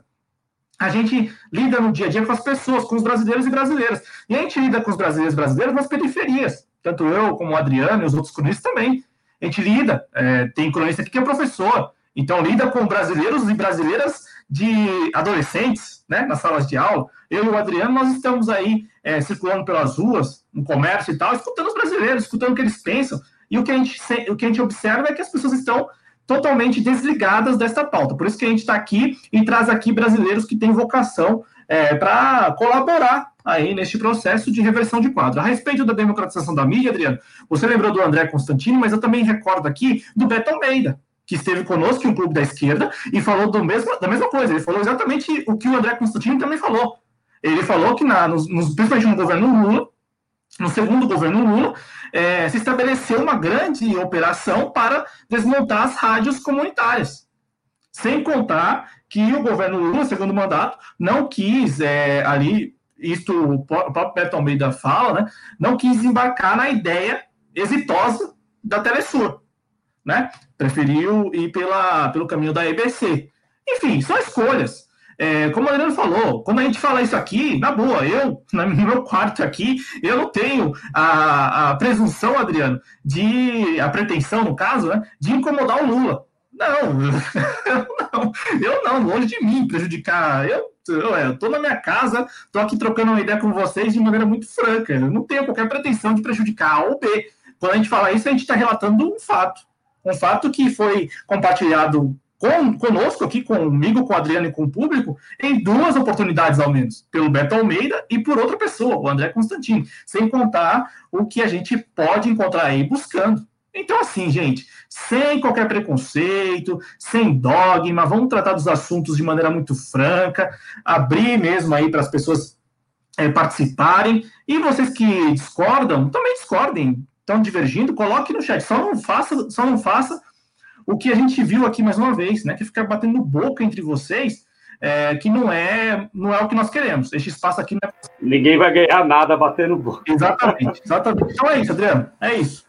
a gente lida no dia a dia com as pessoas, com os brasileiros e brasileiras. E a gente lida com os brasileiros e brasileiras nas periferias. Tanto eu, como o Adriano e os outros cronistas também. A gente lida, é, tem cronista aqui que é professor, então lida com brasileiros e brasileiras de adolescentes, né, nas salas de aula. Eu e o Adriano, nós estamos aí é, circulando pelas ruas, no comércio e tal, escutando os brasileiros, escutando o que eles pensam. E o que a gente, o que a gente observa é que as pessoas estão totalmente desligadas desta pauta. Por isso que a gente está aqui e traz aqui brasileiros que têm vocação é, para colaborar aí neste processo de reversão de quadro. A respeito da democratização da mídia, Adriano, você lembrou do André Constantino, mas eu também recordo aqui do Beto Almeida, que esteve conosco em um clube da esquerda e falou do mesmo, da mesma coisa. Ele falou exatamente o que o André Constantino também falou. Ele falou que, na, nos, principalmente no governo Lula, no segundo governo Lula, é, se estabeleceu uma grande operação para desmontar as rádios comunitárias. Sem contar que o governo Lula, segundo mandato, não quis é, ali, isto o próprio Beto Almeida fala, né, não quis embarcar na ideia exitosa da Telesur, né? Preferiu ir pela, pelo caminho da E B C. Enfim, são escolhas. É, como o Adriano falou, quando a gente fala isso aqui, na boa, eu, no meu quarto aqui, eu não tenho a, a presunção, Adriano, de, a pretensão, no caso, né, de incomodar o Lula. Não, eu não, eu não, longe de mim prejudicar. Eu, eu, eu tô na minha casa, tô aqui trocando uma ideia com vocês de maneira muito franca. Eu não tenho qualquer pretensão de prejudicar A ou B. Quando a gente fala isso, a gente está relatando um fato. Um fato que foi compartilhado Com, conosco aqui, comigo, com o Adriano e com o público, em duas oportunidades ao menos, pelo Beto Almeida e por outra pessoa, o André Constantino, sem contar o que a gente pode encontrar aí buscando. Então, assim, gente, sem qualquer preconceito, sem dogma, vamos tratar dos assuntos de maneira muito franca, abrir mesmo aí para as pessoas é, participarem, e vocês que discordam, também discordem, estão divergindo, coloque no chat, só não faça, só não faça o que a gente viu aqui mais uma vez, né, que ficar batendo boca entre vocês, é, que não é, não é o que nós queremos. Este espaço aqui não é... Ninguém vai ganhar nada batendo boca. Exatamente, exatamente. Então é isso, Adriano, é isso.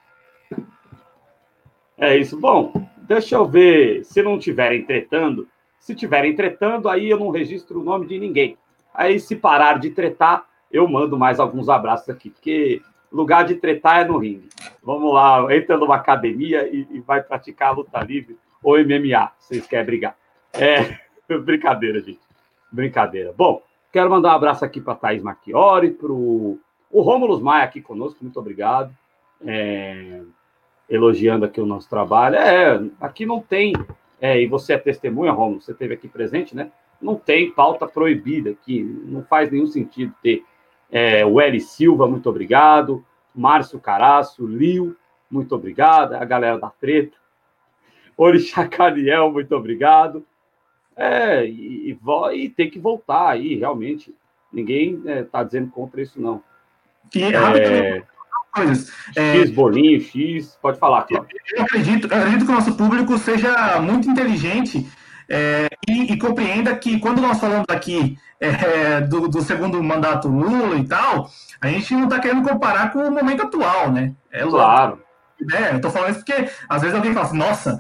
É isso. Bom, deixa eu ver se não estiverem tretando. Se estiverem tretando, aí eu não registro o nome de ninguém. Aí, se parar de tretar, eu mando mais alguns abraços aqui, porque lugar de tretar é no ringue. Vamos lá, entra numa academia e, e vai praticar luta livre ou M M A, se vocês querem brigar. É, brincadeira, gente. Brincadeira. Bom, quero mandar um abraço aqui para a Thaís Marchiori, para o Rômulo Maia aqui conosco, muito obrigado. É, elogiando aqui o nosso trabalho. É, aqui não tem, é, e você é testemunha, Rômulo, você esteve aqui presente, né? Não tem pauta proibida aqui, não faz nenhum sentido ter É, o Eli Silva, muito obrigado. Márcio Caraço, Lio, muito obrigado. A galera da treta. Orixá Cariel, muito obrigado. É, e, e, e tem que voltar aí, realmente. Ninguém está é, dizendo contra isso, não. E é, coisas. X, é, bolinho, X, pode falar, Cláudio. Eu acredito, eu acredito que o nosso público seja muito inteligente é, e, e compreenda que quando nós falamos aqui é, do, do segundo mandato Lula e tal, a gente não está querendo comparar com o momento atual, né? É claro. É, eu tô falando isso porque às vezes alguém fala assim, nossa,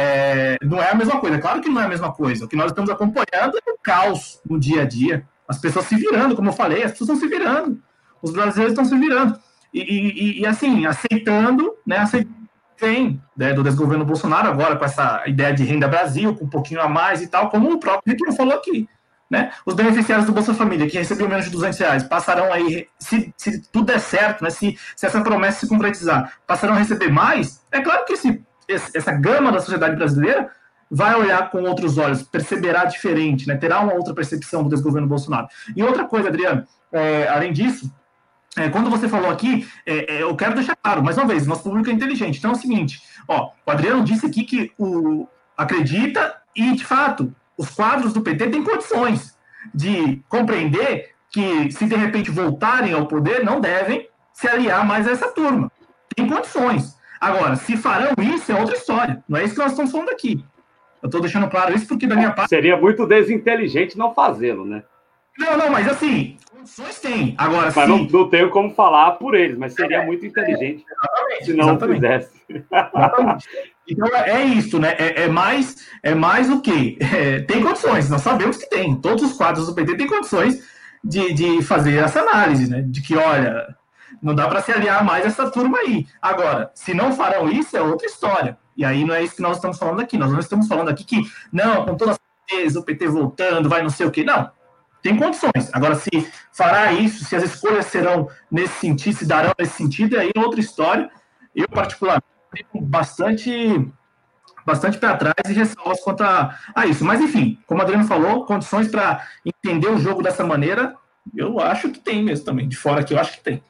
é, não é a mesma coisa. Claro que não é a mesma coisa. O que nós estamos acompanhando é o caos no dia a dia. As pessoas se virando, como eu falei, as pessoas estão se virando. Os brasileiros estão se virando. E, e, e assim, aceitando, né, aceitando vem né, do desgoverno Bolsonaro agora com essa ideia de Renda Brasil, com um pouquinho a mais e tal, como o próprio Riquelme falou aqui. Né? Os beneficiários do Bolsa Família, que recebiam menos de duzentos reais, passarão aí, se, se tudo der certo, né, se, se essa promessa se concretizar, passarão a receber mais. É claro que esse, essa gama da sociedade brasileira vai olhar com outros olhos, perceberá diferente, né, terá uma outra percepção do desgoverno Bolsonaro. E outra coisa, Adriano, é, além disso, é, quando você falou aqui, é, é, eu quero deixar claro, mais uma vez, nosso público é inteligente. Então é o seguinte, ó, o Adriano disse aqui que o, acredita e, de fato, os quadros do P T têm condições de compreender que, se de repente voltarem ao poder, não devem se aliar mais a essa turma. Tem condições. Agora, se farão isso, é outra história. Não é isso que nós estamos falando aqui. Eu estou deixando claro isso porque, da minha parte... Seria muito desinteligente não fazê-lo, né? Não, não, mas assim, condições tem. Agora, mas se... não, não tenho como falar por eles, mas seria é, muito inteligente é, se não exatamente. fizesse. Exatamente. Então é isso, né? É, é, mais, é mais o quê? É, tem condições, nós sabemos que tem. Todos os quadros do P T têm condições de, de fazer essa análise, né? De que, olha, não dá para se aliar mais essa turma aí. Agora, se não farão isso, é outra história. E aí não é isso que nós estamos falando aqui. Nós não estamos falando aqui que, não, com toda certeza, o P T voltando, vai não sei o quê. Não. Tem condições. Agora, se fará isso, se as escolhas serão nesse sentido, se darão nesse sentido, aí é outra história. Eu, particularmente, tenho bastante, bastante pé atrás e ressalvas quanto a, a isso. Mas, enfim, como o Adriano falou, condições para entender o jogo dessa maneira, eu acho que tem mesmo também. De fora aqui, eu acho que tem.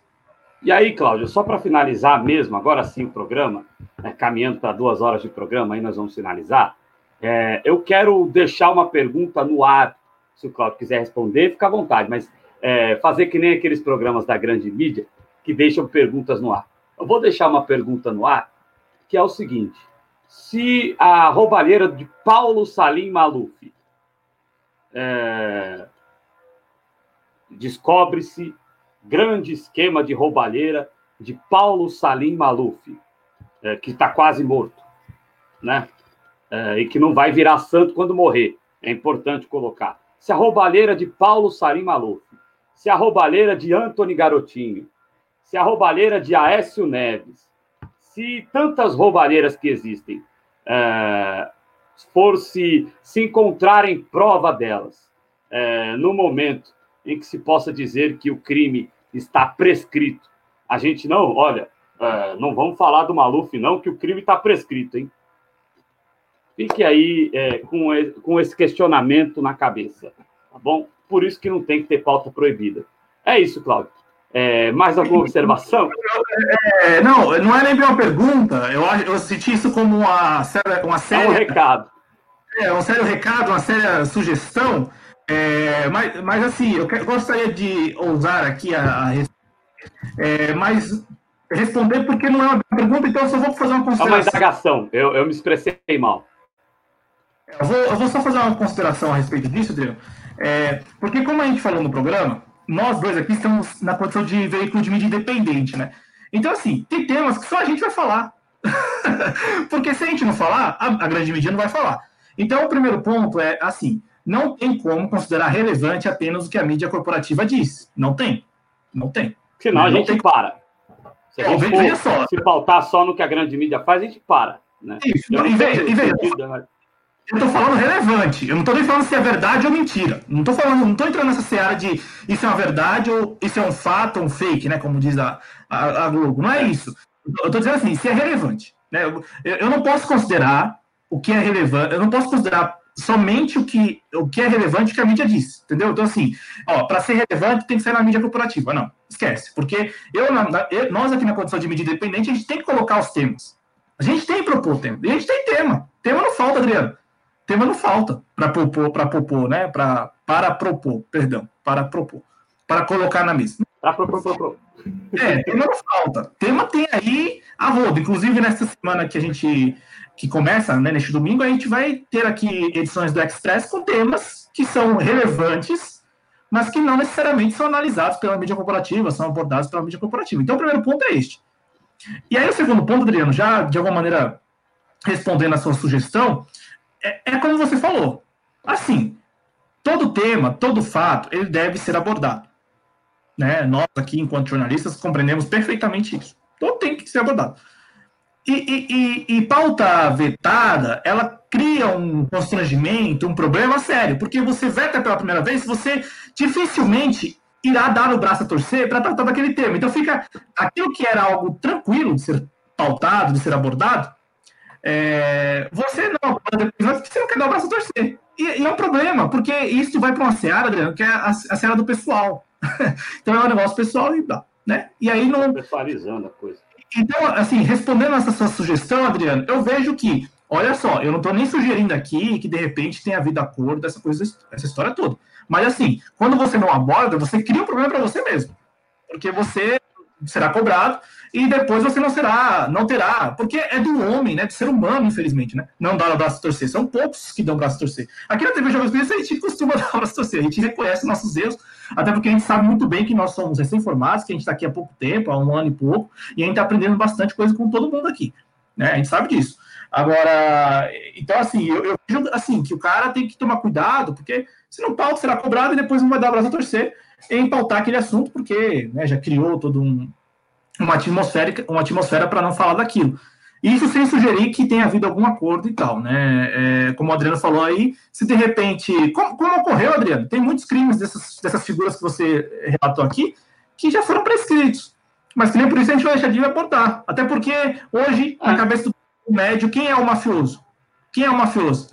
E aí, Cláudio, só para finalizar mesmo, agora sim o programa, né, caminhando para duas horas de programa, aí nós vamos finalizar, é, eu quero deixar uma pergunta no ar. Se o Cláudio quiser responder, fica à vontade, mas é, fazer que nem aqueles programas da grande mídia que deixam perguntas no ar. Eu vou deixar uma pergunta no ar, que é o seguinte: se a roubalheira de Paulo Salim Maluf é, descobre-se grande esquema de roubalheira de Paulo Salim Maluf, é, que está quase morto, né? É, e que não vai virar santo quando morrer, é importante colocar. Se a roubalheira de Paulo Salim Maluf, se a roubalheira de Antony Garotinho, se a roubalheira de Aécio Neves, se tantas roubalheiras que existem, é, for se, se encontrarem prova delas, é, no momento em que se possa dizer que o crime está prescrito, a gente não, olha, é, não vamos falar do Maluf não, que o crime está prescrito, hein? Fique aí é, com, com esse questionamento na cabeça, tá bom? Por isso que não tem que ter pauta proibida. É isso, Cláudio. É, mais alguma observação? É, não, não é nem bem uma pergunta. Eu, eu senti isso como uma, uma séria... É um recado. É, um sério recado, uma séria sugestão. É, mas, mas, assim, eu gostaria de ousar aqui a, a é, mas responder porque não é uma pergunta, então eu só vou fazer uma consideração. É uma indagação. Eu, eu me expressei mal. Eu vou, eu vou só fazer uma consideração a respeito disso, Adriano. É, porque, como a gente falou no programa, nós dois aqui estamos na condição de veículo de mídia independente, né? Então, assim, tem temas que só a gente vai falar. Porque se a gente não falar, a, a grande mídia não vai falar. Então, o primeiro ponto é, assim, não tem como considerar relevante apenas o que a mídia corporativa diz. Não tem. Não tem. Senão a não gente tem... para. Se a gente é, veja for, só. se pautar só no que a grande mídia faz, a gente para. Né? Isso. E veja, e veja, eu estou falando relevante. Eu não estou nem falando se é verdade ou mentira. Não estou falando, não estou entrando nessa seara de isso é uma verdade ou isso é um fato ou um fake, né? Como diz a, a, a Globo. Não é isso. Eu estou dizendo assim, se é relevante. Né? Eu, eu não posso considerar o que é relevante. Eu não posso considerar somente o que, o que é relevante que a mídia diz, entendeu? Então, assim, para ser relevante tem que sair na mídia corporativa. Não, esquece. Porque eu, na, eu, nós aqui na condição de mídia independente, a gente tem que colocar os temas. A gente tem que propor tema. E a gente tem tema. Tema não falta, Adriano. Tema não falta para propor, para propor, né? Pra, para propor, perdão. Para propor. Para colocar na mesa. Para propor, propor. É, tema não falta. Tema tem aí a roda. Inclusive, nessa semana que a gente que começa, né, neste domingo, a gente vai ter aqui edições do Express com temas que são relevantes, mas que não necessariamente são analisados pela mídia corporativa, são abordados pela mídia corporativa. Então, o primeiro ponto é este. E aí, o segundo ponto, Adriano, já de alguma maneira respondendo a sua sugestão, é, é como você falou. Assim, todo tema, todo fato, ele deve ser abordado. Né? Nós aqui, enquanto jornalistas, compreendemos perfeitamente isso. Então, tem que ser abordado. E, e, e, e pauta vetada, ela cria um constrangimento, um problema sério, porque você veta pela primeira vez, você dificilmente irá dar o braço a torcer para tratar daquele tema. Então fica aquilo que era algo tranquilo de ser pautado, de ser abordado, é, você não aborda depois, porque você não quer dar o braço a torcer. E, e é um problema, porque isso vai para uma seara, Adriano, que é a, a seara do pessoal. Então é um negócio pessoal e dá, né? E aí não... Pessoalizando a coisa. Então, assim, respondendo essa sua sugestão, Adriano, eu vejo que, olha só, eu não estou nem sugerindo aqui que, de repente, tenha havido acordo, essa coisa, essa história toda. Mas, assim, quando você não aborda, você cria um problema para você mesmo. Porque você será cobrado e depois você não será, não terá, porque é do homem, né, do ser humano, infelizmente, né, não dar o braço a torcer. São poucos que dão o braço a torcer. Aqui na T V Jovens Guardiões a gente costuma dar o braço a torcer, a gente reconhece nossos erros, até porque a gente sabe muito bem que nós somos recém-formados, que a gente está aqui há pouco tempo, há um ano e pouco, e a gente está aprendendo bastante coisa com todo mundo aqui, né, a gente sabe disso. Agora, então, assim, eu, eu vejo, assim, que o cara tem que tomar cuidado, porque se não pauta, será cobrado e depois não vai dar o braço a torcer em pautar aquele assunto, porque, né, já criou todo um uma atmosfera, uma atmosfera para não falar daquilo. Isso sem sugerir que tenha havido algum acordo e tal, né? É, como o Adriano falou aí, se de repente... Como, como ocorreu, Adriano? Tem muitos crimes dessas, dessas figuras que você relatou aqui que já foram prescritos. Mas que nem por isso a gente vai deixar de abordar. Até porque hoje, na cabeça do médio, quem é o mafioso? Quem é o mafioso?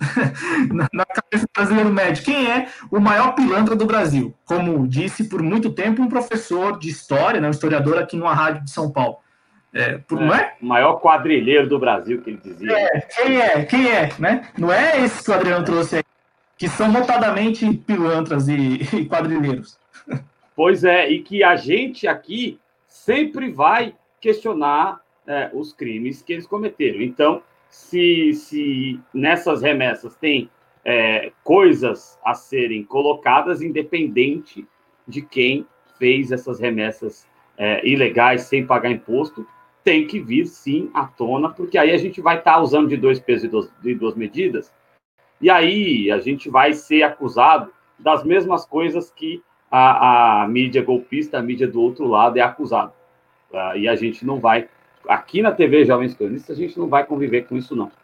Na cabeça do brasileiro médio, quem é o maior pilantra do Brasil? Como disse por muito tempo um professor de história, né, um historiador aqui numa rádio de São Paulo. É, por, é, não é? O maior quadrilheiro do Brasil, que ele dizia. É, quem é? Quem é? Né? Não é esse que o Adriano trouxe aí, que são notadamente pilantras e, e quadrilheiros. Pois é, e que a gente aqui sempre vai questionar é, os crimes que eles cometeram. Então, Se, se nessas remessas tem é, coisas a serem colocadas, independente de quem fez essas remessas é, ilegais sem pagar imposto, tem que vir, sim, à tona, porque aí a gente vai estar tá usando de dois pesos e duas, de duas medidas, e aí a gente vai ser acusado das mesmas coisas que a, a mídia golpista, a mídia do outro lado é acusada. Uh, e a gente não vai... Aqui na T V Jovens Cronistas, a gente não vai conviver com isso, não.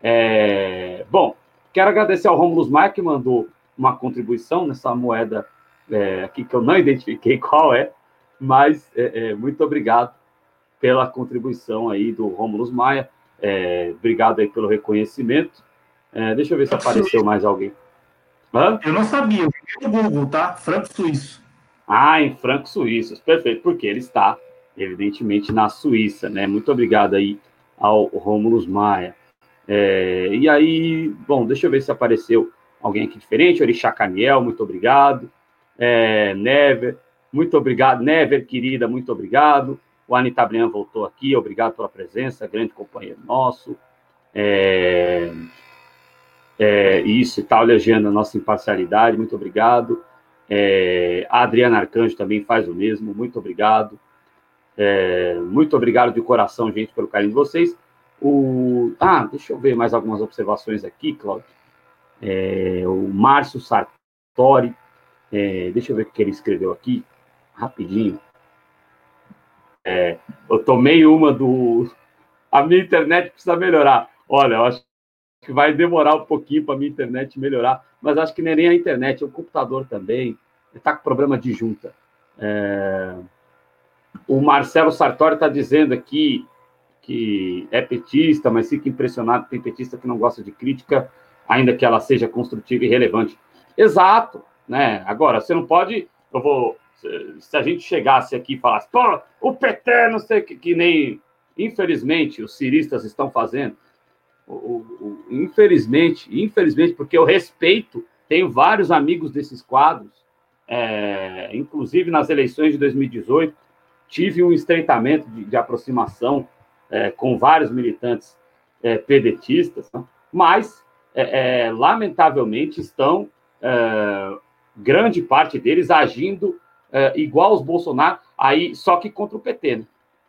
É... Bom, quero agradecer ao Rômulo Maia, que mandou uma contribuição nessa moeda é, aqui, que eu não identifiquei qual é, mas é, é, muito obrigado pela contribuição aí do Rômulo Maia. É, obrigado aí pelo reconhecimento. É, deixa eu ver se apareceu mais alguém. Hã? Eu não sabia, eu vi no Google, tá? Franco Suíço. Ah, em francos suíços, perfeito, porque ele está evidentemente na Suíça, né? Muito obrigado aí ao Rômulo Maia. É, e aí, bom, deixa eu ver se apareceu alguém aqui diferente. Orixá Caniel, muito obrigado. É, Never, muito obrigado. Never, querida, muito obrigado. O Anita Brian voltou aqui, obrigado pela presença, grande companheiro nosso. É, é, isso, está elogiando a nossa imparcialidade, muito obrigado. É, a Adriana Arcanjo também faz o mesmo, muito obrigado. É, muito obrigado de coração, gente, pelo carinho de vocês. O... Ah, deixa eu ver mais algumas observações aqui, Cláudio. É, o Márcio Sartori, é, deixa eu ver o que ele escreveu aqui, rapidinho. É, eu tomei uma do... A minha internet precisa melhorar. Olha, eu acho que vai demorar um pouquinho para a minha internet melhorar, mas acho que não é nem a internet, é o computador também. Está com problema de junta. É... O Marcelo Sartori está dizendo aqui que é petista, mas fica impressionado, tem petista que não gosta de crítica. ainda que ela seja construtiva e relevante. Exato, né? Agora, você não pode... Eu vou... Se a gente chegasse aqui e falasse, pô, o P T, não sei o que, que nem, infelizmente, os ciristas estão fazendo. O, o, o, infelizmente, infelizmente, porque eu respeito, tenho vários amigos desses quadros, é, inclusive nas eleições de dois mil e dezoito, tive um estreitamento de, de aproximação é, com vários militantes é, pedetistas, né? Mas, é, é, lamentavelmente, estão, é, grande parte deles, agindo é, igual aos Bolsonaro, aí, só que contra o P T, né?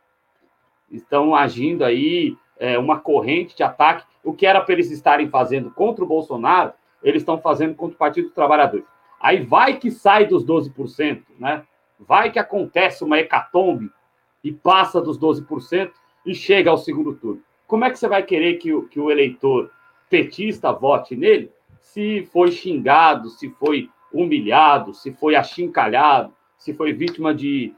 Estão agindo aí é, uma corrente de ataque. O que era para eles estarem fazendo contra o Bolsonaro, eles estão fazendo contra o Partido dos Trabalhadores. Aí vai que sai dos doze por cento, né? Vai que acontece uma hecatombe e passa dos doze por cento e chega ao segundo turno. Como é que você vai querer que o, que o eleitor petista vote nele se foi xingado, se foi humilhado, se foi achincalhado, se foi vítima de,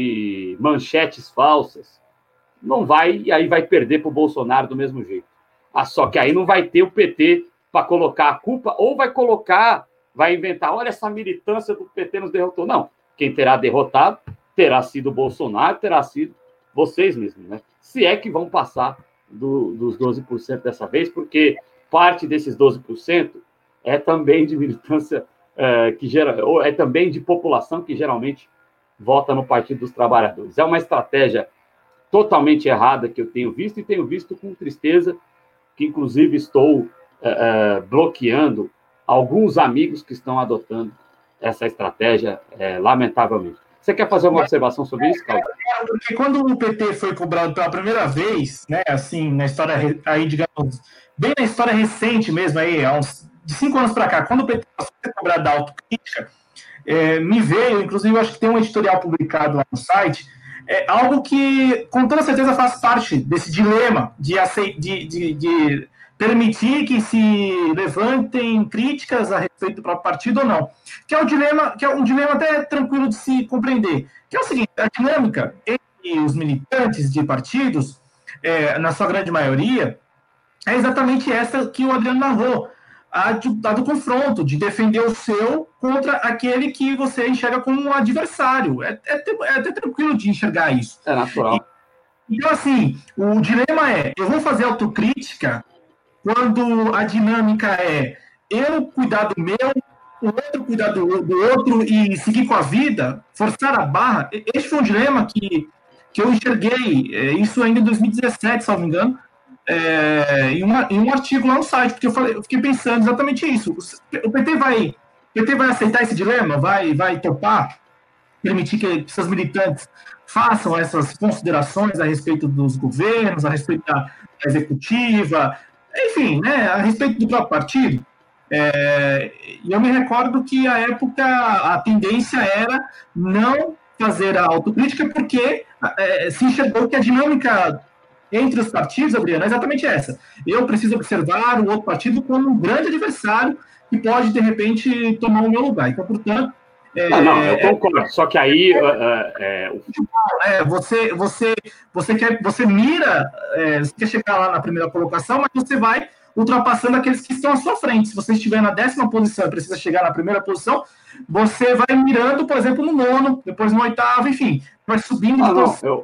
de manchetes falsas? Não vai, e aí vai perder para o Bolsonaro do mesmo jeito. Ah, só que aí não vai ter o P T para colocar a culpa, ou vai colocar, vai inventar, olha, essa militância do P T nos derrotou. Não, quem terá derrotado terá sido o Bolsonaro, terá sido vocês mesmos, né? Se é que vão passar do, dos doze por cento dessa vez, porque parte desses doze por cento é também de militância, é, que gera, ou é também de população que geralmente vota no Partido dos Trabalhadores. É uma estratégia totalmente errada que eu tenho visto, e tenho visto com tristeza, que inclusive estou é, é, bloqueando alguns amigos que estão adotando essa estratégia, é, lamentavelmente. Você quer fazer uma observação sobre isso, Cláudio? Porque quando o P T foi cobrado pela primeira vez, né, assim, na história, aí, digamos, bem na história recente mesmo, aí, há uns de cinco anos para cá, quando o P T foi cobrado da autocrítica, é, me veio, inclusive, eu acho que tem um editorial publicado lá no site, é algo que, com toda certeza, faz parte desse dilema de, de, de, de permitir que se levantem críticas a respeito do próprio partido ou não. Que é um dilema, que é um dilema até tranquilo de se compreender. Que é o seguinte, a dinâmica entre os militantes de partidos, é, na sua grande maioria, é exatamente essa que o Adriano narrou. A, a do confronto, de defender o seu contra aquele que você enxerga como um adversário. É, é, é até tranquilo de enxergar isso. É natural. E, então, assim, o dilema é, eu vou fazer autocrítica quando a dinâmica é eu cuidar do meu, o outro cuidar do, do outro e seguir com a vida, forçar a barra. Esse foi um dilema que, que eu enxerguei, é, isso ainda em dois mil e dezessete, se não me engano, É, em, uma, em um artigo lá no site, porque eu, falei, eu fiquei pensando exatamente isso. O P T vai, o P T vai aceitar esse dilema? Vai, vai topar? Permitir que seus militantes façam essas considerações a respeito dos governos, a respeito da, da executiva, enfim, né, a respeito do próprio partido? É, e eu me recordo que, à época, a tendência era não fazer a autocrítica porque é, se enxergou que a dinâmica entre os partidos, Adriano, é exatamente essa. Eu preciso observar o outro partido como um grande adversário que pode, de repente, tomar o meu lugar. Então, portanto... É, não, não, eu concordo. É, só que aí... É, é, é, você, você, você, quer, você mira, é, você quer chegar lá na primeira colocação, mas você vai ultrapassando aqueles que estão à sua frente. Se você estiver na décima posição e precisa chegar na primeira posição, você vai mirando, por exemplo, no nono, depois no oitavo, enfim, vai subindo... Ah, não, eu...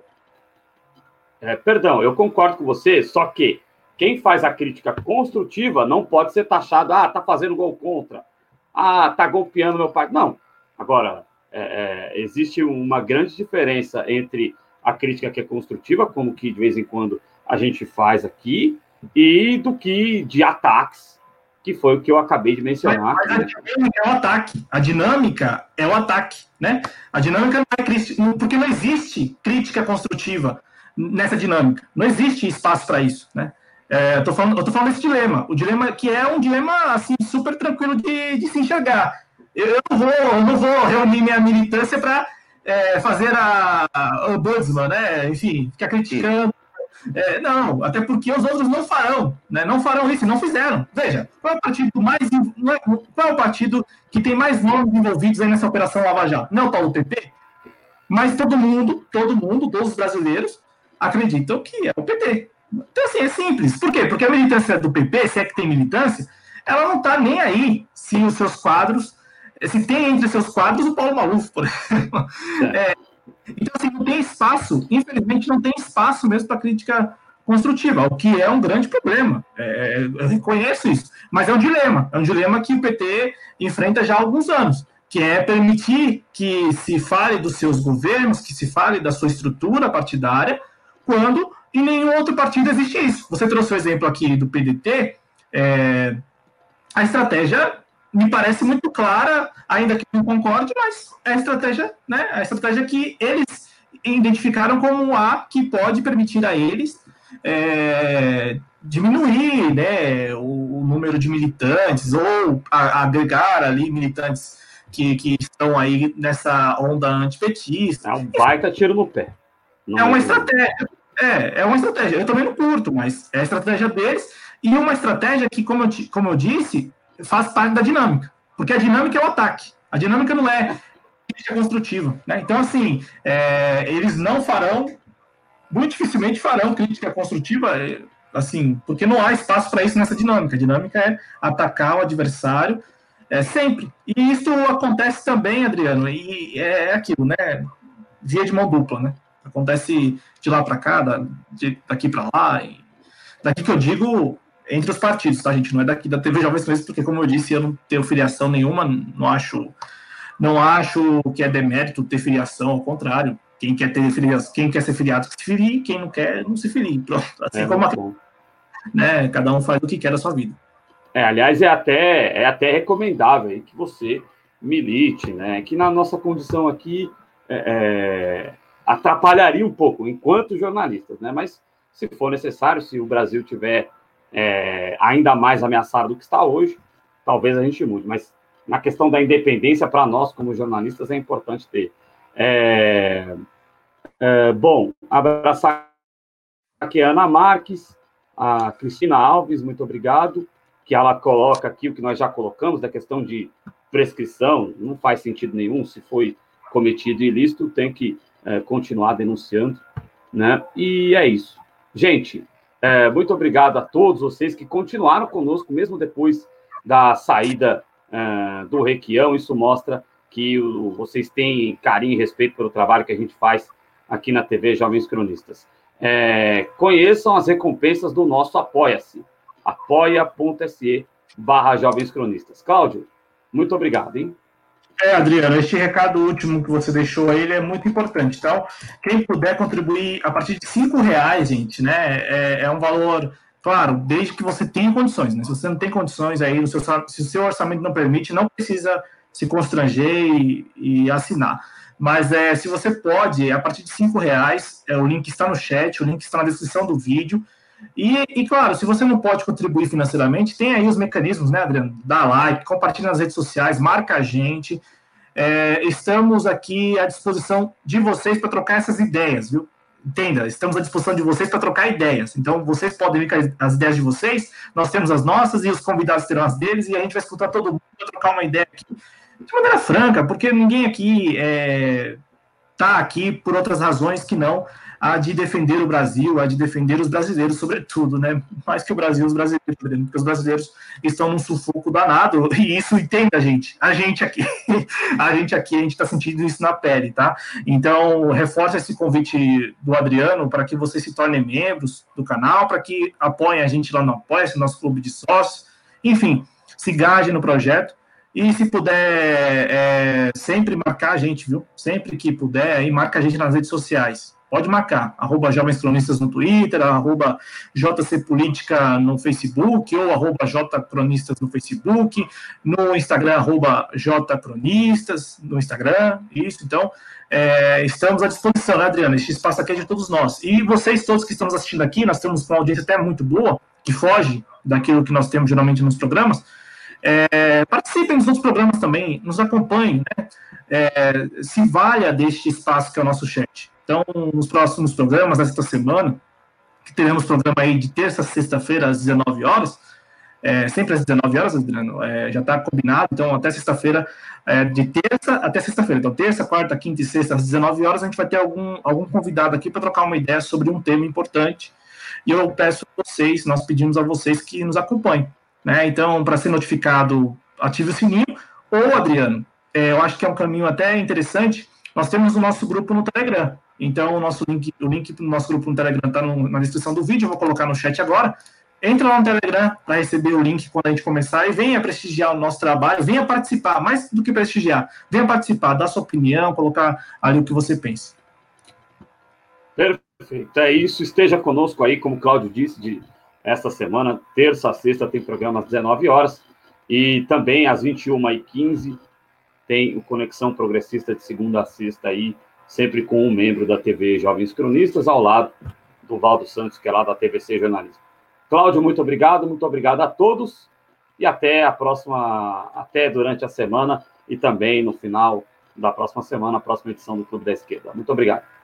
É, perdão, eu concordo com você, só que quem faz a crítica construtiva não pode ser taxado, ah, tá fazendo gol contra, ah, tá golpeando meu pai. Não. Agora, é, é, existe uma grande diferença entre a crítica que é construtiva, como que de vez em quando a gente faz aqui, e do que de ataques, que foi o que eu acabei de mencionar. Mas, mas a dinâmica é o ataque. A dinâmica é o ataque, né? A dinâmica não é crítica, porque não existe crítica construtiva nessa dinâmica. Não existe espaço para isso, né? É, eu tô falando, eu tô falando desse dilema. O dilema que é um dilema, assim, super tranquilo de, de se enxergar. Eu, eu, não vou, eu não vou reunir minha militância para é, fazer a, a ombudsman, né? Enfim, ficar criticando. É, não, até porque os outros não farão, né? Não farão isso, não fizeram. Veja, qual é o partido mais, qual é o partido que tem mais nomes envolvidos aí nessa operação Lava Jato? Não é o tal do P T? Mas todo mundo, todo mundo, todos os brasileiros acreditam que é o P T. Então, assim, é simples. Por quê? Porque a militância do P P, se é que tem militância, ela não está nem aí se os seus quadros, se tem entre seus quadros o Paulo Maluf, por exemplo. É. É, então, assim, não tem espaço, infelizmente, não tem espaço mesmo para crítica construtiva, o que é um grande problema. É, eu reconheço isso, mas é um dilema, é um dilema que o P T enfrenta já há alguns anos, que é permitir que se fale dos seus governos, que se fale da sua estrutura partidária, quando em nenhum outro partido existe isso. Você trouxe o exemplo aqui do P D T, é, a estratégia me parece muito clara, ainda que não concorde, mas é a estratégia, né, a estratégia que eles identificaram como a que pode permitir a eles é, diminuir, né, o, o número de militantes ou a, agregar ali militantes que, que estão aí nessa onda antipetista. É um baita tiro no pé. Não é uma estratégia. É, é uma estratégia. Eu também não curto, mas é a estratégia deles e uma estratégia que, como eu, como eu disse, faz parte da dinâmica. Porque a dinâmica é o ataque. A dinâmica não é crítica construtiva, né? Então, assim, é, eles não farão, muito dificilmente farão crítica construtiva, assim, porque não há espaço para isso nessa dinâmica. A dinâmica é atacar o adversário é, sempre. E isso acontece também, Adriano, e é aquilo, né? Via de mão dupla, né? Acontece de lá para cá, de, daqui para lá. E daqui que eu digo entre os partidos, tá, gente? Não é daqui da T V Jovens Cronistas, porque, como eu disse, eu não tenho filiação nenhuma, não acho, não acho que é demérito ter filiação, ao contrário. Quem quer ter filiação, quem quer ser filiado, que se filie, quem não quer, não se filie. Pronto. Assim é como a, né, cada um faz o que quer da sua vida. É, aliás, é até, é até recomendável aí que você milite, né? Que na nossa condição aqui é, atrapalharia um pouco, enquanto jornalistas, né? Mas se for necessário, se o Brasil tiver é, ainda mais ameaçado do que está hoje, talvez a gente mude. Mas na questão da independência, para nós, como jornalistas, é importante ter. É, é, bom, abraçar aqui a Ana Marques, a Cristina Alves, muito obrigado, que ela coloca aqui o que nós já colocamos, da questão de prescrição, não faz sentido nenhum, se foi cometido ilícito, tem que é, continuar denunciando, né? E é isso. Gente, é, muito obrigado a todos vocês que continuaram conosco, mesmo depois da saída é, do Requião. Isso mostra que o, vocês têm carinho e respeito pelo trabalho que a gente faz aqui na T V Jovens Cronistas. É, conheçam as recompensas do nosso Apoia-se, apoia.se barra Jovens Cronistas. Cláudio, muito obrigado, hein? É, Adriano, este recado último que você deixou aí, ele é muito importante. Então, quem puder contribuir a partir de cinco reais, gente, né, é, é um valor, claro, desde que você tenha condições, né? Se você não tem condições aí, no seu, se o seu orçamento não permite, não precisa se constranger e, e assinar. Mas é, se você pode, a partir de cinco reais, é, o link está no chat, o link está na descrição do vídeo. E, e, claro, se você não pode contribuir financeiramente, tem aí os mecanismos, né, Adriano? Dá like, compartilha nas redes sociais, marca a gente. É, estamos aqui à disposição de vocês para trocar essas ideias, viu? Entenda, estamos à disposição de vocês para trocar ideias. Então, vocês podem vir com as ideias de vocês, nós temos as nossas e os convidados terão as deles, e a gente vai escutar todo mundo para trocar uma ideia aqui de maneira franca, porque ninguém aqui está é, aqui por outras razões que não a de defender o Brasil, a de defender os brasileiros, sobretudo, né? Mais que o Brasil, os brasileiros, porque os brasileiros estão num sufoco danado, e isso entenda, gente, a gente aqui, a gente aqui, a gente está sentindo isso na pele, tá? Então, reforça esse convite do Adriano para que vocês se tornem membros do canal, para que apoiem a gente lá no Apoia-se, nosso clube de sócios, enfim, se engajem no projeto. E se puder, é, sempre marcar a gente, viu? Sempre que puder, aí marca a gente nas redes sociais. Pode marcar, arroba Jovens Cronistas no Twitter, arroba J C Política no Facebook, ou arroba J Cronistas no Facebook, no Instagram, arroba J Cronistas no Instagram, isso, então, é, estamos à disposição, né, Adriana? Este espaço aqui é de todos nós. E vocês todos que estão nos assistindo aqui, nós temos uma audiência até muito boa, que foge daquilo que nós temos geralmente nos programas. É, participem dos outros programas também, nos acompanhem, né? É, se valha deste espaço que é o nosso chat. Então, nos próximos programas, nesta semana, que teremos programa aí de terça a sexta-feira às dezenove horas, é, sempre às dezenove horas, Adriano, é, já está combinado, então até sexta-feira, é, de terça até sexta-feira, então terça, quarta, quinta e sexta às dezenove horas, a gente vai ter algum, algum convidado aqui para trocar uma ideia sobre um tema importante, e eu peço a vocês, nós pedimos a vocês que nos acompanhem. né? Então, para ser notificado, ative o sininho. Ou, Adriano, é, eu acho que é um caminho até interessante, nós temos o nosso grupo no Telegram. Então, o nosso link, o link do nosso grupo no Telegram está na descrição do vídeo, eu vou colocar no chat agora. Entra lá no Telegram para receber o link quando a gente começar e venha prestigiar o nosso trabalho, venha participar, mais do que prestigiar, venha participar, dar sua opinião, colocar ali o que você pensa. Perfeito, é isso, esteja conosco aí, como o Cláudio disse, de esta semana, terça a sexta tem programa às dezenove horas e também às vinte e uma e quinze tem o Conexão Progressista de segunda a sexta aí, sempre com um membro da T V Jovens Cronistas, ao lado do Valdo Santos, que é lá da T V C Jornalismo. Cláudio, muito obrigado, muito obrigado a todos e até a próxima, até durante a semana e também no final da próxima semana, a próxima edição do Clube da Esquerda. Muito obrigado.